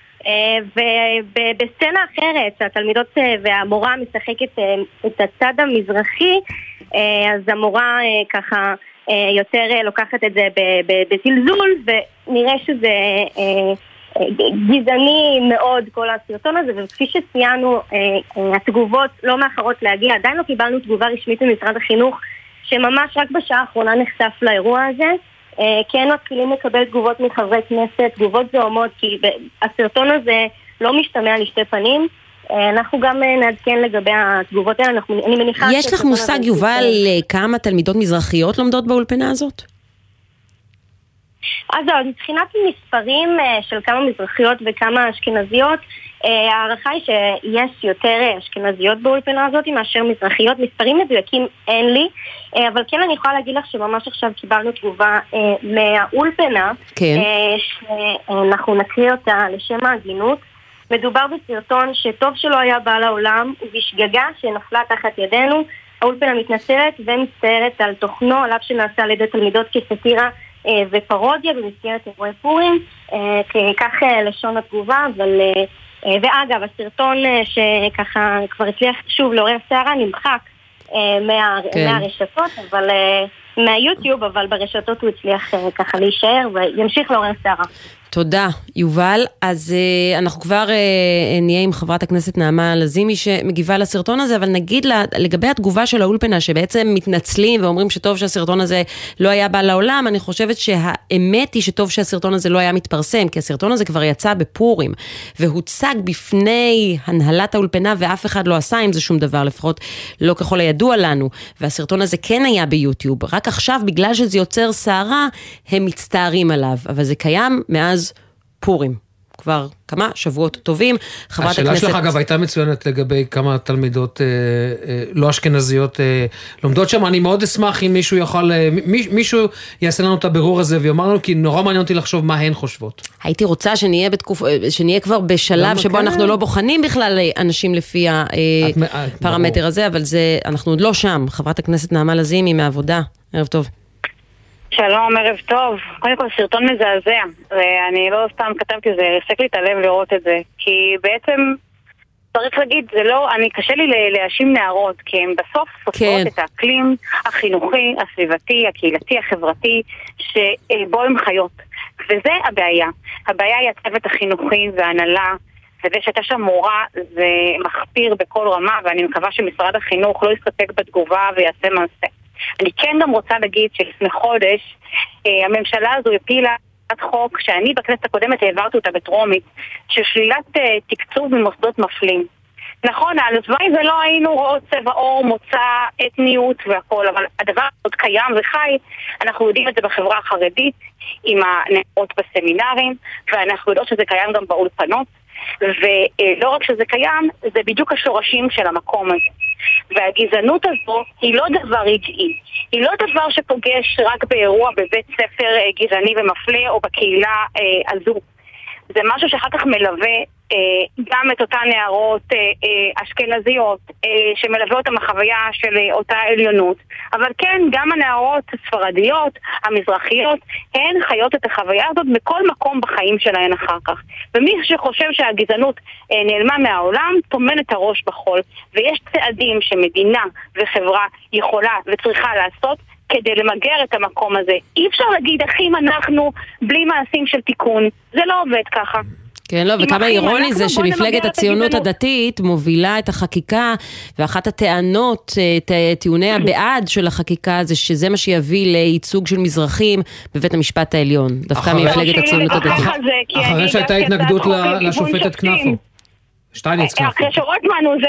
ובסצנה אחרת, התלמידות והמורה משחקת את הצד המזרחי, אז המורה ככה יותר לוקחת את זה בזלזול, ונראה שזה גזעני מאוד כל הסרטון הזה, וכפי שציינו, התגובות לא מאחרות להגיע, עדיין לא קיבלנו תגובה רשמית ממשרד החינוך, שממש רק בשעה האחרונה נחשף לאירוע הזה. כן מתחילים לקבל תגובות מחברי כנסת, תגובות זוהמות, כי הסרטון הזה לא משתמע לשתי פנים. אנחנו גם נעדכן לגבי התגובות האלה, אני מניחה... יש לך מושג, יובל, כמה תלמידות מזרחיות לומדות באולפנה הזאת? אז מבחינת מספרים של כמה מזרחיות וכמה אשכנזיות, הערכה היא שיש יותר אשכנזיות באולפנה הזאת מאשר מזרחיות. מספרים מדויקים אין לי, אבל כן אני יכולה להגיד לך שממש עכשיו קיבלנו תגובה מהאולפנה, כן. שאנחנו נקריא אותה לשם ההגינות. מדובר בסרטון שטוב שלא היה בעל העולם, ובשגגה שנפלה תחת ידינו. האולפנה מתנצלת ומצטערת על תוכנו, עליו שנעשה על ידי תלמידות כסטירה ופרודיה במסגרת אירועי פורים, כך לשון התגובה. אבל ואגב, הסרטון שככה כבר הצליח שוב לעורר שערה נמחק מהרשתות, אבל מהיוטיוב, אבל ברשתות הוא הצליח ככה להישאר וימשיך לעורר סערה. תודה, יובל. אז uh, אנחנו כבר uh, נהיה עם חברת הכנסת נעמה לזימי שמגיבה לסרטון הזה, אבל נגיד לה, לגבי התגובה של האולפנה, שבעצם מתנצלים ואומרים שטוב שהסרטון הזה לא היה בא לעולם, אני חושבת שהאמת היא שטוב שהסרטון הזה לא היה מתפרסם, כי הסרטון הזה כבר יצא בפורים, והוצג בפני הנהלת האולפנה, ואף אחד לא עשה עם זה שום דבר, לפחות לא ככל הידוע לנו, והסרטון הזה כן היה ביוטיוב, רק עכשיו בגלל שזה יוצר סערה, הם מצטערים עליו, אבל זה קיים מאז פורים, כבר כמה שבועות טובים. חברת השאלה הכנסת... שלך אגב הייתה מצוינת לגבי כמה תלמידות אה, אה, לא אשכנזיות אה, לומדות שם, אני מאוד אשמח אם מישהו יוכל, אה, מי, מישהו יעשה לנו את הבירור הזה ויאמר לנו, כי נורא מעניין אותי לחשוב מה הן חושבות. הייתי רוצה שנהיה, בתקופ... שנהיה כבר בשלב שבו כן. אנחנו לא בוחנים בכלל אנשים לפי הפרמטר ברור. הזה, אבל זה, אנחנו עוד לא שם. חברת הכנסת נעמה לזימי מהעבודה, ערב טוב. שלום, ערב טוב. קודם כל, סרטון מזעזע, ואני לא סתם כתבתי, זה הרסק לי את הלב לראות את זה, כי בעצם צריך להגיד, זה לא, אני קשה לי להאשים נערות, כי הם בסוף סופרות כן. את האקלים החינוכי, הסביבתי, הקהילתי, החברתי, שבו הם חיות. וזה הבעיה. הבעיה היא הצוות החינוכי וההנהלה, וזה שהייתה שם מורה, זה מחפיר בכל רמה, ואני מקווה שמשרד החינוך לא יסתפק בתגובה ויעשה מעשה. אני כן גם רוצה להגיד שלפני חודש הממשלה הזו הפילה חוק שאני בכנסת הקודמת העברתי אותה בטרומית של שלילת תקצוב ממוסדות מפלים. נכון, הלוואי ולא היינו רואות צבע עור, מוצא, אתניות והכל, אבל הדבר עוד קיים וחי. אנחנו יודעים את זה בחברה החרדית עם הנערות בסמינרים, ואנחנו יודעות שזה קיים גם באולפנות, ולא רק שזה קיים, זה בדיוק השורשים של המקום הזה. והגזענות הזו היא לא דבר רגעי, היא לא דבר שפוגש רק באירוע בבית ספר גזעני ומפלה או בקהילה הזו. זה משהו שאחר כך מלווה גם את אותן נערות אשכנזיות שמלווה אותם החוויה של אותה עליונות, אבל כן, גם הנערות הספרדיות, המזרחיות, הן חיות את החוויה הזאת בכל מקום בחיים שלהן אחר כך. ומי שחושב שהגזענות נעלמה מהעולם, תומן את הראש בחול, ויש צעדים שמדינה וחברה יכולה וצריכה לעשות כדי למגר את המקום הזה. אי אפשר להגיד אחים אנחנו בלי מעשים של תיקון, זה לא עובד ככה. כן, לא, וכמה אירוני זה שמפלגת הציונות הדתית מובילה את החקיקה, ואחת הטענות, טיעוני הבעד של החקיקה, זה שזה מה שיביא לייצוג של מזרחים בבית המשפט העליון, דווקא מפלגת הציונות הדתית. אחרי שהייתה התנגדות לשופטת כנפו. שטייניץ כנפו. אחרי שרוטמן הוא זה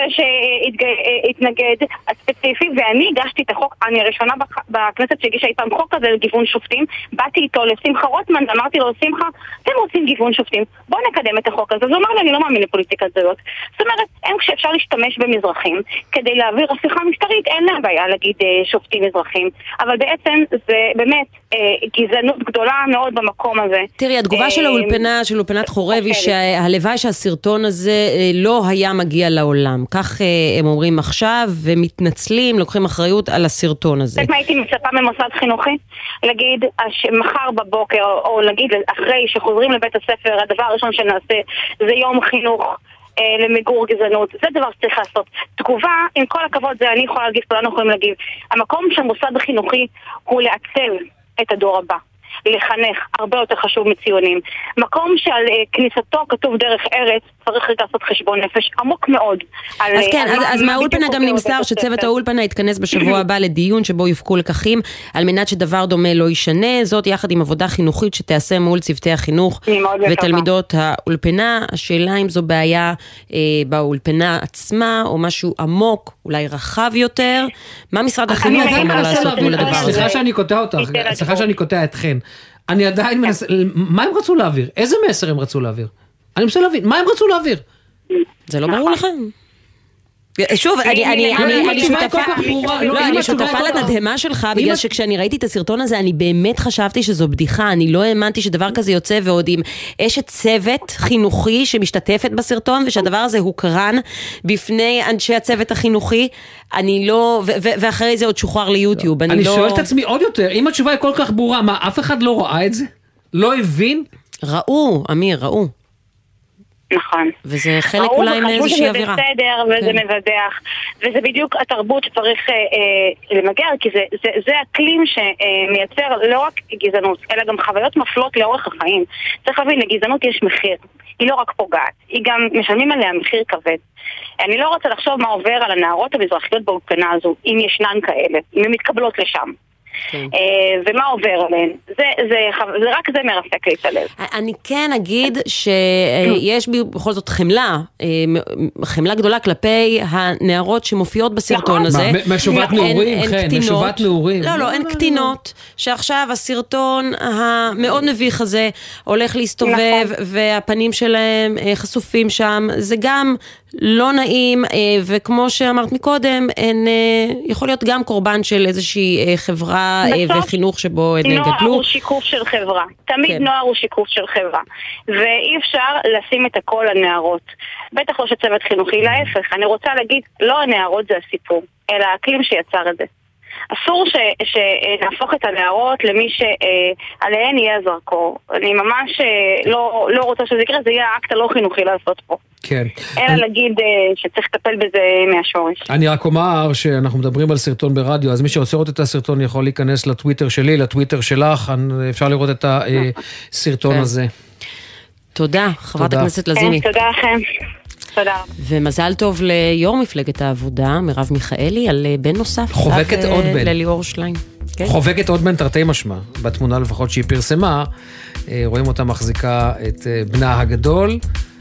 שהתנגד הספציפי, ואני הגשתי את החוק, אני הראשונה בכנסת שהגישה אי פעם חוק כזה לגיוון שופטים, באתי איתו לשמחה רוטמן, ואמרתי לו, שמחה, אתם רוצים גיוון שופטים, בואו נקדם את החוק הזה. אז הוא אמר לי, אני לא מאמין לפוליטיקה הזאת. זאת אומרת, אין כשאפשר להשתמש במזרחים, כדי להעביר הפיכה משטרית, אין לה בעיה להגיד שופטים מזרחים, אבל בעצם זה באמת גזענות גדולה מאוד במקום הזה. תראי, התגובה של האולפנה, של אולפנת חורב, היא שהלוואי שהסרטון הזה לא היה מגיע לעולם. כך הם אומרים עכשיו, ומתנצלים, לוקחים אחריות על הסרטון הזה. מה הייתי מצפה ממוסד חינוכי? להגיד, מחר בבוקר, או להגיד, אחרי שחוזרים לבית הספר, הדבר הראשון שנעשה זה יום חינוך למיגור גזענות. זה דבר שצריך לעשות. תגובה, עם כל הכבוד, זה אני יכולה להגיב, כולנו יכולים להגיב. המקום של מוסד חינוכי הוא לעצב את הדור הבא. לחנך, הרבה יותר חשוב מציונים. מקום שעל כניסתו כתוב דרך ארץ, צריך לעשות חשבון נפש עמוק מאוד. אז כן, אז מהאולפנה גם נמסר שצוות האולפנה יתכנס בשבוע הבא לדיון שבו יפקו לקחים, על מנת שדבר דומה לא ישנה, זאת יחד עם עבודה חינוכית שתעשה מול צוותי החינוך ותלמידות האולפנה. השאלה אם זו בעיה באולפנה עצמה, או משהו עמוק, אולי רחב יותר. מה משרד החינוך אומר לעשות מול הדבר הזה? סליחה שאני קוטע אותך, סליחה שאני קוטע אתכן. אני עדיין מנסה, מה הם רצו להעביר? איזה מסר הם רצו להעביר? אני מנסה להבין, מה הם רצו להעביר? זה לא ברור לכם. שוב, אני שותפה, לא, אני שותפה לתדהמה שלך, בגלל שכשאני ראיתי את הסרטון הזה, אני באמת חשבתי שזו בדיחה, אני לא האמנתי שדבר כזה יוצא, ועוד עם אשת צוות חינוכי שמשתתפת בסרטון, ושהדבר הזה הוקרן בפני אנשי הצוות החינוכי, אני לא, ואחרי זה עוד שוחרר ליוטיוב, אני לא... אני שואל את עצמי עוד יותר, אם התשובה היא כל כך ברורה, מה, אף אחד לא ראה את זה? לא הבין? ראו, אמיר, ראו. נכון. וזה חלק אולי מאיזושהי אווירה. זה בסדר, וזה כן. מבדח, וזה בדיוק התרבות שצריך אה, אה, למגר, כי זה, זה, זה אקלים שמייצר לא רק גזענות, אלא גם חוויות מפלות לאורך החיים. צריך להבין, לגזענות יש מחיר. היא לא רק פוגעת, היא גם משלמים עליה מחיר כבד. אני לא רוצה לחשוב מה עובר על הנערות המזרחיות באולפנה הזו, אם ישנן כאלה, אם הן מתקבלות לשם. כן. ומה עובר עליהן. זה, זה, זה רק זה מרסק לי את הלב. אני כן אגיד שיש בי בכל זאת חמלה, חמלה גדולה כלפי הנערות שמופיעות בסרטון הזה. משובת נעורים, כן, משובת נעורים. לא, לא, הן קטינות, שעכשיו הסרטון המאוד מביך הזה הולך להסתובב, והפנים שלהם חשופים שם. זה גם לא נעים, וכמו שאמרת מקודם, הן יכול להיות גם קורבן של איזושהי חברה וחינוך שבו הן גדלו. נוער הוא שיקוף של חברה. תמיד כן. נוער הוא שיקוף של חברה. ואי אפשר לשים את הכל על נערות. בטח לא שצוות חינוכי, להפך. אני רוצה להגיד, לא הנערות זה הסיפור, אלא האקלים שיצר את זה. אסור ש- שנהפוך את הנערות למי שעליהן יהיה הזרקור. אני ממש לא, לא רוצה שזה יקרה, זה יהיה האקט הלא חינוכי לעשות פה. כן. אלא אני... להגיד שצריך לטפל בזה מהשורש. אני רק אומר שאנחנו מדברים על סרטון ברדיו, אז מי שרוצה לראות את הסרטון יכול להיכנס לטוויטר שלי, לטוויטר שלך, אפשר לראות את הסרטון כן. הזה. תודה, חברת תודה. הכנסת לזיני. כן, תודה לכם. תודה. ומזל טוב ליו"ר מפלגת העבודה, מירב מיכאלי, על בן נוסף. חובקת עוד בן. לליאור שליין. כן? חובקת עוד בן תרתי משמע. בתמונה לפחות שהיא פרסמה, רואים אותה מחזיקה את בנה הגדול,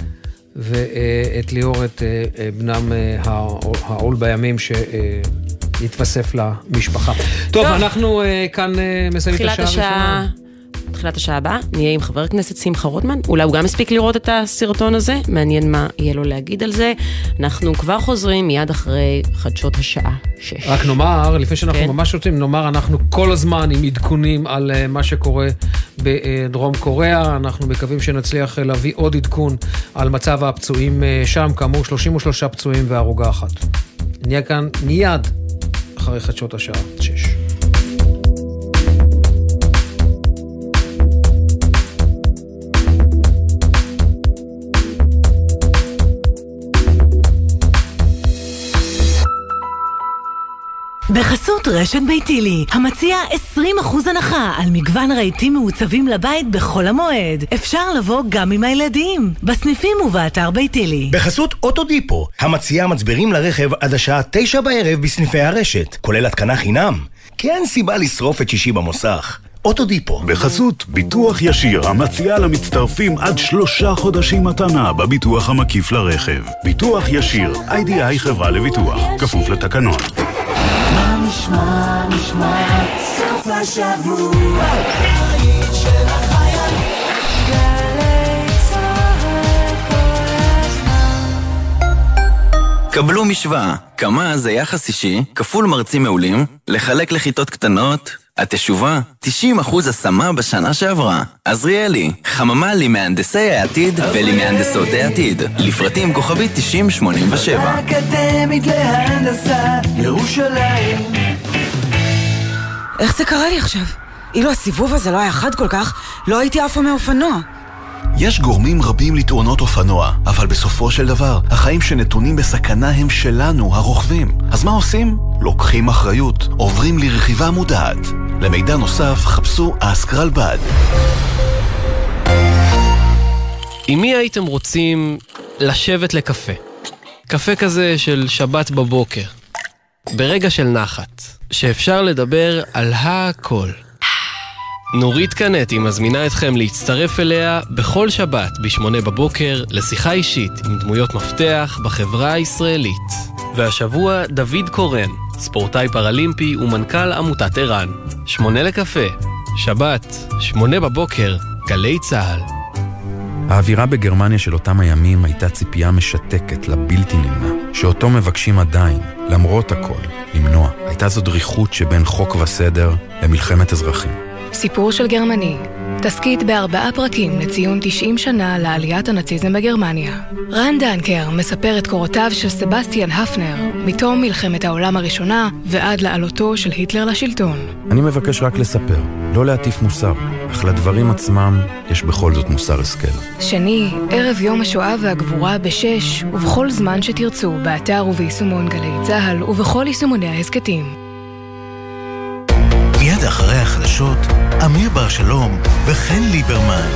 ואת ליאור, את בנם העול בימים שהתווסף למשפחה. טוב, אנחנו כאן מסיימים את השעה הראשונה. תחילת השעה הבאה, נהיה עם חבר הכנסת שמחה רוטמן, אולי הוא גם הספיק לראות את הסרטון הזה, מעניין מה יהיה לו להגיד על זה. אנחנו כבר חוזרים מיד אחרי חדשות השעה שש. רק נאמר, לפני שאנחנו כן. ממש רוצים, נאמר, אנחנו כל הזמן עם עדכונים על uh, מה שקורה בדרום קוריאה, אנחנו מקווים שנצליח להביא עוד עדכון על מצב הפצועים uh, שם, כאמור שלושים ושלושה פצועים והרוגה אחת. נהיה כאן מיד אחרי חדשות השעה שש. בחסות רשת ביתילי, המציע עשרים אחוז הנחה על מגוון רהיטים מעוצבים לבית בכל המועד. אפשר לבוא גם עם הילדים, בסניפים ובאתר ביתילי. בחסות אוטודיפו, המציע מצברים לרכב עד השעה תשע בערב בסניפי הרשת, כולל התקנה חינם. כי אין סיבה לשרוף את שישי במוסך. אוטודיפו. בחסות ביטוח ישיר, המציע למצטרפים עד שלושה חודשים מתנה בביטוח המקיף לרכב. ביטוח ישיר, איי די איי חברה לביטוח, כפוף לתקנון. נשמע, נשמע, סוף השבוע, העיר של החייל, גלי צהל כל הזמן. קבלו משוואה, כמה זה יחס אישי, כפול מרצים מעולים, לחלק לכיתות קטנות, התשובה, תשעים אחוז השמה בשנה שעברה. עזריאלי, חממה למהנדסי העתיד ולמהנדסות העתיד. לפרטים כוכבית תשעים שמונים ושבע. אקדמית להנדסה, ירושלים. איך זה קרה לי עכשיו? אילו הסיבוב הזה לא היה חד כל כך, לא הייתי עפה מאופנוע. יש גורמים רבים לתאונות אופנוע, אבל בסופו של דבר, החיים שנתונים בסכנה הם שלנו, הרוכבים. אז מה עושים? לוקחים אחריות, עוברים לרכיבה מודעת. למידע נוסף, חפשו אסקרל בד. עם מי הייתם רוצים לשבת לקפה? קפה כזה של שבת בבוקר. ברגע של נחת, שאפשר לדבר על הכל. נורית קנטי מזמינה אתכם להצטרף אליה בכל שבת בשמונה בבוקר לשיחה אישית עם דמויות מפתח בחברה הישראלית. והשבוע דוד קורן, ספורטאי פרלימפי ומנכ"ל עמותת ערן. שמונה לקפה, שבת, שמונה בבוקר, גלי צהל. האווירה בגרמניה של אותם הימים הייתה ציפייה משתקת לבלתי נמנע, שאותו מבקשים עדיין, למרות הכל, למנוע. הייתה זו דריכות שבין חוק וסדר למלחמת אזרחים. סיפור של גרמני. תסקית בארבעה פרקים לציון תשעים שנה לעליית הנאציזם בגרמניה. רן דנקר מספר את קורותיו של סבסטיאן הפנר, מתום מלחמת העולם הראשונה ועד לעלותו של היטלר לשלטון. אני מבקש רק לספר, לא להטיף מוסר, אך לדברים עצמם יש בכל זאת מוסר השכל. שני, ערב יום השואה והגבורה בשש, ובכל זמן שתרצו, באתר וביישומון גלי צהל ובכל יישומוני ההסקטים. מיד אחרי החדשות, אמיר בר שלום וחן ליברמן.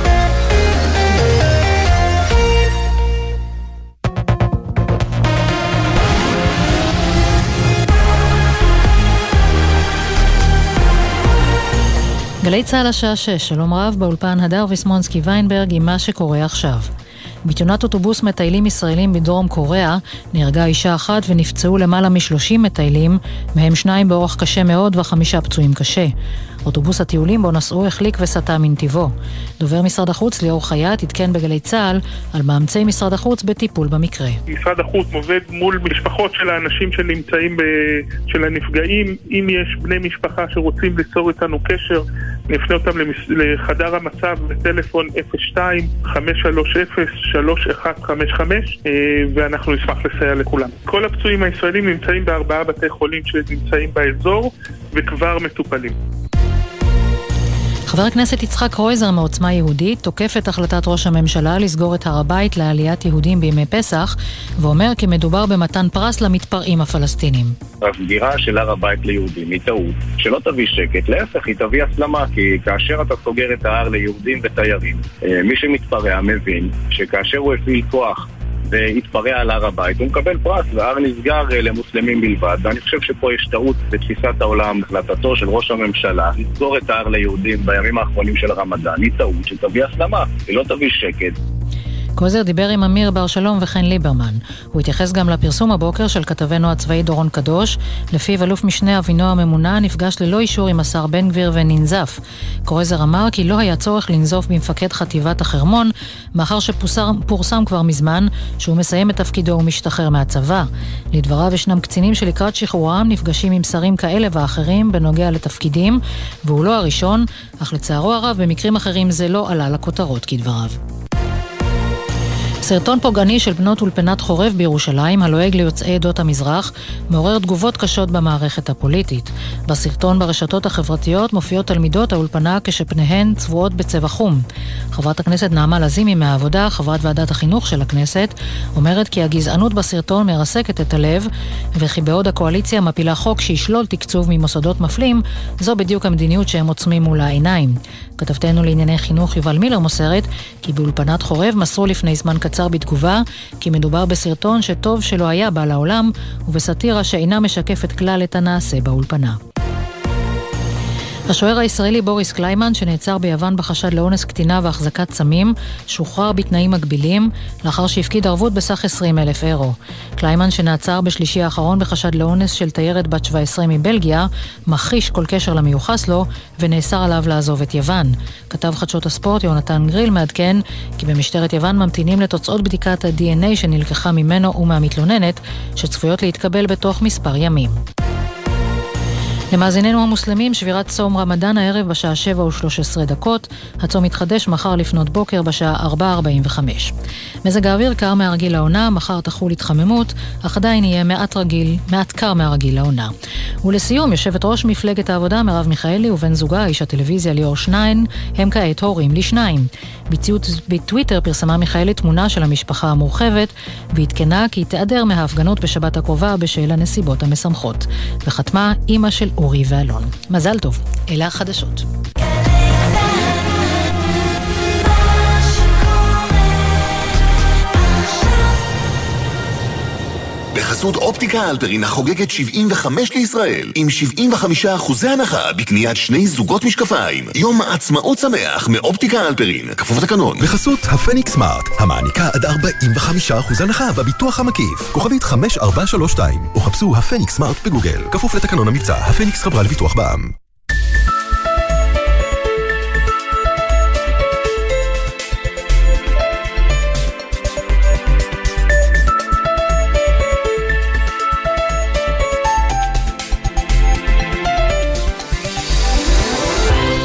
גלי צהל השעה שש, שלום רב, באולפן הדר ויסמונסקי ויינברג עם מה שקורה עכשיו. בתאונת אוטובוס מטיילים ישראלים בדרום קוריאה נהרגה אישה אחת ונפצעו למעלה משלושים מטיילים, מהם שניים באורח קשה מאוד וחמישה פצועים קשה. אוטובוס הטיולים בו נסעו החליק וסטה מנתיבו. דובר משרד החוץ ליאור חייט התקן בגלי צהל על מאמצי משרד החוץ בטיפול במקרה. משרד החוץ עובד מול משפחות של האנשים שנמצאים ב... של הנפגעים. אם יש בני משפחה שרוצים ליצור איתנו קשר, נפנה אותם למס... לחדר המצב בטלפון אפס שתיים חמש שלוש אפס שלוש אחת חמש חמש ואנחנו נשמח לסייע לכולם. כל הפצועים הישראלים נמצאים בארבעה בתי חולים שנמצאים באזור וכבר מטופלים. חבר הכנסת יצחק רויזר מעוצמה יהודית תוקף את החלטת ראש הממשלה לסגור את הר הבית לעליית יהודים בימי פסח, ואומר כי מדובר במתן פרס למתפרעים הפלסטינים. הסגירה של הר הבית ליהודים היא טעות, שלא תביא שקט, להפך היא תביא הסלמה, כי כאשר אתה סוגר את ההר ליהודים ותיירים, מי שמתפרע מבין שכאשר הוא הפעיל כוח והתפרע על הר הבית, הוא מקבל פרס, וההר נסגר למוסלמים בלבד, ואני חושב שפה יש טעות בתפיסת העולם. החלטתו של ראש הממשלה לסגור את ההר ליהודים בימים האחרונים של הרמדאן היא טעות שתביא הסלמה, היא לא תביא שקט. קוזר דיבר עם אמיר בר שלום וחן ליברמן. הוא התייחס גם לפרסום הבוקר של כתבנו הצבאי דורון קדוש, לפיו אלוף משנה אבינועם ממונה נפגש ללא אישור עם השר בן גביר וננזף. קוזר אמר כי לא היה צורך לנזוף במפקד חטיבת החרמון, מאחר שפורסם כבר מזמן שהוא מסיים את תפקידו ומשתחרר מהצבא. לדבריו ישנם קצינים שלקראת שחרורם נפגשים עם שרים כאלה ואחרים בנוגע לתפקידים, והוא לא הראשון, אך לצערו הרב במקרים אחרים זה לא עלה לכותרות כדבריו. סרטון פוגעני של בנות אולפנת חורב בירושלים, הלועג ליוצאי עדות המזרח, מעורר תגובות קשות במערכת הפוליטית. בסרטון ברשתות החברתיות מופיעות תלמידות האולפנה כשפניהן צבועות בצבע חום. חברת הכנסת נעמה לזימי מהעבודה, חברת ועדת החינוך של הכנסת, אומרת כי הגזענות בסרטון מרסקת את הלב, וכי בעוד הקואליציה מפילה חוק שישלול תקצוב ממוסדות מפלים, זו בדיוק המדיניות שהם עוצמים מול העיניים. כתבתנו לענייני חינוך יובל מילר מוסרת כי באולפנת חורב מסרו לפני זמן קצר בתגובה כי מדובר בסרטון שטוב שלא היה בא לעולם ובסטירה שאינה משקפת כלל את הנעשה באולפנה. השוער הישראלי בוריס קליימן, שנעצר ביוון בחשד לאונס קטינה והחזקת סמים, שוחרר בתנאים מגבילים לאחר שהפקיד ערבות בסך עשרים אלף אירו. קליימן, שנעצר בשלישי האחרון בחשד לאונס של תיירת בת שבע עשרה מבלגיה, מכחיש כל קשר למיוחס לו ונאסר עליו לעזוב את יוון. כתב חדשות הספורט יונתן גריל מעדכן כי במשטרת יוון ממתינים לתוצאות בדיקת ה-די אן איי שנלקחה ממנו ומהמתלוננת, שצפויות להתקבל בתוך מספר ימים. למאזיננו המוסלמים, שבירת צום רמדאן הערב בשעה שבע ושלוש עשרה דקות, הצום מתחדש מחר לפנות בוקר בשעה ארבע ארבעים וחמש. מזג האוויר קר מהרגיל לעונה, מחר תחול התחממות, אך עדיין יהיה מעט רגיל, מעט קר מהרגיל לעונה. ולסיום, יושבת ראש מפלגת העבודה מרב מיכאלי ובן זוגה, איש הטלוויזיה ליאור שניין, הם כעת הורים לשניים. בטוויטר פרסמה מיכאלי תמונה של המשפחה המורחבת, והתקנה כי תיעדר מההפגנות בשבת הקרובה בשל הנסיבות המשמחות. וחתמה אמא של אורי ואלון. מזל טוב, אלה החדשות. בחסות אופטיקה אלפרין החוגגת שבעים וחמש לישראל, עם שבעים וחמישה אחוזי הנחה בקניית שני זוגות משקפיים. יום עצמאות שמח מאופטיקה אלפרין, כפוף לתקנון. בחסות הפניקס סמארט, המעניקה עד ארבעים וחמישה אחוז הנחה בביטוח המקיף. כוכבית חמש ארבע שלוש שתיים, או חפשו הפניקס סמארט בגוגל, כפוף לתקנון המבצע. הפניקס חברה לביטוח בע"מ.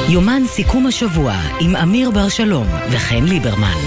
יומן סיכום השבוע עם אמיר בר שלום וחן ליברמן.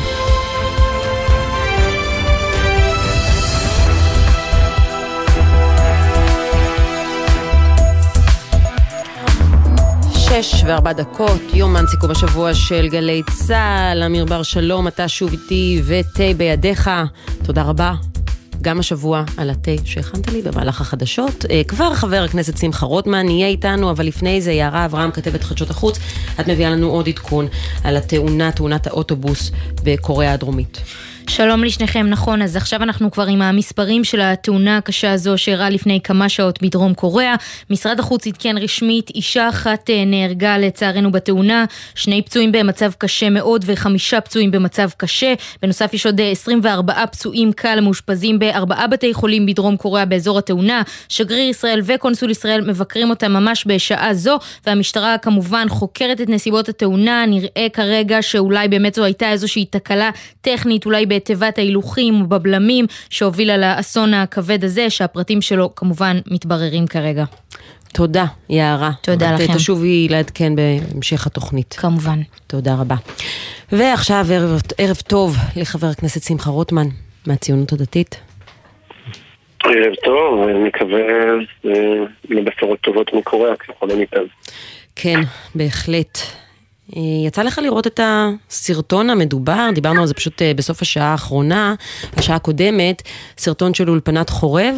שש וארבע דקות, יומן סיכום השבוע של גלי צהל. אמיר בר שלום, אתה שוב איתי ותה בידיך. תודה רבה. גם השבוע על התה שהכנת לי במהלך החדשות. כבר חבר הכנסת שמחה רוטמן יהיה איתנו, אבל לפני זה יערה אברהם, כתבת חדשות החוץ, את מביאה לנו עוד עדכון על התאונה, תאונת האוטובוס בקוריאה הדרומית. שלום לשניכם, נכון, אז עכשיו אנחנו כבר עם המספרים של התאונה הקשה הזו שאירעה לפני כמה שעות בדרום קוריאה. משרד החוץ עדכן רשמית, אישה אחת נהרגה לצערנו בתאונה, שני פצועים במצב קשה מאוד וחמישה פצועים במצב קשה. בנוסף יש עוד עשרים וארבעה פצועים קל מאושפזים בארבעה בתי חולים בדרום קוריאה באזור התאונה. שגריר ישראל וקונסול ישראל מבקרים אותם ממש בשעה זו, והמשטרה כמובן חוקרת את נסיבות התאונה. נראה כרגע שאולי באמת זו הייתה איזושהי תקלה טכנית, אולי בתיבת ההילוכים ובבלמים שהובילה לאסון הכבד הזה, שהפרטים שלו כמובן מתבררים כרגע. תודה, יערה. תודה לכם. תשובי לעדכן בהמשך התוכנית. כמובן. תודה רבה. ועכשיו ערב, ערב טוב לחבר הכנסת שמחה רוטמן מהציונות הדתית. ערב טוב, אני מקווה לבשורות טובות מקוריאה ככל הניתן. כן, בהחלט. יצא לך לראות את הסרטון המדובר, דיברנו על זה פשוט בסוף השעה האחרונה, השעה הקודמת, סרטון של אולפנת חורב?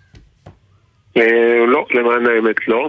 לא, למען האמת לא.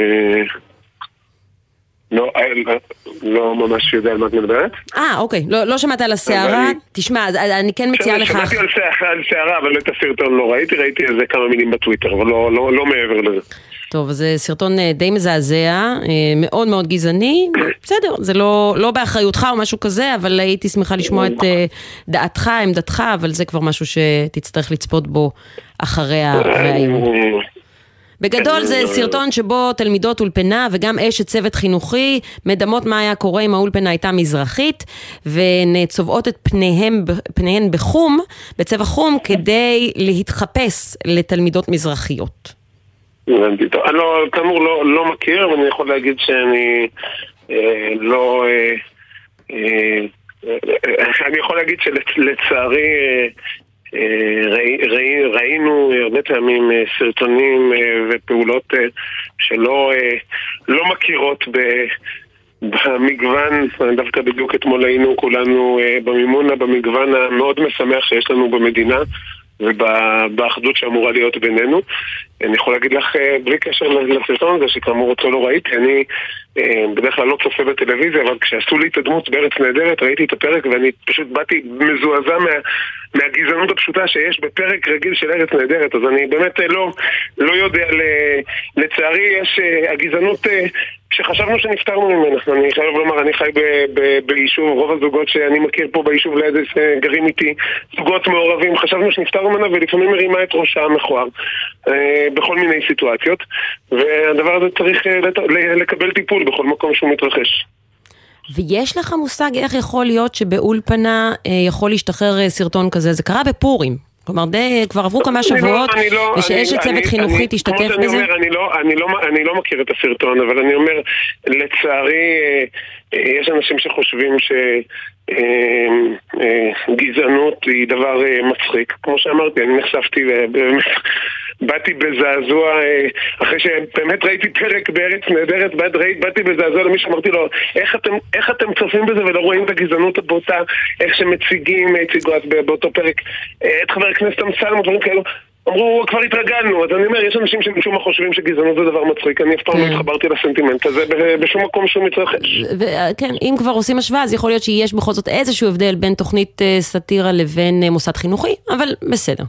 לא ממש יודע על מה את מדברת. אה, אוקיי, לא שמעת על הסערה? תשמע, אני כן מציעה לך... שמעתי על סערה, אבל את הסרטון לא ראיתי, ראיתי איזה כמה מילים בטוויטר, אבל לא מעבר לזה. טוב, זה סרטון די מזעזע, מאוד מאוד גזעני, בסדר, זה לא, לא באחריותך או משהו כזה, אבל הייתי שמחה לשמוע את דעתך, עמדתך, אבל זה כבר משהו שתצטרך לצפות בו אחרי הרעיון. בגדול זה סרטון שבו תלמידות אולפנה וגם אשת צוות חינוכי מדמות מה היה קורה אם האולפנה הייתה מזרחית, ונצובעות את פניהם, פניהן בחום, בצבע חום, כדי להתחפש לתלמידות מזרחיות. אני לא, כאמור לא, לא מכיר, אבל אני יכול להגיד שאני אה, לא אה, אה, אני יכול להגיד שלצערי אה, אה, ראי, ראי, ראינו הרבה פעמים אה, סרטונים אה, ופעולות אה, שלא אה, לא מכירות ב, במגוון, דווקא בדיוק אתמול היינו כולנו אה, במימונה, במגוון המאוד משמח שיש לנו במדינה ובאחדות שאמורה להיות בינינו. אני יכול להגיד לך, בלי קשר לסרטון הזה, שכאמור אותו לא ראיתי, אני בדרך כלל לא צופה בטלוויזיה, אבל כשעשו לי את הדמות בארץ נהדרת, ראיתי את הפרק ואני פשוט באתי מזועזע מה, מהגזענות הפשוטה שיש בפרק רגיל של ארץ נהדרת, אז אני באמת לא, לא יודע, לצערי יש הגזענות שחשבנו שנפטרנו ממנה. אני חייב לומר, אני חי ביישוב, רוב הזוגות שאני מכיר פה ביישוב ליד גרים איתי, זוגות מעורבים, חשבנו שנפטרנו ממנה ולפעמים מרימה את ראשה המכוער בכל מיני סיטואציות, והדבר הזה צריך לקבל טיפול בכל מקום שהוא מתרחש. ויש לך מושג איך יכול להיות שבאולפנה יכול להשתחרר סרטון כזה? זה קרה בפורים. כלומר, די, כבר עברו כמה שבועות, ושאשת צוות חינוכי תשתתף בזה? אני לא מכיר את הסרטון, אבל אני אומר, לצערי, יש אנשים שחושבים שגזענות היא דבר מצחיק. כמו שאמרתי, אני נחשפתי, באתי בזעזוע, אחרי שבאמת ראיתי פרק בארץ נהדרת, באתי בזעזוע למי שאמרתי לו, איך אתם צופים בזה ולא רואים את הגזענות הבוטה, איך שמציגים, הציגו אז באותו פרק, את חבר הכנסת אמסלם ודברים כאלו, אמרו, כבר התרגלנו. אז אני אומר, יש אנשים שמשום מה חושבים שגזענות זה דבר מצחיק. אני אף פעם לא התחברתי לסנטימנט הזה בשום מקום שהוא מתרחש. כן, אם כבר עושים השוואה, אז יכול להיות שיש בכל זאת איזשהו הבדל בין תוכנית סאטירה לבין מוסד חינוכי, אבל בסדר.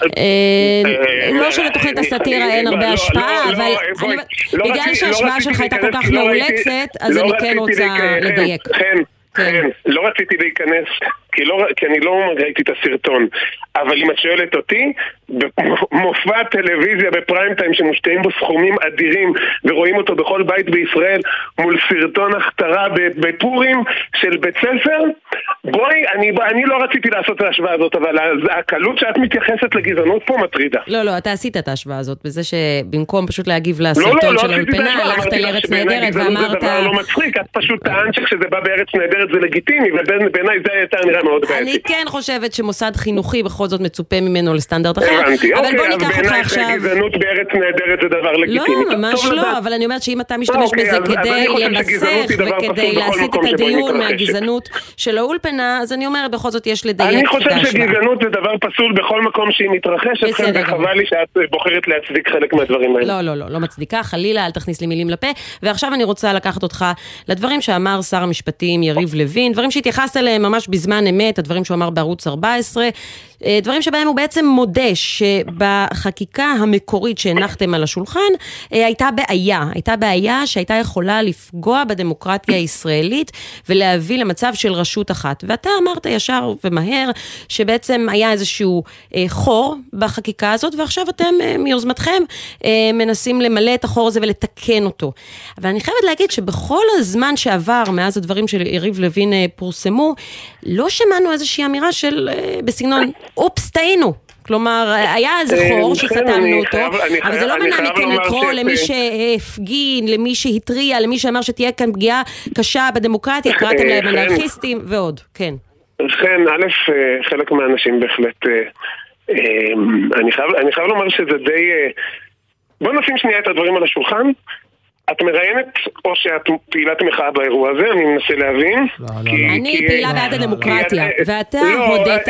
לא שלתוכנית הסאטירה אין הרבה השפעה, אבל בגלל שההשוואה שלך הייתה כל כך מאולצת, אז אני כן רוצה לדייק. כן, לא רציתי להיכנס, כי, לא, כי אני לא ראיתי את הסרטון, אבל אם את שואלת אותי, במופע טלוויזיה בפריים טיים שמושקעים בו סכומים אדירים ורואים אותו בכל בית בישראל מול סרטון הכתרה בפורים של בית ספר, בואי, אני, אני לא רציתי לעשות את ההשוואה הזאת, אבל הקלות שאת מתייחסת לגזענות פה מטרידה. לא, לא, אתה עשית את ההשוואה הזאת, בזה שבמקום פשוט להגיב לסרטון של האולפנה, הלכת לארץ נהדרת ואמרת... זה דבר לא מצחיק, את פשוט טענת שכשזה בא בארץ נהדרת זה לגיטימי, ובעיניי זה הייתה נראה מאוד בעייתי. אני כן חושבת שמוסד חינוכי בכל זאת מצופה ממנו לסטנדרט אחר. הבנתי, אבל בוא אוקיי, ניקח אותך עכשיו... גזענות בארץ נהדרת זה דבר לגיטימי. לא, ממש לא, אבל אני אומרת שאם אתה משתמש בזה כדי למסך וכדי להסיט את הדיון מהגזענות של האולפנה, אז אני אומרת בכל זאת יש לדייק. אני חושב שגזענות זה דבר פסול בכל מקום שהיא מתרחשת, וחבל לי שאת בוחרת להצדיק חלק מהדברים האלה. לא, לא, לא, לא מצדיקה, חלילה, אל תכניס לי מילים לפה. ועכשיו אני רוצה לקחת אותך לדברים שאמר שר המשפטים יריב לוין, דברים שהתייחסת אליהם ממש בזמן אמת, הדברים שהוא אמר בערוץ ארבע עשרה, דברים שבהם הוא בעצם מודה שבחקיקה המקורית שהנחתם על השולחן הייתה בעיה, הייתה בעיה שהייתה יכולה לפגוע בדמוקרטיה הישראלית ולהביא למצב של רשות אחת. ואתה אמרת ישר ומהר שבעצם היה איזשהו חור בחקיקה הזאת, ועכשיו אתם מיוזמתכם מנסים למלא את החור הזה ולתקן אותו. אבל אני חייבת להגיד שבכל הזמן שעבר מאז הדברים של יריב לוין פורסמו, לא שמענו איזושהי אמירה של בסגנון אופס, טעינו. כלומר, היה איזה חור שסתמנו אותו, אבל זה לא מנע מכם לקרוא למי שהפגין, למי שהטריע, למי שאמר שתהיה כאן פגיעה קשה בדמוקרטיה, קראתם להם אנרכיסטים ועוד, כן. כן, א', חלק מהאנשים בהחלט, אני חייב לומר שזה די... בוא נשים שנייה את הדברים על השולחן. את מראיינת או שאת פעילת מחאה באירוע הזה? אני מנסה להבין. אני פעילה בעד הדמוקרטיה, ואתה הודית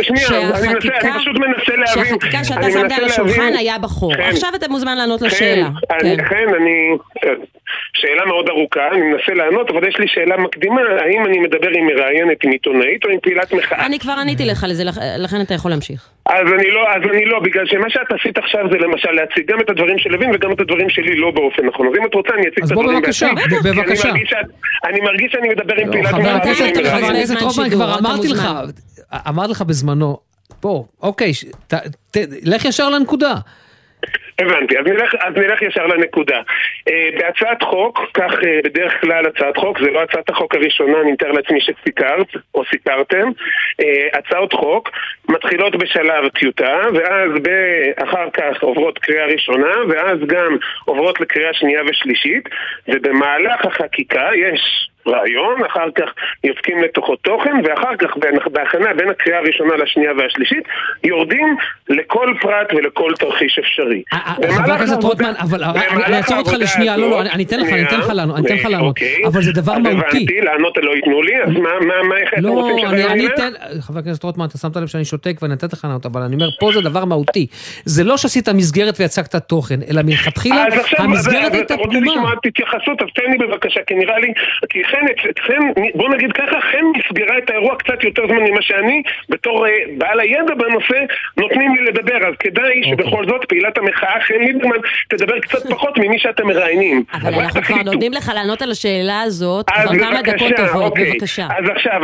שהחקיקה שאתה שמת על השולחן היה בחור. עכשיו אתה מוזמן לענות לשאלה. כן, אני... שאלה מאוד ארוכה, אני מנסה לענות, אבל יש לי שאלה מקדימה, האם אני מדבר עם מראיינת, עם עיתונאית או עם פעילת מחאה? אני כבר עניתי לך לזה, לכן אתה יכול להמשיך. אז אני לא, אז אני לא, בגלל שמה שאת עשית עכשיו זה למשל להציג גם את הדברים של לוין וגם את הדברים שלי לא באופן נכון. אז אם את רוצה אני אציג את הדברים בעצמי. אז בוא בבקשה, בבקשה. אני מרגיש שאני מדבר עם פעילת מחאה. חבר הכנסת רוטמן, כבר אמרתי לך, אמרתי לך בזמנו, בוא, אוקיי, לך ישר לנקודה. הבנתי, אז נלך, אז נלך ישר לנקודה. Uh, בהצעת חוק, כך uh, בדרך כלל הצעת חוק, זה לא הצעת החוק הראשונה, אני מתאר לעצמי שסיקרת או סיקרתם, uh, הצעות חוק מתחילות בשלב טיוטה, ואז אחר כך עוברות קריאה ראשונה, ואז גם עוברות לקריאה שנייה ושלישית, ובמהלך החקיקה יש... רעיון, אחר כך יוצקים לתוכו תוכן, ואחר כך בהכנה בין הקריאה הראשונה לשנייה והשלישית, יורדים לכל פרט ולכל תרחיש אפשרי. חבר הכנסת רוטמן, אבל אני אעצור אותך לשנייה, לא, לא, אני אתן לך, אני אתן לך לענות, אני אתן לך לענות, אבל זה דבר מהותי. הבנתי, לענות לא ייתנו לי, אז מה, איך אתם רוצים שאני אומר? חבר הכנסת רוטמן, אתה שמת לב שאני שותק ואני נתת לך לענות, אבל אני אומר, פה זה דבר מהותי. זה לא שעשית מסגרת ויצקת תוכן, אלא מלכתחילה, המסגרת הייתה פגומה. תתייחסות, אז תן לי בבקשה, כי נראה לי, כי חן, חן, בוא נגיד ככה, חן מסגרה את האירוע קצת יותר זמן ממה שאני, בתור בעל הידע בנושא, נותנים לי לדבר, אז כדאי שבכל זאת פעילת המחאה חן ליברמן תדבר קצת פחות ממי שאתם מראיינים. אבל אנחנו כבר נותנים לך לענות על השאלה הזאת, כבר כמה דקות טובות, בבקשה. אז עכשיו,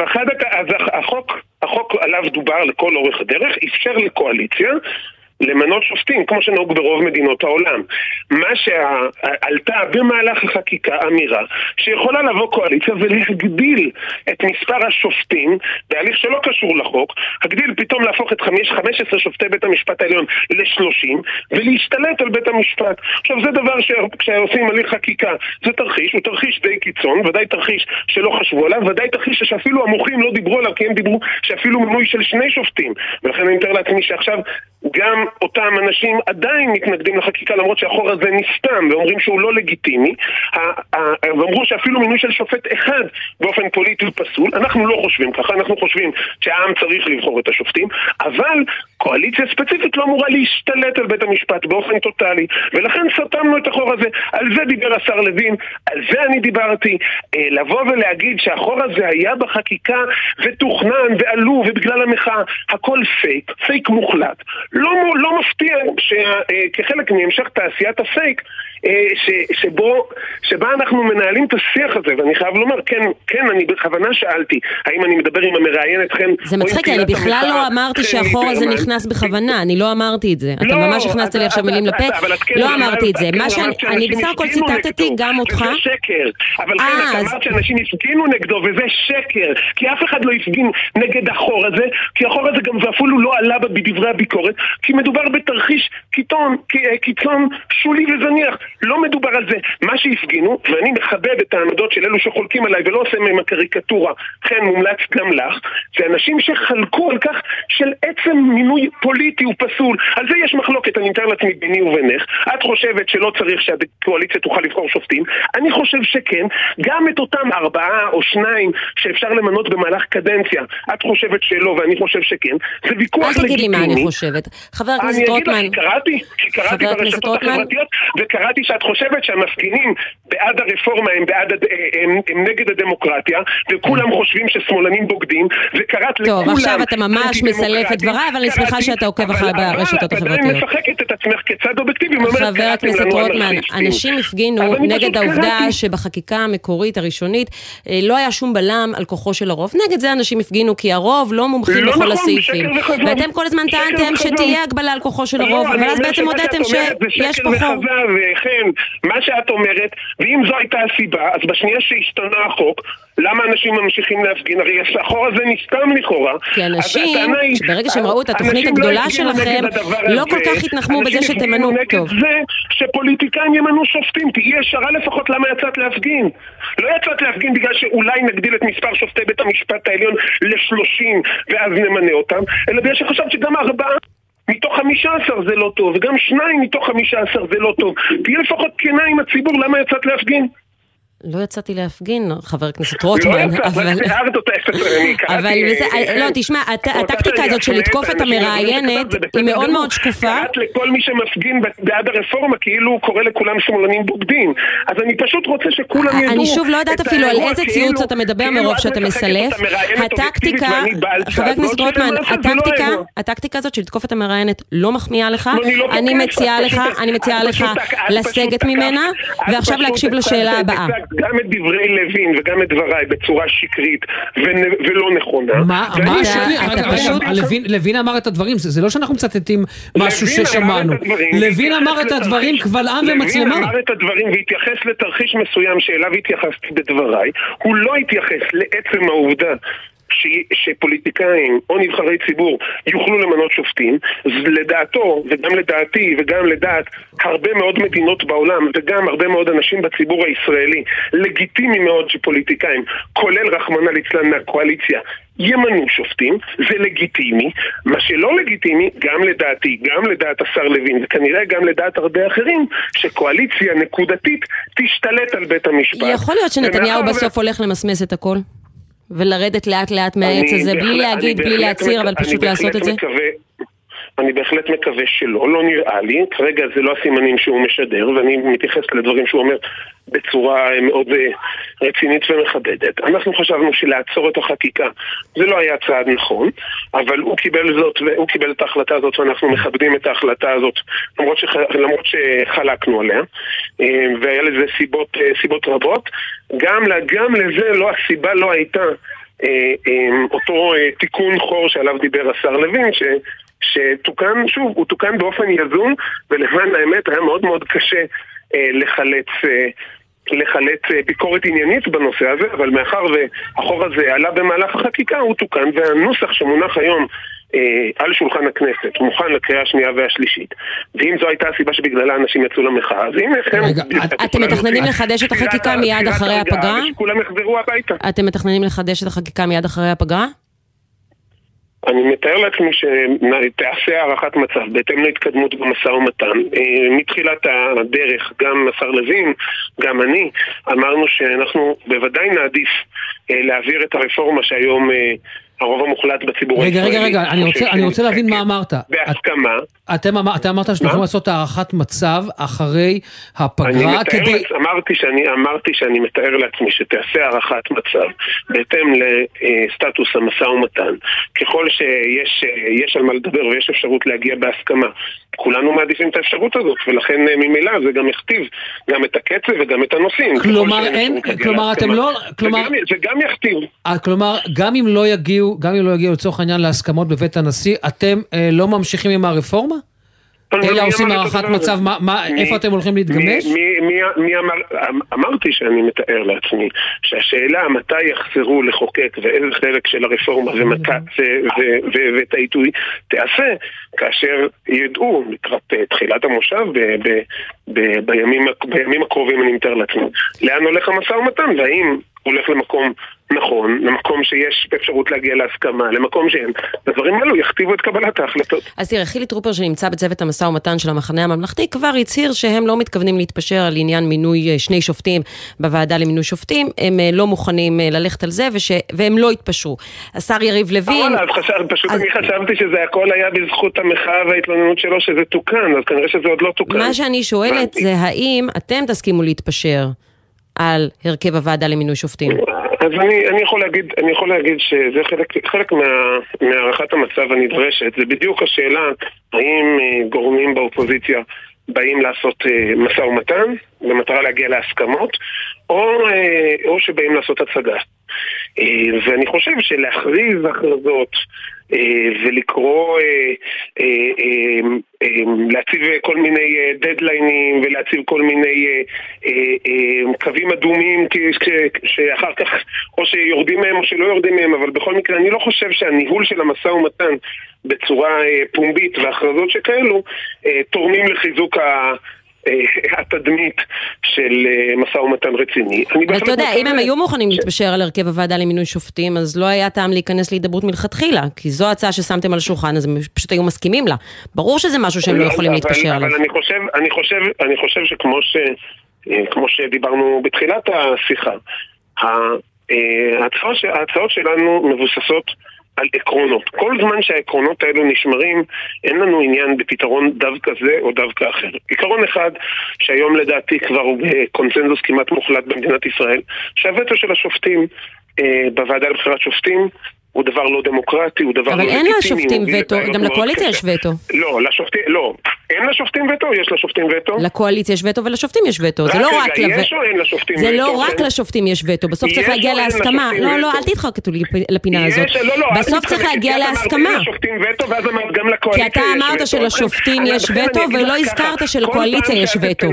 החוק עליו דובר לכל אורך הדרך, אפשר לקואליציה, למנות שופטים, כמו שנהוג ברוב מדינות העולם. מה שעלתה במהלך החקיקה אמירה, שיכולה לבוא קואליציה ולהגדיל את מספר השופטים, בהליך שלא קשור לחוק, הגדיל פתאום להפוך את חמש עשרה שופטי בית המשפט העליון ל-שלושים, ולהשתלט על בית המשפט. עכשיו זה דבר כשעושים הליך חקיקה, זה תרחיש, הוא תרחיש די קיצון, ודאי תרחיש שלא חשבו עליו, ודאי תרחיש שאפילו המוחים לא דיברו עליו, כי הם דיברו שאפילו מינוי של שני שופטים. ולכן אני מתאר לעצמי שעכשיו גם אותם אנשים עדיין מתנגדים לחקיקה למרות שהחור הזה נסתם ואומרים שהוא לא לגיטימי, ואמרו שאפילו מינוי של שופט אחד באופן פוליטי פסול. אנחנו לא חושבים ככה, אנחנו חושבים שהעם צריך לבחור את השופטים, אבל קואליציה ספציפית לא אמורה להשתלט על בית המשפט באופן טוטלי, ולכן סתמנו את החור הזה. על זה דיבר השר לוין, על זה אני דיברתי. לבוא ולהגיד שהחור הזה היה בחקיקה ותוכנן ועלו ובגלל המחאה, הכל פייק, פייק מוחלט. לא, לא מפתיע שכחלק מהמשך תעשיית הפייק, ש, שבו, שבה אנחנו מנהלים את השיח הזה, ואני חייב לומר, כן, כן, אני בכוונה שאלתי, האם אני מדבר עם המראיינת חן, זה מצחיק, אני בכלל לא אמרתי שהחור הזה נכנס בכוונה, אני לא אמרתי את זה. אתה ממש הכנסת לי עכשיו מילים לפה, לא אמרתי את זה. אני בסך הכל ציטטתי גם אותך. וזה שקר, אבל כן, את אמרת שאנשים הפגינו נגדו, וזה שקר, כי אף אחד לא הפגין נגד החור הזה, כי החור הזה גם ואפילו לא עלה בדברי הביקורת, כי מדובר בתרחיש קיצון, קיצון שולי וזניח. לא מדובר על זה. מה שהפגינו, ואני מכבד את העמדות של אלו שחולקים עליי ולא עושה מהם הקריקטורה, כן מומלץ גם לך, זה אנשים שחלקו על כך של עצם מינוי פוליטי ופסול. על זה יש מחלוקת, אני מתאר לעצמי ביני ובינך. את חושבת שלא צריך שהקואליציה תוכל לבחור שופטים, אני חושב שכן. גם את אותם ארבעה או שניים שאפשר למנות במהלך קדנציה, את חושבת שלא ואני חושב שכן. זה ויכוח לגיטימי. אל תגיד לי מה אני חושבת. חבר הכנסת רוטמן. אני אגיד לך, קראתי, כי קראתי ברשתות החברתיות, וקראתי שאת חושבת שהמפגינים בעד הרפורמה הם, בעד, הם, הם נגד הדמוקרטיה, וכולם חושבים ששמאלנים בוגדים, וקראת לכולם... טוב, עכשיו אתה ממש מסלף את דבריי, אבל אני שמחה שאתה עוקב אחרי ברשתות החברתיות. אבל את משחקת את עצמך כצד אובייקטיבי, חבר הכנסת רוטמן, אנשים הפגינו נגד העובדה שבחקיקה המקורית הראשונית לא היה שום בלם על כוחו של הרוב. נגד זה אנשים הפגינו, כי הרוב לא מומחים בכל הסעיפים. ואתם כל הזמן טענתם שתהיה הגבלה על כוחו של הרוב, אבל אז בעצם הודעתם שיש פה חור. מה שאת אומרת, ואם זו הייתה הסיבה, אז בשנייה שהשתנה החוק, למה אנשים ממשיכים להפגין? הרי החור הזה נסתם לכאורה. כי אנשים, ברגע שהם ראו את התוכנית הגדולה שלכם, לא כל כך התנחמו בזה שתמנו טוב. זה שפוליטיקאים ימנו שופטים, תהיי ישרה לפחות למה יצאת להפגין. לא יצאת להפגין בגלל שאולי נגדיל את מספר שופטי בית המשפט העליון ל-שלושים ואז נמנה אותם, אלא בגלל שחשבת שגם ארבעה מתוך חמישה עשר זה לא טוב, וגם שניים מתוך חמישה עשר זה לא טוב. תהיה לפחות כנה עם הציבור, למה יצאת להפגין? לא יצאתי להפגין, חבר הכנסת רוטמן, לא יצאת, אבל... רק תיארת אותה איך אני קראתי... אבל לא, תשמע, הטקטיקה הזאת של לתקוף את המראיינת היא מאוד מאוד שקופה. קראת לכל מי שמפגין בעד הרפורמה, כאילו הוא קורא לכולם שמאלנים בוגדים. אז אני פשוט רוצה שכולם ידעו... אני שוב לא יודעת אפילו על איזה ציוץ אתה מדבר מרוב שאתה מסלף. הטקטיקה, חבר הכנסת רוטמן, הטקטיקה הזאת של לתקוף את המראיינת לא מחמיאה לך. אני מציעה לך, אני מציעה לך לסגת ממנה, ועכשיו להקשיב לשאלה הבאה. גם את דברי לוין וגם את דבריי בצורה שקרית ולא נכונה. מה? מה שקרית? לוין אמר את הדברים, זה לא שאנחנו מצטטים משהו ששמענו. לוין אמר את הדברים קבל עם ומצלמה. לוין אמר את הדברים והתייחס לתרחיש מסוים שאליו התייחסתי בדבריי. הוא לא התייחס לעצם העובדה שפוליטיקאים או נבחרי ציבור יוכלו למנות שופטים. לדעתו וגם לדעתי וגם לדעת הרבה מאוד מדינות בעולם וגם הרבה מאוד אנשים בציבור הישראלי, לגיטימי מאוד שפוליטיקאים, כולל רחמנא ליצלן מהקואליציה, ימנו שופטים. זה לגיטימי. מה שלא לגיטימי, גם לדעתי, גם לדעת השר לוין וכנראה גם לדעת הרבה אחרים, שקואליציה נקודתית תשתלט על בית המשפט. יכול להיות שנתניהו בסוף הולך למסמס את הכל ולרדת לאט לאט מהעץ הזה, בלי להגיד, בלי להציר, אבל פשוט לעשות את זה? אני בהחלט מקווה שלא, לא נראה לי, כרגע זה לא הסימנים שהוא משדר, ואני מתייחס לדברים שהוא אומר בצורה מאוד רצינית ומכבדת. אנחנו חשבנו שלעצור את החקיקה זה לא היה צעד נכון, אבל הוא קיבל זאת, והוא קיבל את ההחלטה הזאת, ואנחנו מכבדים את ההחלטה הזאת, למרות, שח, למרות שחלקנו עליה, והיה לזה סיבות, סיבות רבות. גם, גם לזה לא, הסיבה לא הייתה אותו תיקון חור שעליו דיבר השר לוין, ש... שתוקן, שוב, הוא תוקן באופן יזום, ולמען האמת היה מאוד מאוד קשה אה, לחלץ, אה, לחלץ אה, ביקורת עניינית בנושא הזה, אבל מאחר והחור הזה עלה במהלך החקיקה, הוא תוקן, והנוסח שמונח היום אה, על שולחן הכנסת, מוכן לקריאה השנייה והשלישית. ואם זו הייתה הסיבה שבגללה אנשים יצאו למחאה, אז הנה לכם... אתם מתכננים לחדש את החקיקה מיד אחרי הפגרה? שכולם יחזרו הביתה. אתם מתכננים לחדש את החקיקה מיד אחרי הפגרה? אני מתאר לעצמי שתעשה הערכת מצב בהתאם להתקדמות במשא ומתן. מתחילת הדרך, גם השר לוין, גם אני, אמרנו שאנחנו בוודאי נעדיף להעביר את הרפורמה שהיום הרוב המוחלט בציבור הישראלי. רגע, רגע, רגע, אני רוצה, אני רוצה להבין מה אמרת. בהסכמה. אתם, אתם אמרת שאתם יכולים לעשות הערכת מצב אחרי הפגרה כדי... לעצ... אמרתי, שאני, אמרתי שאני מתאר לעצמי שתעשה הערכת מצב בהתאם לסטטוס המשא ומתן. ככל שיש יש על מה לדבר ויש אפשרות להגיע בהסכמה, כולנו מעדיפים את האפשרות הזאת, ולכן ממילא זה גם יכתיב גם את הקצב וגם את הנושאים. כלומר, אין, כלומר, אתם לא... כלומר, זה, גם, זה גם יכתיב. כלומר, גם אם לא יגיעו, גם אם לא יגיעו לצורך העניין להסכמות בבית הנשיא, אתם אה, לא ממשיכים עם הרפורמה? אלא עושים הערכת מצב, מה, מה, איפה אתם הולכים להתגמש? מי, מי, מי אמר, אמרתי שאני מתאר לעצמי שהשאלה מתי יחזרו לחוקק ואיזה חלק של הרפורמה ומתי, ואת העיתוי תעשה כאשר ידעו לקראת תחילת המושב ב, ב, ב, בימים, בימים הקרובים, אני מתאר לעצמי לאן הולך המשא ומתן והאם הולך למקום נכון, למקום שיש אפשרות להגיע להסכמה, למקום שאין. הדברים האלו יכתיבו את קבלת ההחלטות. אז תראה, חילי טרופר שנמצא בצוות המשא ומתן של המחנה הממלכתי כבר הצהיר שהם לא מתכוונים להתפשר על עניין מינוי שני שופטים בוועדה למינוי שופטים, הם לא מוכנים ללכת על זה וש... והם לא התפשרו. השר יריב לוין... אבל אז חשב, פשוט אז... אני חשבתי שזה הכל היה בזכות המחאה וההתלוננות שלו שזה תוקן, אז כנראה שזה עוד לא תוקן. מה שאני שואלת זה האם אתם תסכימו להתפשר על הרכב הוועדה למינוי שופטים? אז אני, אני יכול להגיד, אני יכול להגיד שזה חלק, חלק מה, מהערכת המצב הנדרשת. זה בדיוק השאלה, האם גורמים באופוזיציה באים לעשות משא ומתן, במטרה להגיע להסכמות, או, או שבאים לעשות הצגה. ואני חושב שלהכריז הכרזות, ולקרוא, להציב כל מיני דדליינים ולהציב כל מיני קווים אדומים שאחר כך או שיורדים מהם או שלא יורדים מהם, אבל בכל מקרה אני לא חושב שהניהול של המשא ומתן בצורה פומבית והכרזות שכאלו תורמים לחיזוק ה... התדמית של משא ומתן רציני. ואתה יודע, אם הם היו מוכנים להתפשר על הרכב הוועדה למינוי שופטים, אז לא היה טעם להיכנס להידברות מלכתחילה, כי זו הצעה ששמתם על השולחן, אז הם פשוט היו מסכימים לה. ברור שזה משהו שהם לא יכולים להתפשר עליו. אבל אני חושב, אני חושב, אני חושב שכמו ש, כמו שדיברנו בתחילת השיחה, ההצעות שלנו מבוססות על עקרונות. כל זמן שהעקרונות האלו נשמרים, אין לנו עניין בפתרון דווקא זה או דווקא אחר. עקרון אחד, שהיום לדעתי כבר הוא בקונצנזוס כמעט מוחלט במדינת ישראל, שהווטו של השופטים אה, בוועדה לבחירת שופטים, הוא דבר לא דמוקרטי, הוא דבר לא לגיטימי. אבל אין לשופטים וטו, גם לקואליציה יש וטו. לא, לשופטים, לא. אין לשופטים וטו, יש לשופטים וטו. לקואליציה יש וטו ולשופטים יש וטו. זה לא רק יש או אין לשופטים וטו? זה לא רק לשופטים יש וטו, בסוף צריך להגיע להסכמה. לא, לא, אל תתחרקתו לפינה הזאת. בסוף צריך להגיע להסכמה. כי אתה אמרת שלשופטים יש וטו ולא הזכרת שלקואליציה יש וטו.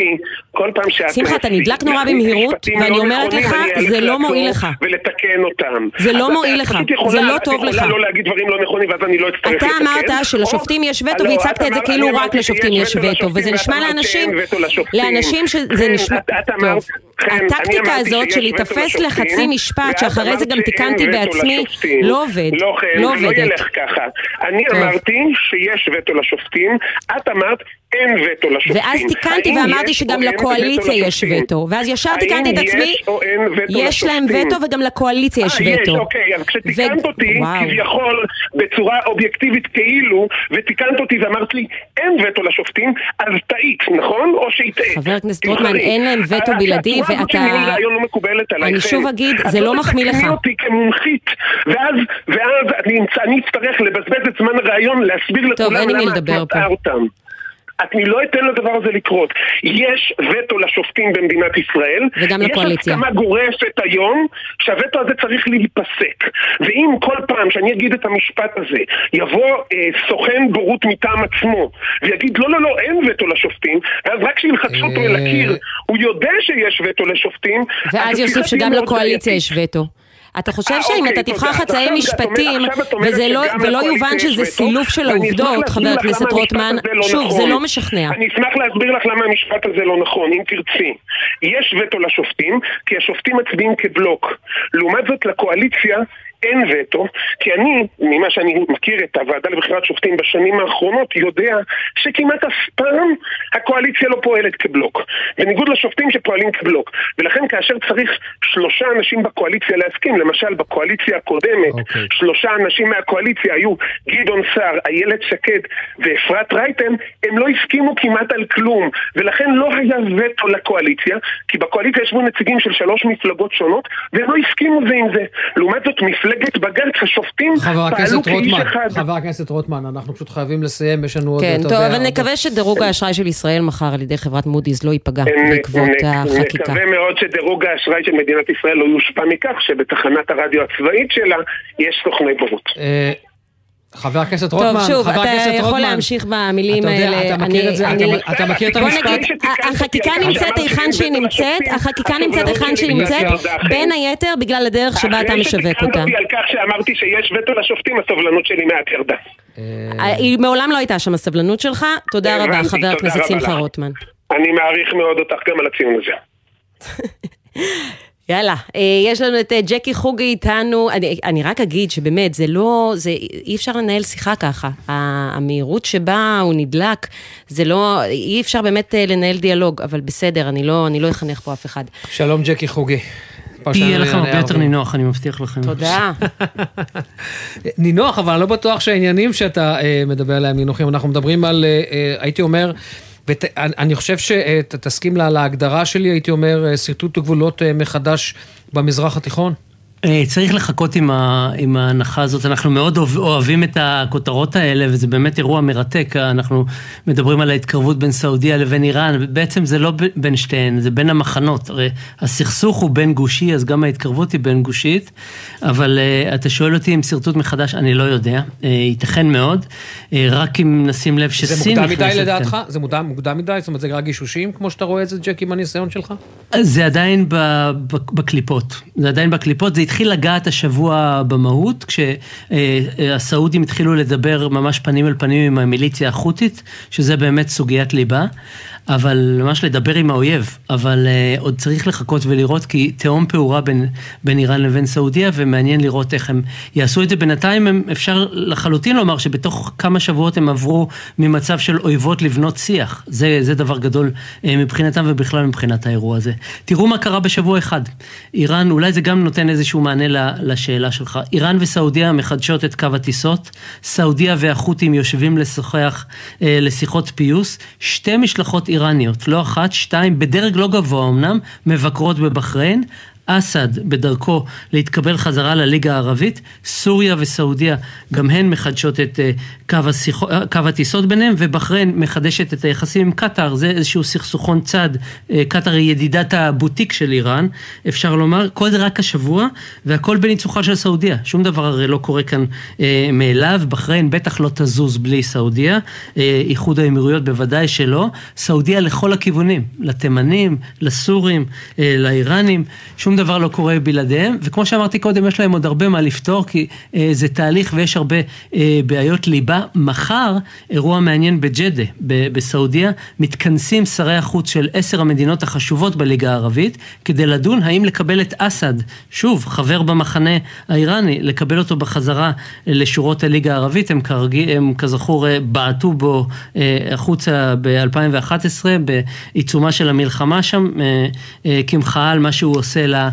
שמחה, אתה נדלק נורא במהירות, ואני אומרת לך, זה לא מועיל לך. ולתקן אותם. זה לא מועיל לך. זה לא טוב לך. לא להגיד דברים לא נכונים, ואז אני לא אצטרך לתקן. אתה אמרת שלשופטים יש וטו, והצגת את זה כאילו רק לשופטים יש וטו, וזה נשמע לאנשים, לאנשים שזה נשמע טוב. הטקטיקה הזאת של להתאפס לחצי משפט, שאחרי זה גם תיקנתי בעצמי, לא עובד. לא עובדת. לא ילך ככה. אני אמרתי שיש וטו לשופטים, את אמרת אין וטו לשופטים. ואז תיקנתי ואמרתי שגם לקואליציה יש וטו. ואז ישר תיקנתי את עצמי, יש להם וטו וגם לקואליציה יש וטו. יש, אוקיי, אז כשתיקנת אותי, כביכול, בצורה אובייקטיבית כאילו, ותיקנת אותי ואמרת לי, אין וטו לשופטים, אז טעית, נכון? או שהטעית. חבר הכנסת רוטמן, אין להם וטו בלעדי, ואתה... אני שוב אגיד, זה לא מחמיא לך. את לא תקני אותי כמומחית, ואז אני אצטרך לבזבז את זמן הרעיון להסביר לכולם למה את מטעה אותם. אני לא אתן לדבר הזה לקרות. יש וטו לשופטים במדינת ישראל. וגם לקואליציה. יש הסכמה גורפת היום שהווטו הזה צריך להיפסק. ואם כל פעם שאני אגיד את המשפט הזה, יבוא אה, סוכן בורות מטעם עצמו, ויגיד לא, לא, לא, אין וטו לשופטים, אז רק שילחצו אותו אל הקיר, הוא יודע שיש וטו לשופטים. ואז יוסיף שגם לקואליציה יש וטו. אתה חושב שאם אתה תבחר חצאי משפטים, ולא יובן שזה סילוף של העובדות, חבר הכנסת רוטמן, שוב, זה לא משכנע. אני אשמח להסביר לך למה המשפט הזה לא נכון, אם תרצי. יש וטו לשופטים, כי השופטים מצביעים כבלוק. לעומת זאת לקואליציה, אין וטו, כי אני, ממה שאני מכיר את הוועדה לבחירת שופטים בשנים האחרונות, יודע שכמעט אף פעם הקואליציה לא פועלת כבלוק, בניגוד לשופטים שפועלים כבלוק. ולכן כאשר צריך שלושה אנשים בקואליציה להסכים, למשל בקואליציה הקודמת, okay. שלושה אנשים מהקואליציה היו גדעון סער, איילת שקד ואפרת רייטן, הם לא הסכימו כמעט על כלום, ולכן לא היה וטו לקואליציה, כי בקואליציה ישבו נציגים של שלוש מפלגות שונות, והם לא הסכימו זה עם זה. לעומת זאת מפלגת בג"ץ, השופטים פעלו כאיש אחד. חבר הכנסת רוטמן, אנחנו פשוט חייבים לסיים, יש לנו עוד... כן, טוב, אבל נקווה שדירוג האשראי של ישראל מחר על ידי חברת מודי'ס לא ייפגע בעקבות החקיקה. נקווה מאוד שדירוג האשראי של מדינת ישראל לא יושפע מכך שבתחנת הרדיו הצבאית שלה יש סוכני בורות. חבר הכנסת רוטמן, טוב, שוב, אתה יכול להמשיך במילים האלה. אתה מכיר את זה, אתה מכיר את המשפט? החקיקה נמצאת היכן שהיא נמצאת, החקיקה נמצאת היכן שהיא נמצאת, בין היתר בגלל הדרך שבה אתה משווק אותה. אחרי שתיקנת אותי על כך שאמרתי שיש וטו לשופטים, הסבלנות שלי מעט ירדה. היא מעולם לא הייתה שם הסבלנות שלך, תודה רבה, חבר הכנסת שמחה רוטמן. אני מעריך מאוד אותך גם על הציון הזה. יאללה, יש לנו את ג'קי חוגי איתנו, אני, אני רק אגיד שבאמת זה לא, זה, אי אפשר לנהל שיחה ככה, המהירות שבה הוא נדלק, זה לא, אי אפשר באמת לנהל דיאלוג, אבל בסדר, אני לא, אני לא אחנך פה אף אחד. שלום ג'קי חוגי. יהיה לכם הרבה יותר נינוח, אני מבטיח לכם. תודה. נינוח, אבל אני לא בטוח שהעניינים שאתה מדבר עליהם נינוחים, אנחנו מדברים על, הייתי אומר, אני חושב שתסכים לה להגדרה שלי, הייתי אומר, סרטוט גבולות מחדש במזרח התיכון? צריך לחכות עם, ה, עם ההנחה הזאת, אנחנו מאוד אוהבים את הכותרות האלה, וזה באמת אירוע מרתק, אנחנו מדברים על ההתקרבות בין סעודיה לבין איראן, בעצם זה לא בין שתיהן, זה בין המחנות, הרי הסכסוך הוא בין גושי, אז גם ההתקרבות היא בין גושית, אבל uh, אתה שואל אותי אם סרטוט מחדש, אני לא יודע, uh, ייתכן מאוד, uh, רק אם נשים לב שסין נכנסת. זה מוקדם מדי לדעתך? כאן. זה מוקדם, מוקדם מדי? זאת אומרת, זה רק גישושים, כמו שאתה רואה את זה, ג'ק, עם הניסיון שלך? זה עדיין בקליפות, זה עדיין בקליפות, זה התחיל לגעת השבוע במהות, כשהסעודים התחילו לדבר ממש פנים אל פנים עם המיליציה החותית, שזה באמת סוגיית ליבה, אבל ממש לדבר עם האויב, אבל uh, עוד צריך לחכות ולראות, כי תהום פעורה בין, בין איראן לבין סעודיה, ומעניין לראות איך הם יעשו את זה. בינתיים הם, אפשר לחלוטין לומר שבתוך כמה שבועות הם עברו ממצב של אויבות לבנות שיח. זה, זה דבר גדול uh, מבחינתם ובכלל מבחינת האירוע הזה. תראו מה קרה בשבוע אחד. איראן, אולי זה גם נותן איזשהו מענה לשאלה שלך. איראן וסעודיה מחדשות את קו הטיסות, סעודיה והחותים יושבים לשוחח, uh, לשיחות פיוס, שתי משלחות איראניות, לא אחת, שתיים, בדרג לא גבוה אמנם, מבקרות בבחריין, אסד בדרכו להתקבל חזרה לליגה הערבית, סוריה וסעודיה גם הן מחדשות את קו, השיח... קו הטיסות ביניהם, ובחריין מחדשת את היחסים עם קטר, זה איזשהו סכסוכון צד, קטר היא ידידת הבוטיק של איראן, אפשר לומר, כל זה רק השבוע, והכל בניצוחה של סעודיה, שום דבר הרי לא קורה כאן אה, מאליו, בחריין בטח לא תזוז בלי סעודיה, אה, איחוד האמירויות בוודאי שלא, סעודיה לכל הכיוונים, לתימנים, לסורים, אה, לאיראנים, שום דבר לא קורה בלעדיהם, וכמו שאמרתי קודם, יש להם עוד הרבה מה לפתור, כי אה, זה תהליך ויש הרבה אה, בעיות ליבה. מחר, אירוע מעניין בג'דה, ב- בסעודיה, מתכנסים שרי החוץ של עשר המדינות החשובות בליגה הערבית, כדי לדון האם לקבל את אסד, שוב, חבר במחנה האיראני, לקבל אותו בחזרה לשורות הליגה הערבית, הם, כרגיל, הם כזכור בעטו בו אה, החוצה ב-אלפיים ואחת עשרה, בעיצומה של המלחמה שם, אה, אה, כמחאה על מה שהוא עושה לה,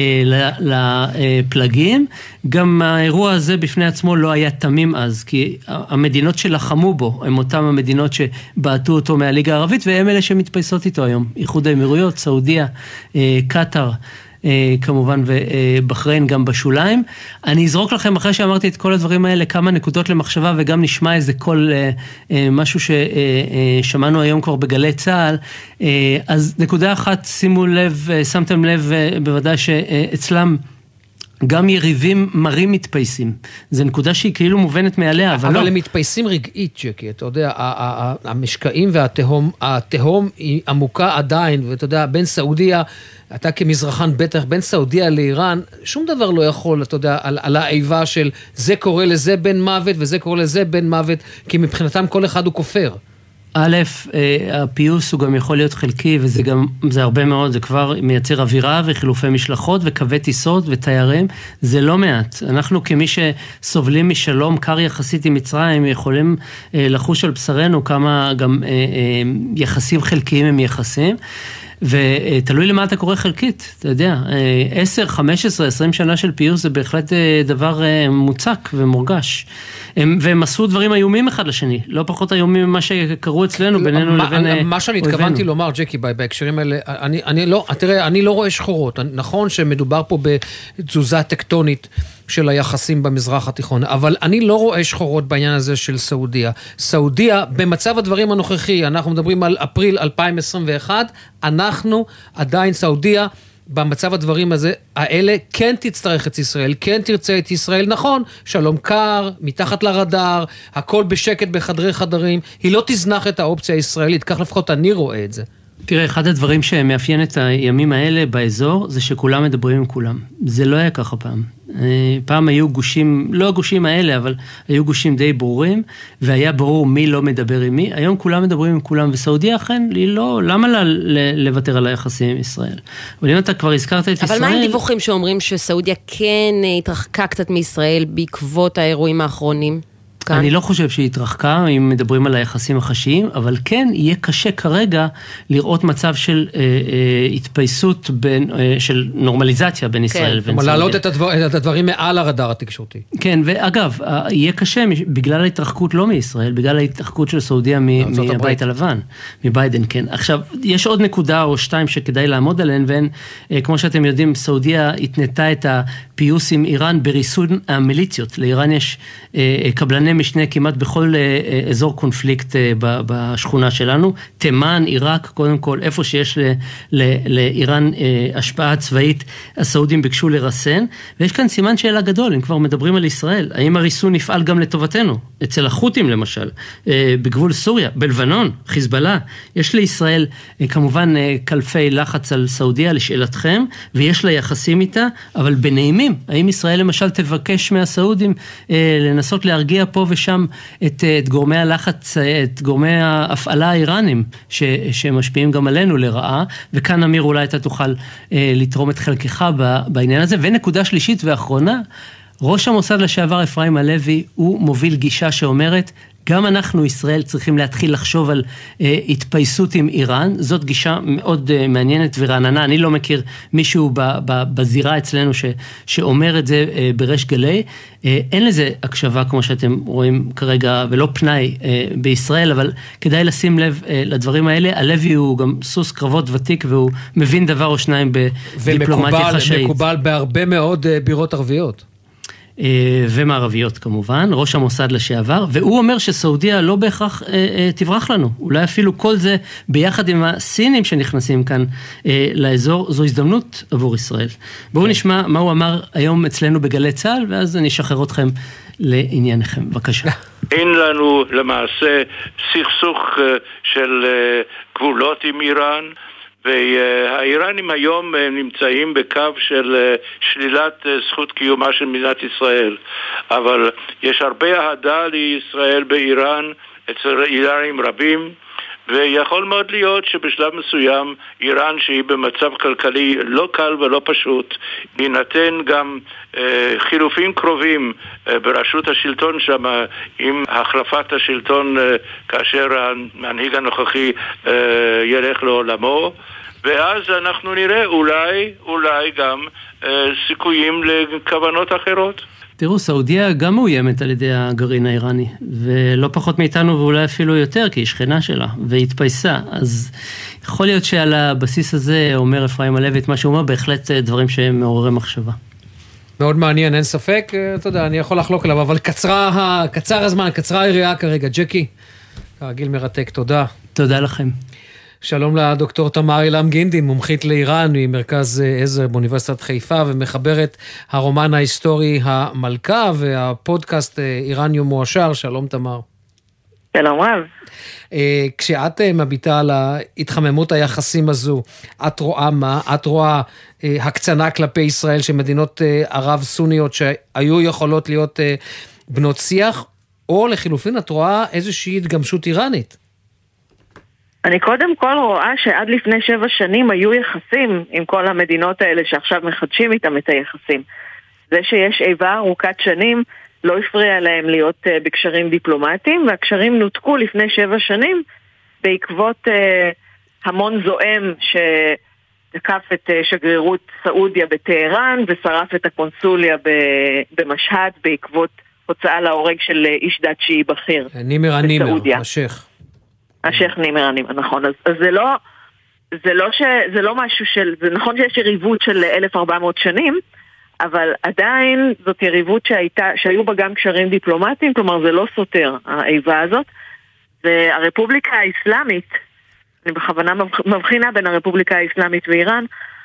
לפלגים. גם האירוע הזה בפני עצמו לא היה תמים אז, כי המדינות שלחמו בו, הם אותם המדינות שבעטו אותו מהליגה הערבית, והם אלה שמתפייסות איתו היום. איחוד האמירויות, סעודיה, קטר, כמובן, ובחריין גם בשוליים. אני אזרוק לכם, אחרי שאמרתי את כל הדברים האלה, כמה נקודות למחשבה, וגם נשמע איזה כל משהו ששמענו היום כבר בגלי צהל. אז נקודה אחת, שימו לב, שמתם לב בוודאי שאצלם גם יריבים מרים מתפייסים. זו נקודה שהיא כאילו מובנת מעליה, אבל, אבל לא. אבל הם מתפייסים רגעית, ג'קי. אתה יודע, המשקעים והתהום, התהום היא עמוקה עדיין, ואתה יודע, בין סעודיה, אתה כמזרחן בטח, בין סעודיה לאיראן, שום דבר לא יכול, אתה יודע, על, על האיבה של זה קורה לזה בן מוות, וזה קורה לזה בן מוות, כי מבחינתם כל אחד הוא כופר. א', הפיוס הוא גם יכול להיות חלקי, וזה גם, זה הרבה מאוד, זה כבר מייצר אווירה וחילופי משלחות וקווי טיסות ותיירים, זה לא מעט. אנחנו כמי שסובלים משלום קר יחסית עם מצרים, יכולים לחוש על בשרנו כמה גם יחסים חלקיים הם יחסים, ותלוי למה אתה קורא חלקית, אתה יודע, עשר, חמש עשרה, עשרים שנה של פיוס זה בהחלט דבר מוצק ומורגש. הם, והם עשו דברים איומים אחד לשני, לא פחות איומים ממה שקרו אצלנו, בינינו לבין אויבינו. מה שאני התכוונתי לומר, ג'קי, בהקשרים האלה, אני, אני לא, תראה, אני לא רואה שחורות, נכון שמדובר פה בתזוזה טקטונית של היחסים במזרח התיכון, אבל אני לא רואה שחורות בעניין הזה של סעודיה. סעודיה, במצב הדברים הנוכחי, אנחנו מדברים על אפריל אלפיים עשרים ואחת, אנחנו עדיין סעודיה, במצב הדברים הזה, האלה כן תצטרך את ישראל, כן תרצה את ישראל, נכון, שלום קר, מתחת לרדאר, הכל בשקט בחדרי חדרים, היא לא תזנח את האופציה הישראלית, כך לפחות אני רואה את זה. תראה, אחד הדברים שמאפיין את הימים האלה באזור, זה שכולם מדברים עם כולם. זה לא היה ככה פעם. פעם היו גושים, לא הגושים האלה, אבל היו גושים די ברורים, והיה ברור מי לא מדבר עם מי. היום כולם מדברים עם כולם, וסעודיה אכן, היא לא, למה לה לוותר על היחסים עם ישראל? אבל אם אתה כבר הזכרת את ישראל... אבל מה עם דיווחים שאומרים שסעודיה כן התרחקה קצת מישראל בעקבות האירועים האחרונים? כאן. אני לא חושב שהיא התרחקה, אם מדברים על היחסים החשיים, אבל כן יהיה קשה כרגע לראות מצב של אה, אה, התפייסות בין, אה, של נורמליזציה בין כן. ישראל ובין סעודיה. להעלות את, הדבר, את הדברים מעל הרדאר התקשורתי. כן, ואגב, יהיה קשה בגלל ההתרחקות לא מישראל, בגלל ההתרחקות של סעודיה מהבית הלבן, מביידן, כן. עכשיו, יש עוד נקודה או שתיים שכדאי לעמוד עליהן, והן, אה, כמו שאתם יודעים, סעודיה התנתה את הפיוס עם איראן בריסון המיליציות. לאיראן יש אה, קבלני משנה כמעט בכל אזור קונפליקט בשכונה שלנו, תימן, עיראק, קודם כל, איפה שיש לאיראן השפעה צבאית, הסעודים ביקשו לרסן, ויש כאן סימן שאלה גדול, אם כבר מדברים על ישראל, האם הריסון נפעל גם לטובתנו? אצל החות'ים למשל, בגבול סוריה, בלבנון, חיזבאללה, יש לישראל כמובן כלפי לחץ על סעודיה לשאלתכם, ויש לה יחסים איתה, אבל בנעימים, האם ישראל למשל תבקש מהסעודים לנסות להרגיע פה ושם את, את גורמי הלחץ, את גורמי ההפעלה האיראנים, ש, שמשפיעים גם עלינו לרעה, וכאן אמיר אולי אתה תוכל אה, לתרום את חלקך בעניין הזה. ונקודה שלישית ואחרונה, ראש המוסד לשעבר אפרים הלוי, הוא מוביל גישה שאומרת, גם אנחנו, ישראל, צריכים להתחיל לחשוב על אה, התפייסות עם איראן. זאת גישה מאוד אה, מעניינת ורעננה. אני לא מכיר מישהו ב, ב, בזירה אצלנו ש, שאומר את זה אה, בריש גלי. אה, אין לזה הקשבה, כמו שאתם רואים כרגע, ולא פנאי אה, בישראל, אבל כדאי לשים לב אה, לדברים האלה. הלוי הוא גם סוס קרבות ותיק, והוא מבין דבר או שניים בדיפלומטיה חשאית. ומקובל בהרבה מאוד אה, בירות ערביות. ומערביות כמובן, ראש המוסד לשעבר, והוא אומר שסעודיה לא בהכרח אה, אה, תברח לנו, אולי אפילו כל זה ביחד עם הסינים שנכנסים כאן אה, לאזור, זו הזדמנות עבור ישראל. בואו נשמע מה הוא אמר היום אצלנו בגלי צהל, ואז אני אשחרר אתכם לענייניכם. בבקשה. אין לנו למעשה סכסוך של גבולות עם איראן, והאיראנים היום נמצאים בקו של שלילת זכות קיומה של מדינת ישראל, אבל יש הרבה אהדה לישראל באיראן אצל איראנים רבים, ויכול מאוד להיות שבשלב מסוים איראן, שהיא במצב כלכלי לא קל ולא פשוט, יינתן גם אה, חילופים קרובים אה, ברשות השלטון שם, עם החלפת השלטון אה, כאשר המנהיג הנוכחי אה, ילך לעולמו, ואז אנחנו נראה אולי, אולי גם אה, סיכויים לכוונות אחרות. תראו, סעודיה גם מאוימת על ידי הגרעין האיראני, ולא פחות מאיתנו ואולי אפילו יותר, כי היא שכנה שלה, והתפייסה. אז יכול להיות שעל הבסיס הזה אומר אפרים הלוי את מה שהוא אומר, בהחלט דברים שמעוררים מחשבה. מאוד מעניין, אין ספק, אתה יודע, אני יכול לחלוק עליו, אבל קצרה, קצר הזמן, קצרה היריעה כרגע. ג'קי, כרגיל מרתק, תודה. תודה לכם. שלום לדוקטור תמר אילם גינדין, מומחית לאיראן ממרכז עזר באוניברסיטת חיפה, ומחברת הרומן ההיסטורי המלכה והפודקאסט איראניום מואשר. שלום תמר. שלום רב. כשאת מביטה על ההתחממות היחסים הזו, את רואה מה? את רואה הקצנה כלפי ישראל של מדינות ערב סוניות שהיו יכולות להיות בנות שיח, או לחילופין את רואה איזושהי התגמשות איראנית? אני קודם כל רואה שעד לפני שבע שנים היו יחסים עם כל המדינות האלה שעכשיו מחדשים איתם את היחסים. זה שיש איבה ארוכת שנים לא הפריע להם להיות uh, בקשרים דיפלומטיים, והקשרים נותקו לפני שבע שנים בעקבות uh, המון זועם שתקף את uh, שגרירות סעודיה בטהרן ושרף את הקונסוליה במשהד בעקבות הוצאה להורג של uh, איש דת שיעי בכיר. נימר הנימר, השייך. השייך נימר הנימר, נכון. אז, אז זה לא, זה לא ש, זה לא משהו של, זה נכון שיש יריבות של אלף וארבע מאות שנים, אבל עדיין זאת יריבות שהייתה, שהיו בה גם קשרים דיפלומטיים, כלומר זה לא סותר, האיבה הזאת. והרפובליקה האסלאמית, אני בכוונה מבחינה בין הרפובליקה האסלאמית ואיראן,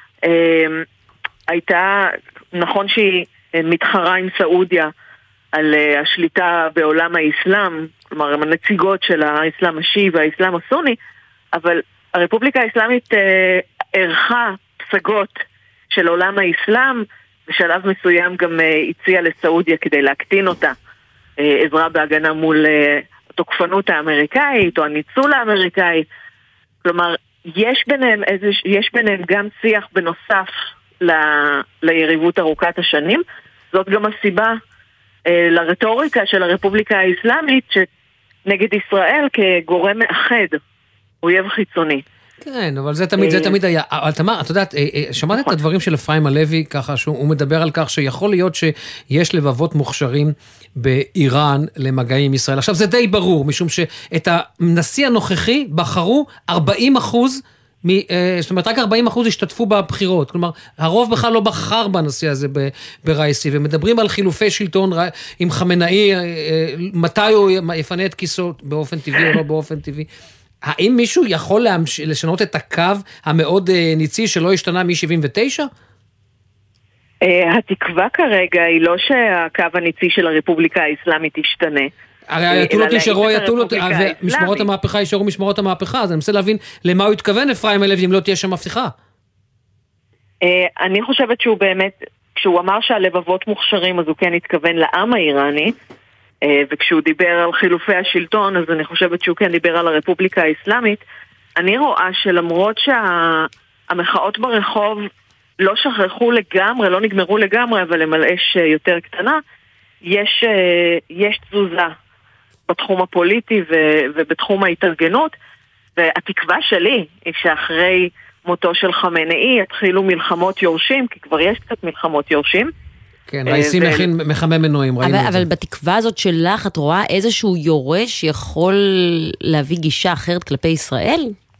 הייתה, נכון שהיא מתחרה עם סעודיה על השליטה בעולם האסלאם, כלומר הם הנציגות של האסלאם השיעי והאסלאם הסוני, אבל הרפובליקה האסלאמית ערכה פסגות של עולם האסלאם, בשלב מסוים גם הציעה לסעודיה כדי להקטין אותה עזרה בהגנה מול התוקפנות האמריקאית או הניצול האמריקאי. כלומר, יש ביניהם, איזה, יש ביניהם גם שיח בנוסף ל, ליריבות ארוכת השנים. זאת גם הסיבה אה, לרטוריקה של הרפובליקה האסלאמית שנגד ישראל כגורם מאחד, אויב חיצוני. כן, אבל זה תמיד, זה תמיד היה. אבל תמר, את יודעת, שמעת את הדברים של אפרים הלוי, ככה שהוא מדבר על כך שיכול להיות שיש לבבות מוכשרים באיראן למגעים עם ישראל. עכשיו זה די ברור, משום שאת הנשיא הנוכחי בחרו ארבעים אחוז, זאת אומרת, רק ארבעים אחוז השתתפו בבחירות. כלומר, הרוב בכלל לא בחר בנשיא הזה ברייסי, ומדברים על חילופי שלטון עם חמנאי, מתי הוא יפנה את כיסו באופן טבעי או לא באופן טבעי. האם מישהו יכול להמש... לשנות את הקו המאוד ניצי שלא השתנה מ-שבעים ותשע? התקווה כרגע היא לא שהקו הניצי של הרפובליקה האסלאמית ישתנה. הרי היתולות ישרו, היתולות, ומשמרות המהפכה ישרו משמרות המהפכה, אז אני מנסה להבין למה הוא התכוון אפרים הלוי אם לא תהיה שם מבטיחה. אני חושבת שהוא באמת, כשהוא אמר שהלבבות מוכשרים, אז הוא כן התכוון לעם האיראני, וכשהוא דיבר על חילופי השלטון, אז אני חושבת שהוא כן דיבר על הרפובליקה האסלאמית. אני רואה שלמרות שהמחאות ברחוב לא שכחו לגמרי, לא נגמרו לגמרי, אבל הם על אש יותר קטנה, יש, יש תזוזה בתחום הפוליטי ובתחום ההתארגנות, והתקווה שלי היא שאחרי מותו של חמנאי יתחילו מלחמות יורשים, כי כבר יש קצת מלחמות יורשים, כן, רייסי מכין מחמם מנועים, ראינו את זה. אבל בתקווה הזאת שלך, את רואה איזשהו יורש שיכול להביא גישה אחרת כלפי ישראל?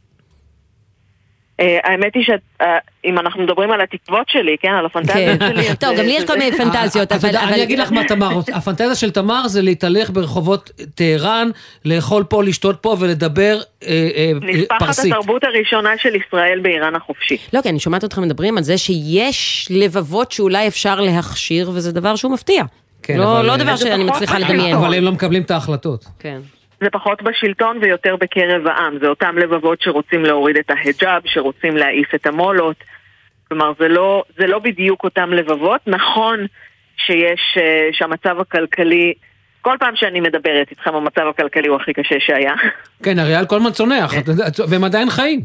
האמת היא שאם אנחנו מדברים על התקוות שלי, כן, על הפנטזיות שלי. טוב, גם לי יש כל מיני פנטזיות, אבל... אני אגיד לך מה תמר, הפנטזיה של תמר זה להתהלך ברחובות טהרן, לאכול פה, לשתות פה ולדבר פרסית. נספחת התרבות הראשונה של ישראל באיראן החופשי. לא, כי אני שומעת אתכם מדברים על זה שיש לבבות שאולי אפשר להכשיר, וזה דבר שהוא מפתיע. לא דבר שאני מצליחה לדמיין. אבל הם לא מקבלים את ההחלטות. כן. זה פחות בשלטון ויותר בקרב העם. זה אותם לבבות שרוצים להוריד את ההיג'אב, שרוצים להעיף את המולות. כלומר, זה לא, זה לא בדיוק אותם לבבות. נכון שיש, שהמצב הכלכלי, כל פעם שאני מדברת איתכם, המצב הכלכלי הוא הכי קשה שהיה. כן, הריאל כל הזמן צונח, והם עדיין חיים.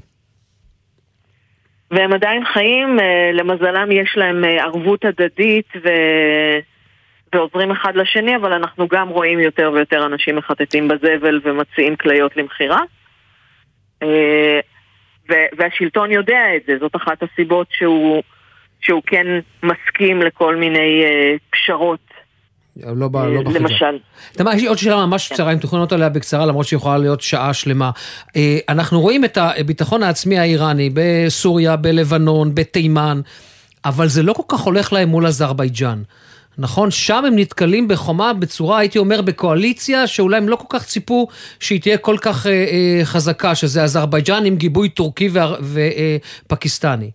והם עדיין חיים, למזלם יש להם ערבות הדדית ו... ועוזרים אחד לשני, אבל אנחנו גם רואים יותר ויותר אנשים מחטטים בזבל ומציעים כליות למחירה. והשלטון יודע את זה, זאת אחת הסיבות שהוא, שהוא כן מסכים לכל מיני פשרות. לא בא, לא בחידה. למשל. תמה, יש לי עוד שאלה ממש קצרה, אם תוכנות עליה בקצרה, למרות שיכולה להיות שעה שלמה. אנחנו רואים את הביטחון העצמי האיראני בסוריה, בלבנון, בתימן, אבל זה לא כל כך הולך להם מול אזרבייג'אן. נכון, שם הם נתקלים בחומה בצורה, הייתי אומר, בקואליציה, שאולי הם לא כל כך ציפו שהיא תהיה כל כך אה, אה, חזקה, שזה אזרבייג'אן עם גיבוי טורקי ופקיסטני.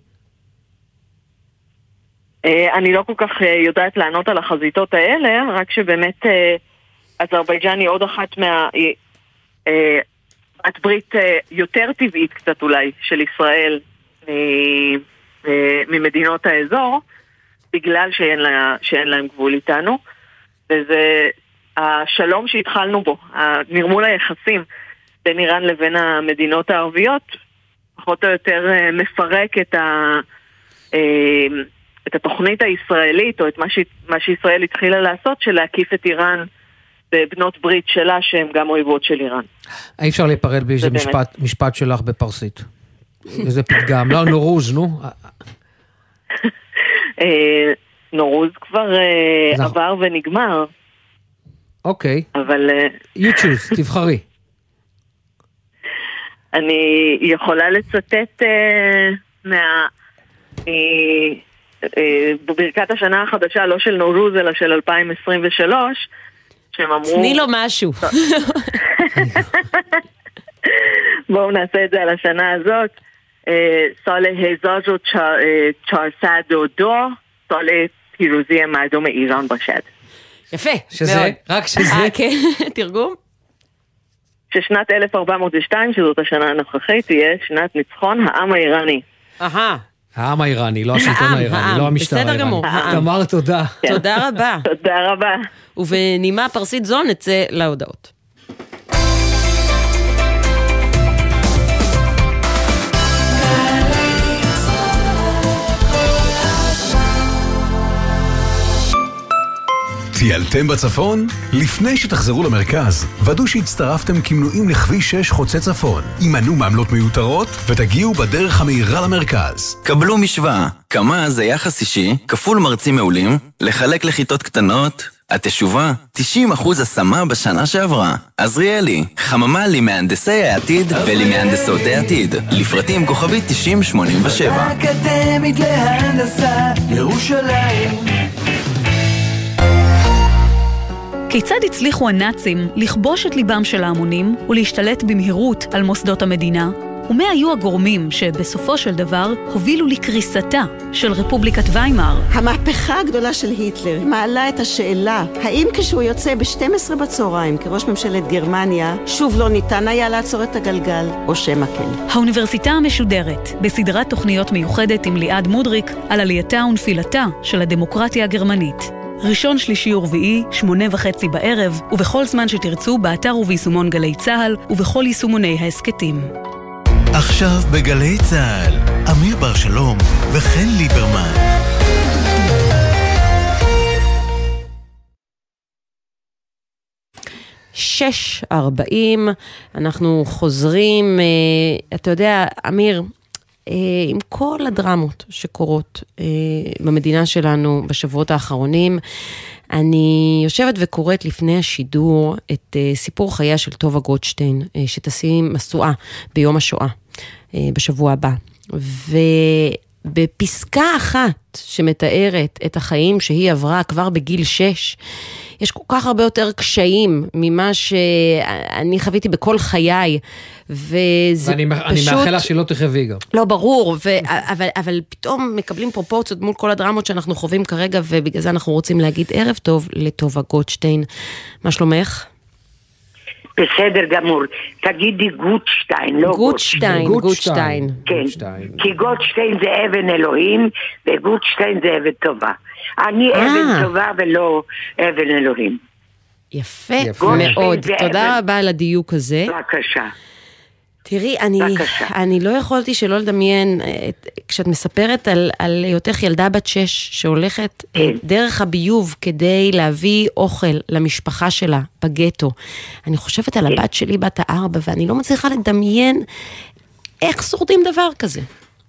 אה, אני לא כל כך אה, יודעת לענות על החזיתות האלה, רק שבאמת אה, אזרבייג'אן היא עוד אחת מה... אה, את ברית אה, יותר טבעית קצת אולי של ישראל אה, אה, ממדינות האזור, בגלל שאין, לה, שאין להם גבול איתנו, וזה השלום שהתחלנו בו, נרמול היחסים בין איראן לבין המדינות הערביות, פחות או יותר מפרק את ה... את התוכנית הישראלית, או את מה, ש... מה שישראל התחילה לעשות, של להקיף את איראן בבנות ברית שלה, שהן גם אויבות של איראן. אי אפשר להיפרד בלי איזה משפט, משפט שלך בפרסית. איזה פתגם. לא, נורוז, נו. נורוז כבר עבר ונגמר. אוקיי. אבל... You choose, תבחרי. אני יכולה לצטט מה... בברכת השנה החדשה, לא של נורוז, אלא של אלפיים עשרים ושלוש, שהם אמרו... תני לו משהו. בואו נעשה את זה על השנה הזאת. סال هزار و چهارصد و دو سال پیروزی مردم ایران باشد. יפה. שזה? רק שזה? כן, תרגום? ששנת אלף ארבע מאות ושתיים, שזאת השנה הנוכחית, תהיה שנת ניצחון העם האיראני. אהה. העם האיראני, לא השלטון האיראני, לא המשטר האיראני. בסדר גמור. תמר, תודה. תודה רבה. תודה רבה. ובנימה פרסית זו נצא להודעות. טיילתם בצפון? לפני שתחזרו למרכז, ודאו שהצטרפתם כמנועים לכביש שש חוצה צפון. הימנעו מעמלות מיותרות ותגיעו בדרך המהירה למרכז. קבלו משוואה, כמה זה יחס אישי, כפול מרצים מעולים, לחלק לכיתות קטנות, התשובה, תשעים אחוז השמה בשנה שעברה. עזריאלי, חממה למהנדסי העתיד ולמהנדסות העתיד. לפרטים כוכבית תשעים שמונים ושבע. האקדמית להנדסה ירושלים. כיצד הצליחו הנאצים לכבוש את ליבם של ההמונים ולהשתלט במהירות על מוסדות המדינה? ומה היו הגורמים שבסופו של דבר הובילו לקריסתה של רפובליקת ויימאר? המהפכה הגדולה של היטלר מעלה את השאלה, האם כשהוא יוצא ב-שתים עשרה בצהריים כראש ממשלת גרמניה, שוב לא ניתן היה לעצור את הגלגל, או שמה כן? האוניברסיטה המשודרת, בסדרת תוכניות מיוחדת עם ליעד מודריק, על עלייתה ונפילתה של הדמוקרטיה הגרמנית. ראשון, שלישי ורביעי, שמונה וחצי בערב, ובכל זמן שתרצו, באתר וביישומון גלי צהל, ובכל יישומוני העסקתים. עכשיו בגלי צהל, אמיר בר שלום וחן ליברמן. שש ארבעים, אנחנו חוזרים, אתה יודע, אמיר, עם כל הדרמות שקורות במדינה שלנו בשבועות האחרונים, אני יושבת וקוראת לפני השידור את סיפור חייה של טובה גוטשטיין, שתשים מסועה ביום השואה בשבוע הבא. ובפסקה אחת שמתארת את החיים שהיא עברה כבר בגיל שש, יש כל כך הרבה יותר קשיים ממה שאני חוויתי בכל חיי, וזה ואני, פשוט... אני מאחל לך שלא תחווי גם. לא, ברור, ו... אבל, אבל פתאום מקבלים פרופורציות מול כל הדרמות שאנחנו חווים כרגע, ובגלל זה אנחנו רוצים להגיד ערב טוב לטובה גוטשטיין. מה שלומך? בסדר גמור. תגידי גוטשטיין, לא גוטשטיין. גוטשטיין. כן, כי גוטשטיין זה אבן אלוהים, וגוטשטיין זה אבן טובה. אני אבן טובה ולא אבן אלוהים. יפה מאוד. תודה רבה על הדיוק הזה. בבקשה. תראי, אני, אני לא יכולתי שלא לדמיין, כשאת מספרת על, על היותך ילדה בת שש, שהולכת דרך הביוב כדי להביא אוכל למשפחה שלה בגטו. אני חושבת על הבת שלי בת הארבע, ואני לא מצליחה לדמיין איך שורדים דבר כזה.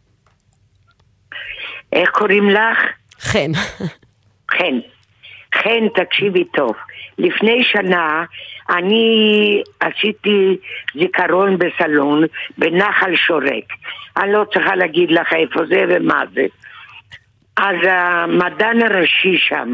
איך קוראים לך? חן. חן. חן, תקשיבי טוב. לפני שנה אני עשיתי זיכרון בסלון בנחל שורק. אני לא צריכה להגיד לך איפה זה ומה זה. אז המדען הראשי שם,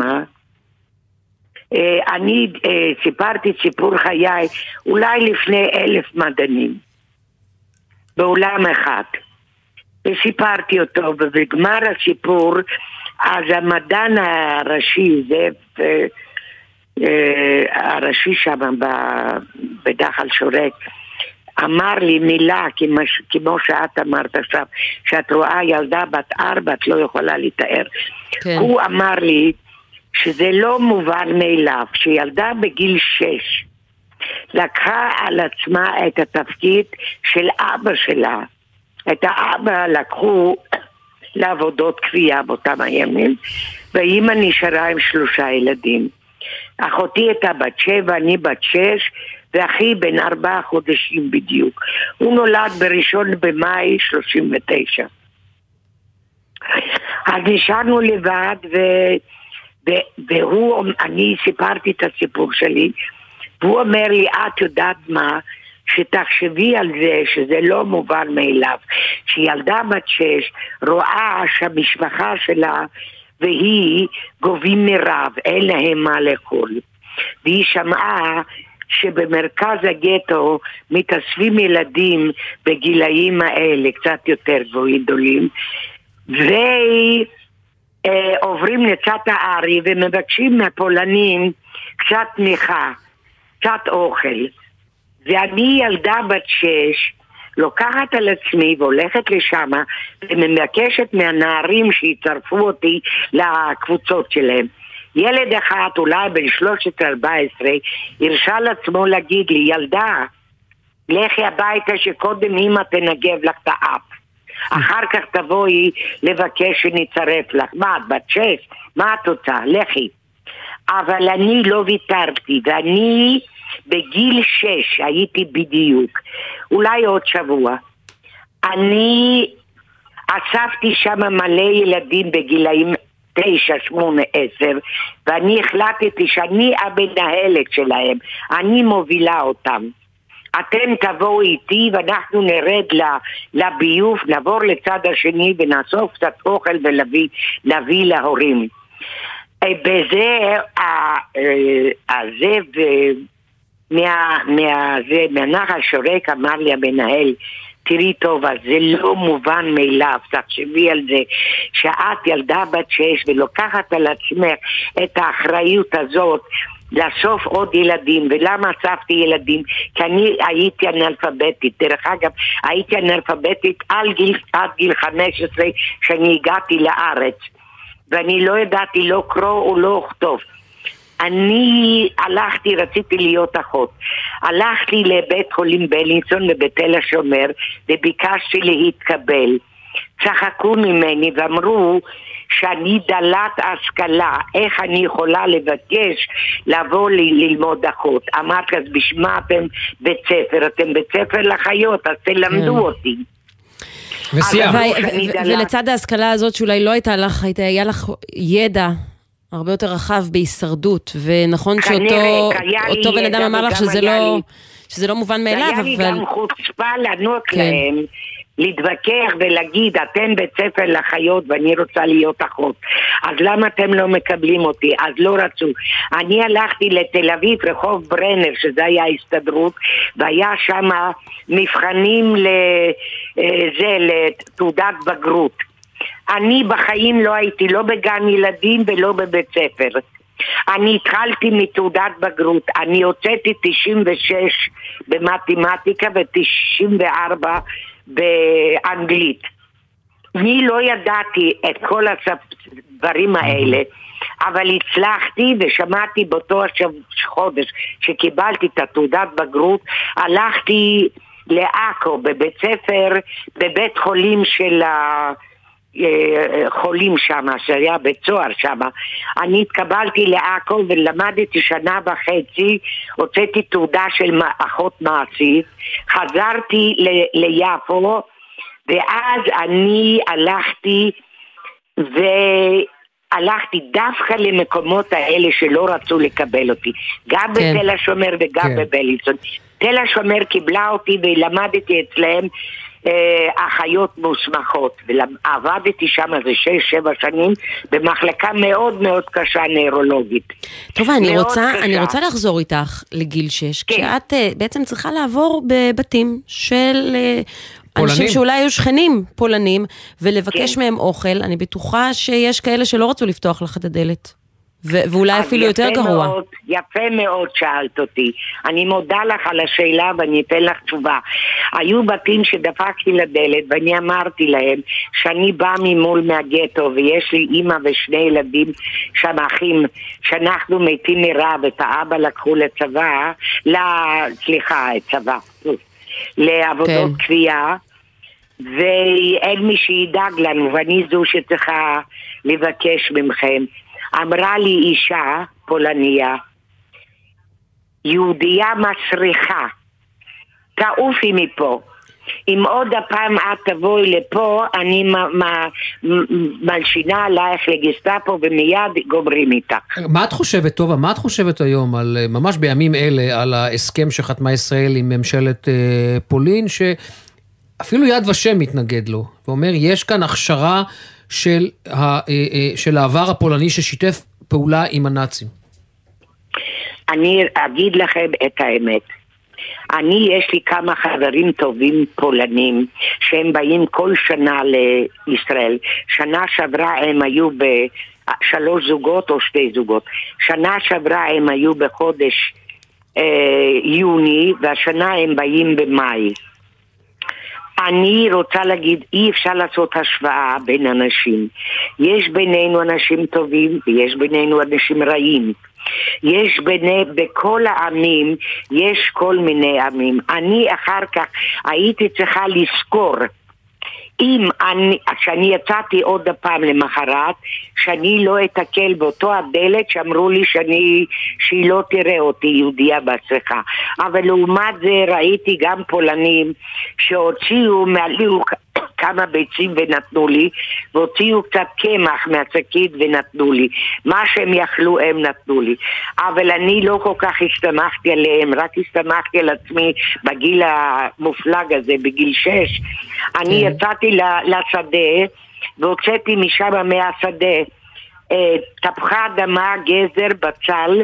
אני סיפרתי סיפור חיי אולי לפני אלף מדענים בעולם אחד. וסיפרתי אותו, ובגמר הסיפור אז המדען הראשי זה הראשי שם בנחל שורק אמר לי מילה כמו שאת אמרת עכשיו, שאת רואה ילדה בת ארבע, את לא יכולה לתאר. כן. הוא אמר לי שזה לא מובן מאליו שילדה בגיל שש לקחה על עצמה את התפקיד של אבא שלה. את האבא לקחו לעבודות כפייה באותם הימים, ואמא נשארה עם שלושה ילדים. אחותי הייתה בת שבע, אני בת שש, ואחי בן ארבעה חודשים בדיוק. הוא נולד בראשון במאי שלושים ותשע. אז נשארנו לבד, ו... ו- והוא, אני סיפרתי את הסיפור שלי, והוא אומר לי, את יודעת מה, שתחשבי על זה, שזה לא מובן מאליו, שילדה בת שש רואה שהמשפחה שלה והיא גובים מרב, אין להם מה לאכול. והיא שמעה שבמרכז הגטו מתאספים ילדים בגילאים האלה, קצת יותר גבוהים גדולים, והיא אה, עוברים לצד הארי ומבקשים מהפולנים קצת תמיכה, קצת אוכל. ואני ילדה בת שש, לוקחת על עצמי והולכת לשם ומבקשת מהנערים שיצרפו אותי לקבוצות שלהם. ילד אחד, אולי בן שלוש עשרה ארבע עשרה, הרשה לעצמו להגיד לי, ילדה, לכי הביתה שקודם אמא תנגב לך את האף. אחר כך תבואי לבקש שנצרף לך. מה, את בת שש? מה את רוצה? לכי. אבל אני לא ויתרתי, ואני בגיל שש הייתי בדיוק, אולי עוד שבוע. אני אספתי שם מלא ילדים בגילאים תשע, שמונה, עשר, ואני החלטתי שאני המנהלת שלהם, אני מובילה אותם. אתם תבואו איתי ואנחנו נרד לביוב, נעבור לצד השני ונאסוף קצת אוכל ולהביא להורים. בזה הזאב מהנחל שורק אמר לי המנהל, תראי טוב, אז זה לא מובן מאליו, תחשבי על זה שאת ילדה בת שש ולוקחת על עצמך את האחריות הזאת לאסוף עוד ילדים. ולמה אספתי ילדים? כי אני הייתי אנאלפביתית. דרך אגב, הייתי אנאלפביתית עד גיל, עד גיל חמש עשרה שאני הגעתי לארץ, ואני לא ידעתי לא קרוא או לא לכתוב. אני הלכתי, רציתי להיות אחות. הלכתי לבית חולים בלינסון בבתל השומר וביקשתי להתקבל. צחקו ממני ואמרו שאני דלת השכלה, איך אני יכולה לבקש לבוא ללמוד אחות. אמרתי, אז בשמה אתם בית ספר, אתם בית ספר לחיות, אז תלמדו אותי. ולצד ההשכלה הזאת שאולי לא הייתה לך, היה לך ידע הרבה יותר רחב בהישרדות, ונכון שאותו בן אדם אמר לך שזה לא מובן מאליו, אבל... היה לי גם חוצפה לענות להם, להתווכח ולהגיד, אתם בית ספר לחיות ואני רוצה להיות אחות. אז למה אתם לא מקבלים אותי? אז לא רצו. אני הלכתי לתל אביב, רחוב ברנר, שזה היה ההסתדרות, והיה שם מבחנים לזה, לתעודת בגרות. אני בחיים לא הייתי לא בגן ילדים ולא בבית ספר. אני התחלתי מתעודת בגרות. אני הוצאתי תשעים ושש במתמטיקה ו-תשעים וארבע באנגלית. אני לא ידעתי את כל הדברים האלה, אבל הצלחתי ושמעתי באותו חודש שקיבלתי את התעודת בגרות, הלכתי לעכו בבית ספר, בבית חולים של החולים שם, שהיה בצוהר שם. אני התקבלתי לעכו ולמדתי שנה וחצי, הוצאתי תעודה של אחות מעשית, חזרתי ל- ליפו, ואז אני הלכתי והלכתי דווקא למקומות האלה שלא רצו לקבל אותי, גם כן. בתל השומר וגם כן. בבלינסון. תל השומר קיבלה אותי ולמדתי אצלהם אה, אחיות מוסמכות, ועבדתי שם זה שש, שבע שנים במחלקה מאוד מאוד קשה נוירולוגית. טוב, אני רוצה, אני רוצה לחזור איתך לגיל שש, כן. כשאת אה, בעצם צריכה לעבור בבתים של... אה, אנשים שאולי היו שכנים פולנים, ולבקש כן. מהם אוכל. אני בטוחה שיש כאלה שלא רצו לפתוח לך את הדלת. ו- ואולי אפילו יותר גרוע. מאוד, יפה מאוד שאלת אותי. אני מודה לך על השאלה ואני אתן לך תשובה. היו בתים שדפקתי לדלת ואני אמרתי להם שאני באה ממול מהגטו ויש לי אמא ושני ילדים שם אחים שאנחנו מתים מרעב, את האבא לקחו לצבא, סליחה, צבא, לעבודות כן. קביעה, ואין מי שידאג לנו ואני זו שצריכה לבקש ממכם. אמרה לי אישה פולניה, יהודייה מסריחה, תעופי מפה. אם עוד הפעם את תבואי לפה, אני מלשינה עלייך לגסטאפו ומיד גומרים איתך. מה את חושבת, טובה, מה את חושבת היום, על, ממש בימים אלה, על ההסכם שחתמה ישראל עם ממשלת אה, פולין, שאפילו יד ושם מתנגד לו, ואומר, יש כאן הכשרה של, ה, של העבר הפולני ששיתף פעולה עם הנאצים? אני אגיד לכם את האמת. אני, יש לי כמה חברים טובים פולנים שהם באים כל שנה לישראל. שנה שעברה הם היו בשלוש זוגות או שתי זוגות. שנה שעברה הם היו בחודש אה, יוני, והשנה הם באים במאי. אני רוצה להגיד, אי אפשר לעשות השוואה בין אנשים. יש בינינו אנשים טובים ויש בינינו אנשים רעים. יש ביני, בכל העמים, יש כל מיני עמים. אני אחר כך הייתי צריכה לזכור, אם אני, כשאני יצאתי עוד הפעם למחרת, שאני לא אתקל באותו הדלת שאמרו לי שאני, שהיא לא תראה אותי יהודיה בצריכה. אבל לעומת זה ראיתי גם פולנים שהוציאו מעליו כמה ביצים ונתנו לי, והוציאו קצת קמח מהצקית ונתנו לי. מה שהם יכלו הם נתנו לי. אבל אני לא כל כך הסתמכתי עליהם, רק הסתמכתי על עצמי בגיל המופלג הזה, בגיל שש. אני יצאתי לשדה, והוצאתי משם מהשדה, תפוחי אדמה, גזר, בצל,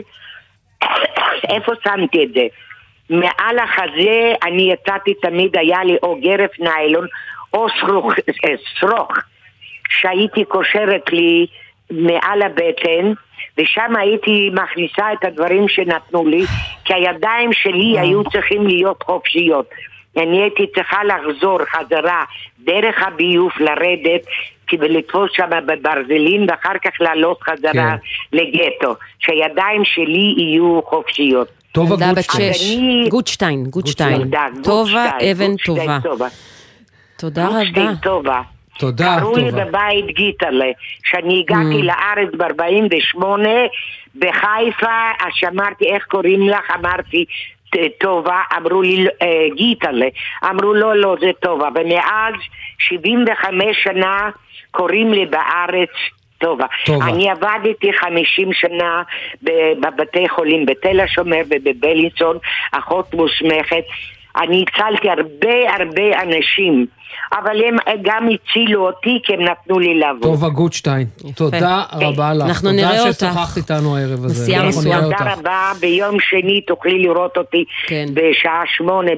איפה שמתי את זה? מעל החזה אני יצאתי תמיד, היה לי או גרף ניילון, או שרוך, שרוך שהייתי קושרת לי מעל הבטן, ושם הייתי מכניסה את הדברים שנתנו לי, כי הידיים שלי היו צריכים להיות חופשיות. אני הייתי צריכה לחזור חזרה דרך הביוף לרדת, ולתפוס שם בברזלים, ואחר כך לעלות חזרה כן. לגטו, שהידיים שלי יהיו חופשיות. טובה גוטשטיין, גוטשטיין, גוטשטיין. טובה אבן טובה. תודה רבה. טובה. תודה, קראו לי בבית גיטרלה, שאני הגעתי לארץ ב-ארבעים ושמונה, בחיפה, אז שאמרתי איך קוראים לך, אמרתי טובה, אמרו לי גיטרלה, אמרו לא, לא, זה טובה, ומאז שבעים וחמש שנה קוראים לי בארץ טובה. אני עבדתי חמישים שנה בבתי חולים בתל השומר ובבלינסון, אחות מוסמכת, אני הצלתי הרבה הרבה אנשים, אבל הם גם הצילו אותי כי הם נתנו לי לעבוד. טובה גוטשטיין, תודה רבה לך. אנחנו נראה אותך. תודה ששוחחת איתנו הערב הזה. תודה רבה, ביום שני תוכלי לראות אותי בשעה שמונה.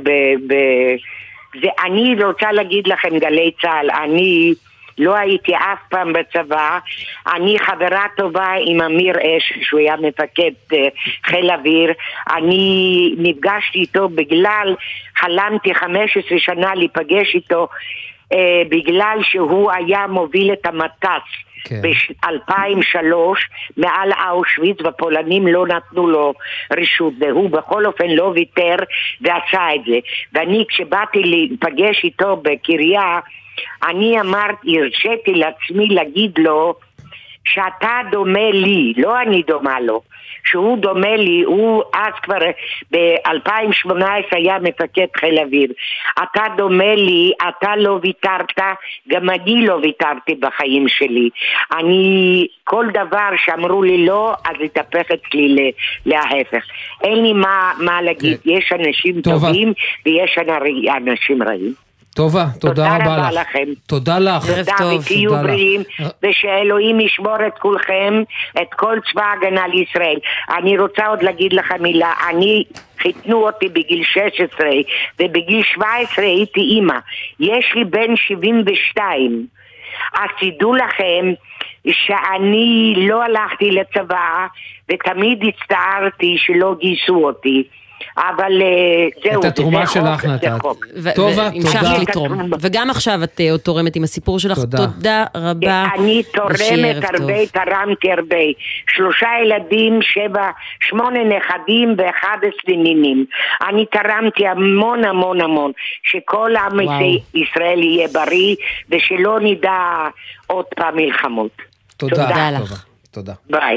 אני רוצה להגיד לכם גלי צהל, אני לא הייתי אף פעם בצבא, אני חברה טובה עם אמיר אש, שהוא היה מפקד חיל אוויר, אני נפגשתי איתו בגלל, חלמתי חמש עשרה שנה להיפגש איתו, אה, בגלל שהוא היה מוביל את המטס כן. ב-אלפיים ושלוש מעל אושוויץ, והפולנים לא נתנו לו רשות, והוא בכל אופן לא ויתר ועשה את זה. ואני כשבאתי להיפגש איתו בקריה, אני אמרתי, הרשיתי לעצמי להגיד לו שאתה דומה לי, לא אני דומה לו, שהוא דומה לי, הוא אז כבר ב-אלפיים ושמונה עשרה היה מפקד חיל אוויר, אתה דומה לי, אתה לא ויתרת, גם אני לא ויתרתי בחיים שלי, אני, כל דבר שאמרו לי לא, אז התהפך אצלי להפך, אין לי מה, מה להגיד, יש אנשים טובה. טובים ויש אנשים רעים. טובה, תודה רבה לך. לכם. תודה לך. תודה ותהיו בריאים, ושאלוהים ישמור את כולכם, את כל צבא הגנה לישראל. אני רוצה עוד להגיד לך מילה, אני חיתנו אותי בגיל שש עשרה, ובגיל שבע עשרה הייתי אימא. יש לי בן שבעים ושתיים. אז תדעו לכם שאני לא הלכתי לצבא ותמיד הצטערתי שלא גייסו אותי. אבל זהו, את התרומה שלך נתת. טובה, תודה. וגם עכשיו את עוד תורמת עם הסיפור שלך. תודה רבה. אני תורמת הרבה, תרמתי הרבה. שלושה ילדים, שבע, שמונה נכדים ואחד עשרה נינים. אני תרמתי המון המון המון. שכל עם ישראל יהיה בריא ושלא נדע עוד פעם מלחמות. תודה לך. תודה. ביי.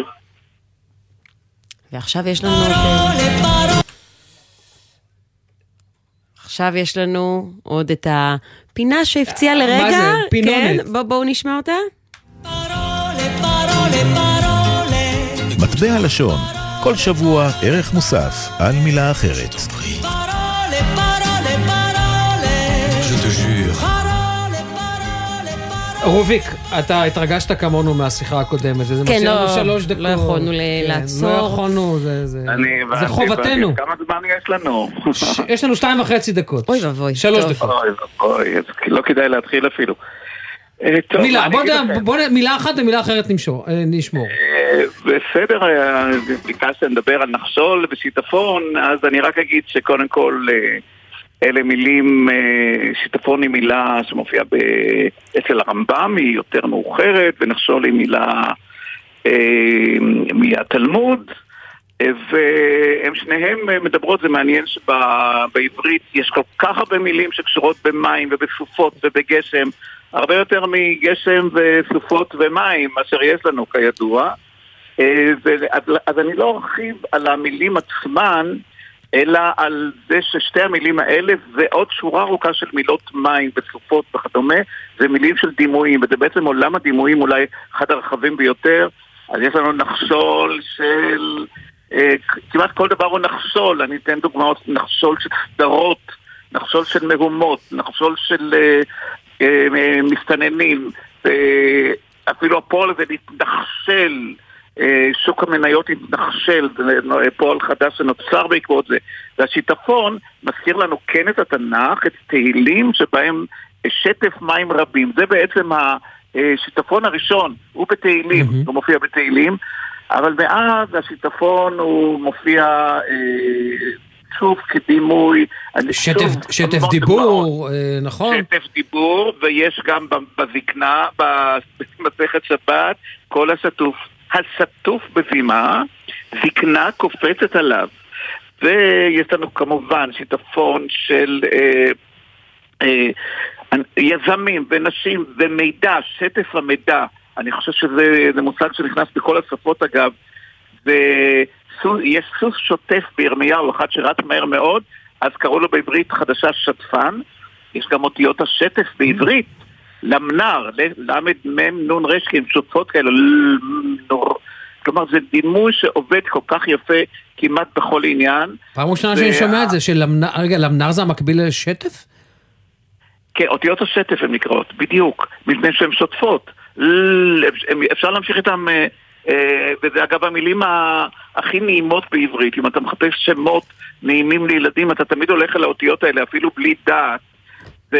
ועכשיו יש לנו... עכשיו יש לנו עוד את הפינה שהפציעה לרגע. מה זה? פינונת. כן, בוא, בואו נשמע אותה. מטבע לשון, כל שבוע ערך מוסף על מילה אחרת. רוביק, אתה התרגשת כמונו מהשיחה הקודמת, וזה כן, משאיר לנו לא, שלוש דקות. לא יכולנו לעצור. לא יכולנו, זה, זה, זה חובתנו. כמה זמן יש לנו? יש לנו שתיים וחצי דקות. אוי ובוי. שלוש דקות. אוי ובוי, לא כדאי להתחיל אפילו. מילה, בוא מילה אחת ומילה אחרת נשמור. בסדר, ביקשת לדבר על נחשול ושיטפון, אז אני רק אגיד שקודם כל... אלה מילים, שיטפון היא מילה שמופיעה אצל הרמב"ם, היא יותר מאוחרת, ונחשול היא מילה מהתלמוד, והם שניהם מדברות, זה מעניין שבעברית יש כל כך הרבה מילים שקשורות במים ובסופות ובגשם, הרבה יותר מגשם וסופות ומים, אשר יש לנו כידוע, אז אני לא ארחיב על המילים עצמן, אלא על זה ששתי המילים האלה ועוד שורה ארוכה של מילות מים וסופות וכדומה, זה מילים של דימויים, וזה בעצם עולם הדימויים אולי אחד הרחבים ביותר. אז יש לנו נחשול של, אה, כמעט כל דבר הוא נחשול, אני אתן דוגמאות, נחשול של סדרות, נחשול של מהומות, נחשול של אה, אה, מסתננים, אה, אפילו הפועל הזה להתנחשל, שוק המניות התנחשל, פועל חדש שנוצר בעקבות זה. והשיטפון מזכיר לנו כן את התנ"ך, את תהילים שבהם שטף מים רבים. זה בעצם השיטפון הראשון, הוא בתהילים, mm-hmm. הוא מופיע בתהילים, אבל מאז השיטפון הוא מופיע אה, שוב כדימוי. שטף, שוב, שטף דיבור, אה, נכון? שטף דיבור, ויש גם בזקנה, במסכת שבת, כל השטוף. הסטוף בזימה, זקנה קופצת עליו. ויש לנו כמובן שיטפון של אה, אה, יזמים ונשים ומידע, שטף המידע. אני חושב שזה מושג שנכנס בכל השפות אגב. ויש סוס שוטף בירמיהו, אחד שרץ מהר מאוד, אז קראו לו בעברית חדשה שטפן. יש גם אותיות השטף בעברית. למנר, למד מם נון רשקים, שותפות כאלה, כלומר זה דימוי שעובד כל כך יפה כמעט בכל עניין. פעם ראשונה שאני שומע את זה, רגע, למנר זה המקביל לשטף? כן, אותיות השטף הן נקראות, בדיוק, מפני שהן שותפות. אפשר להמשיך איתם, וזה אגב המילים הכי נעימות בעברית, אם אתה מחפש שמות נעימים לילדים, אתה תמיד הולך על האותיות האלה, אפילו בלי דעת. ו...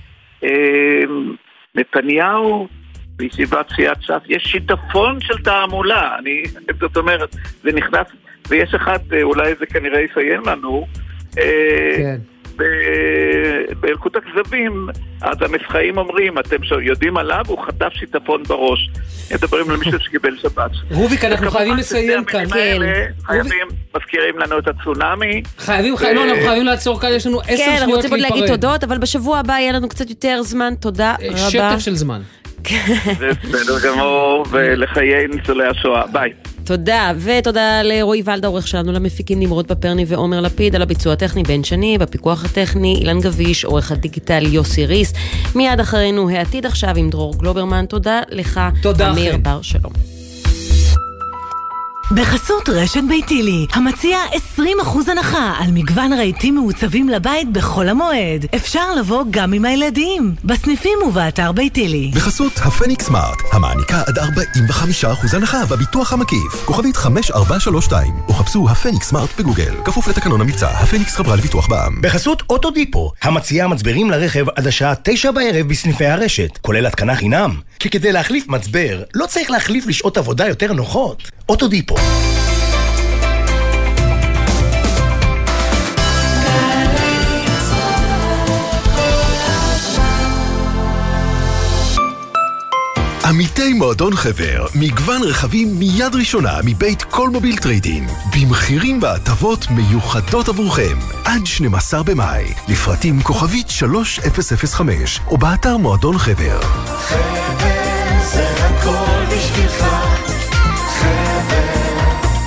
נתניהו בישיבת סיעת ש"ס יש שיטפון של תעמולה, אני, זאת אומרת, זה נכנס, ויש אחד, אולי זה כנראה יסיים לנו, כן. באלקוט הכזבים, אז המסחאים אומרים, אתם יודעים עליו, הוא חטף שיטפון בראש. מדברים על מישהו שקיבל שבת. רוביק, אנחנו חייבים לסיים כאן. חייבים, מזכירים לנו את הצונאמי. חייבים, לא, אנחנו חייבים לעצור כאן, יש לנו עשר שניות להיפרד. כן, אנחנו רוצים עוד להגיד תודות, אבל בשבוע הבא יהיה לנו קצת יותר זמן, תודה רבה. שטף של זמן. זה בסדר גמור, ולחיי ניצולי השואה. ביי. תודה, ותודה לרועי ולדה, עורך שלנו, למפיקים נמרוד פפרני ועומר לפיד, על הביצוע הטכני בן שני, בפיקוח הטכני אילן גביש, עורך הדיגיטל יוסי ריס. מיד אחרינו העתיד עכשיו עם דרור גלוברמן. תודה לך, תודה אמיר בר שלום. בחסות רשת ביתילי, המציע עשרים אחוז הנחה על מגוון רהיטים מעוצבים לבית בחול המועד. אפשר לבוא גם עם הילדים, בסניפים ובאתר ביתילי. בחסות הפניקס סמארט, המעניקה עד ארבעים וחמישה אחוז הנחה בביטוח המקיף. כוכבית חמש ארבע שלוש שתיים, או חפשו הפניקס סמארט בגוגל. כפוף לתקנון המבצע, הפניקס חברה לביטוח בע"מ. בחסות אוטודיפו, המציעה מצברים לרכב עד השעה תשע בערב בסניפי הרשת, כולל התקנה חינם. כי כדי להחליף מצבר, לא צריך להחליף לשעות עבודה יותר נוחות. אוטודיפו. עמיתי מועדון חבר, מגוון רכבים מיד ראשונה מבית כל מוביל טריידין, במחירים והטבות מיוחדות עבורכם, עד שנים עשר במאי, לפרטים כוכבית שלוש אפס אפס חמש, או באתר מועדון חבר. חבר זה הכל בשבילך, חבר.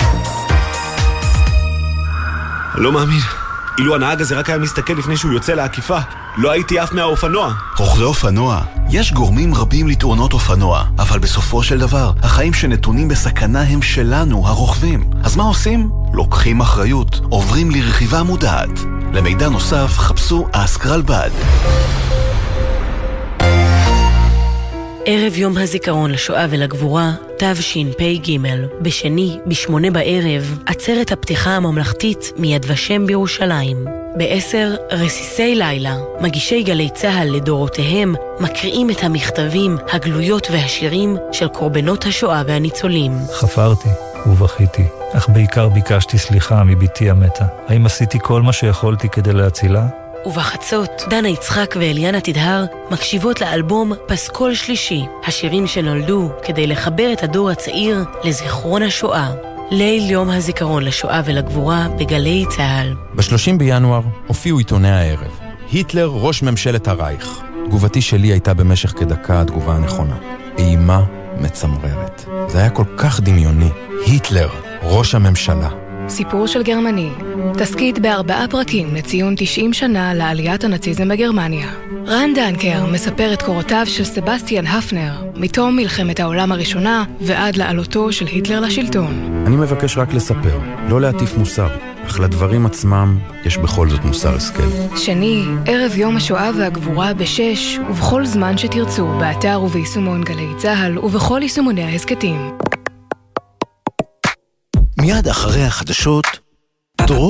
לא מאמין. אילו הנהג הזה רק היה מסתכל לפני שהוא יוצא לעקיפה, לא הייתי אף מהאופנוע. רוכבי אופנוע, יש גורמים רבים לתאונות אופנוע, אבל בסופו של דבר, החיים שנתונים בסכנה הם שלנו, הרוכבים. אז מה עושים? לוקחים אחריות, עוברים לרכיבה מודעת. למידע נוסף, חפשו אסקרלבד. ערב יום הזיכרון לשואה ולגבורה, תשפ"ג, בשני, בשמונה בערב, עצרת הפתיחה הממלכתית מיד ושם בירושלים. בעשר, רסיסי לילה, מגישי גלי צהל לדורותיהם, מקריאים את המכתבים, הגלויות והשירים של קורבנות השואה והניצולים. חפרתי ובכיתי, אך בעיקר ביקשתי סליחה מביתי המתה. האם עשיתי כל מה שיכולתי כדי להצילה? ובחצות, דנה יצחק ואליאנה תדהר מקשיבות לאלבום פסקול שלישי, השירים שנולדו כדי לחבר את הדור הצעיר לזיכרון השואה. ליל יום הזיכרון לשואה ולגבורה בגלי צהל. ב-שלושים בינואר הופיעו עיתוני הערב. היטלר ראש ממשלת הרייך. תגובתי שלי הייתה במשך כדקה התגובה הנכונה. אימה מצמררת. זה היה כל כך דמיוני. היטלר, ראש הממשלה. סיפור של גרמני, תסקית בארבעה פרקים לציון תשעים שנה לעליית הנאציזם בגרמניה. רן דנקר מספר את קורותיו של סבסטיאן הפנר, מתום מלחמת העולם הראשונה ועד לעלותו של היטלר לשלטון. אני מבקש רק לספר, לא להטיף מוסר, אך לדברים עצמם יש בכל זאת מוסר השכל. שני, ערב יום השואה והגבורה בשש, ובכל זמן שתרצו, באתר וביישומון גלי צהל ובכל יישומוני ההסקטים. מיד אחרי החדשות, דרור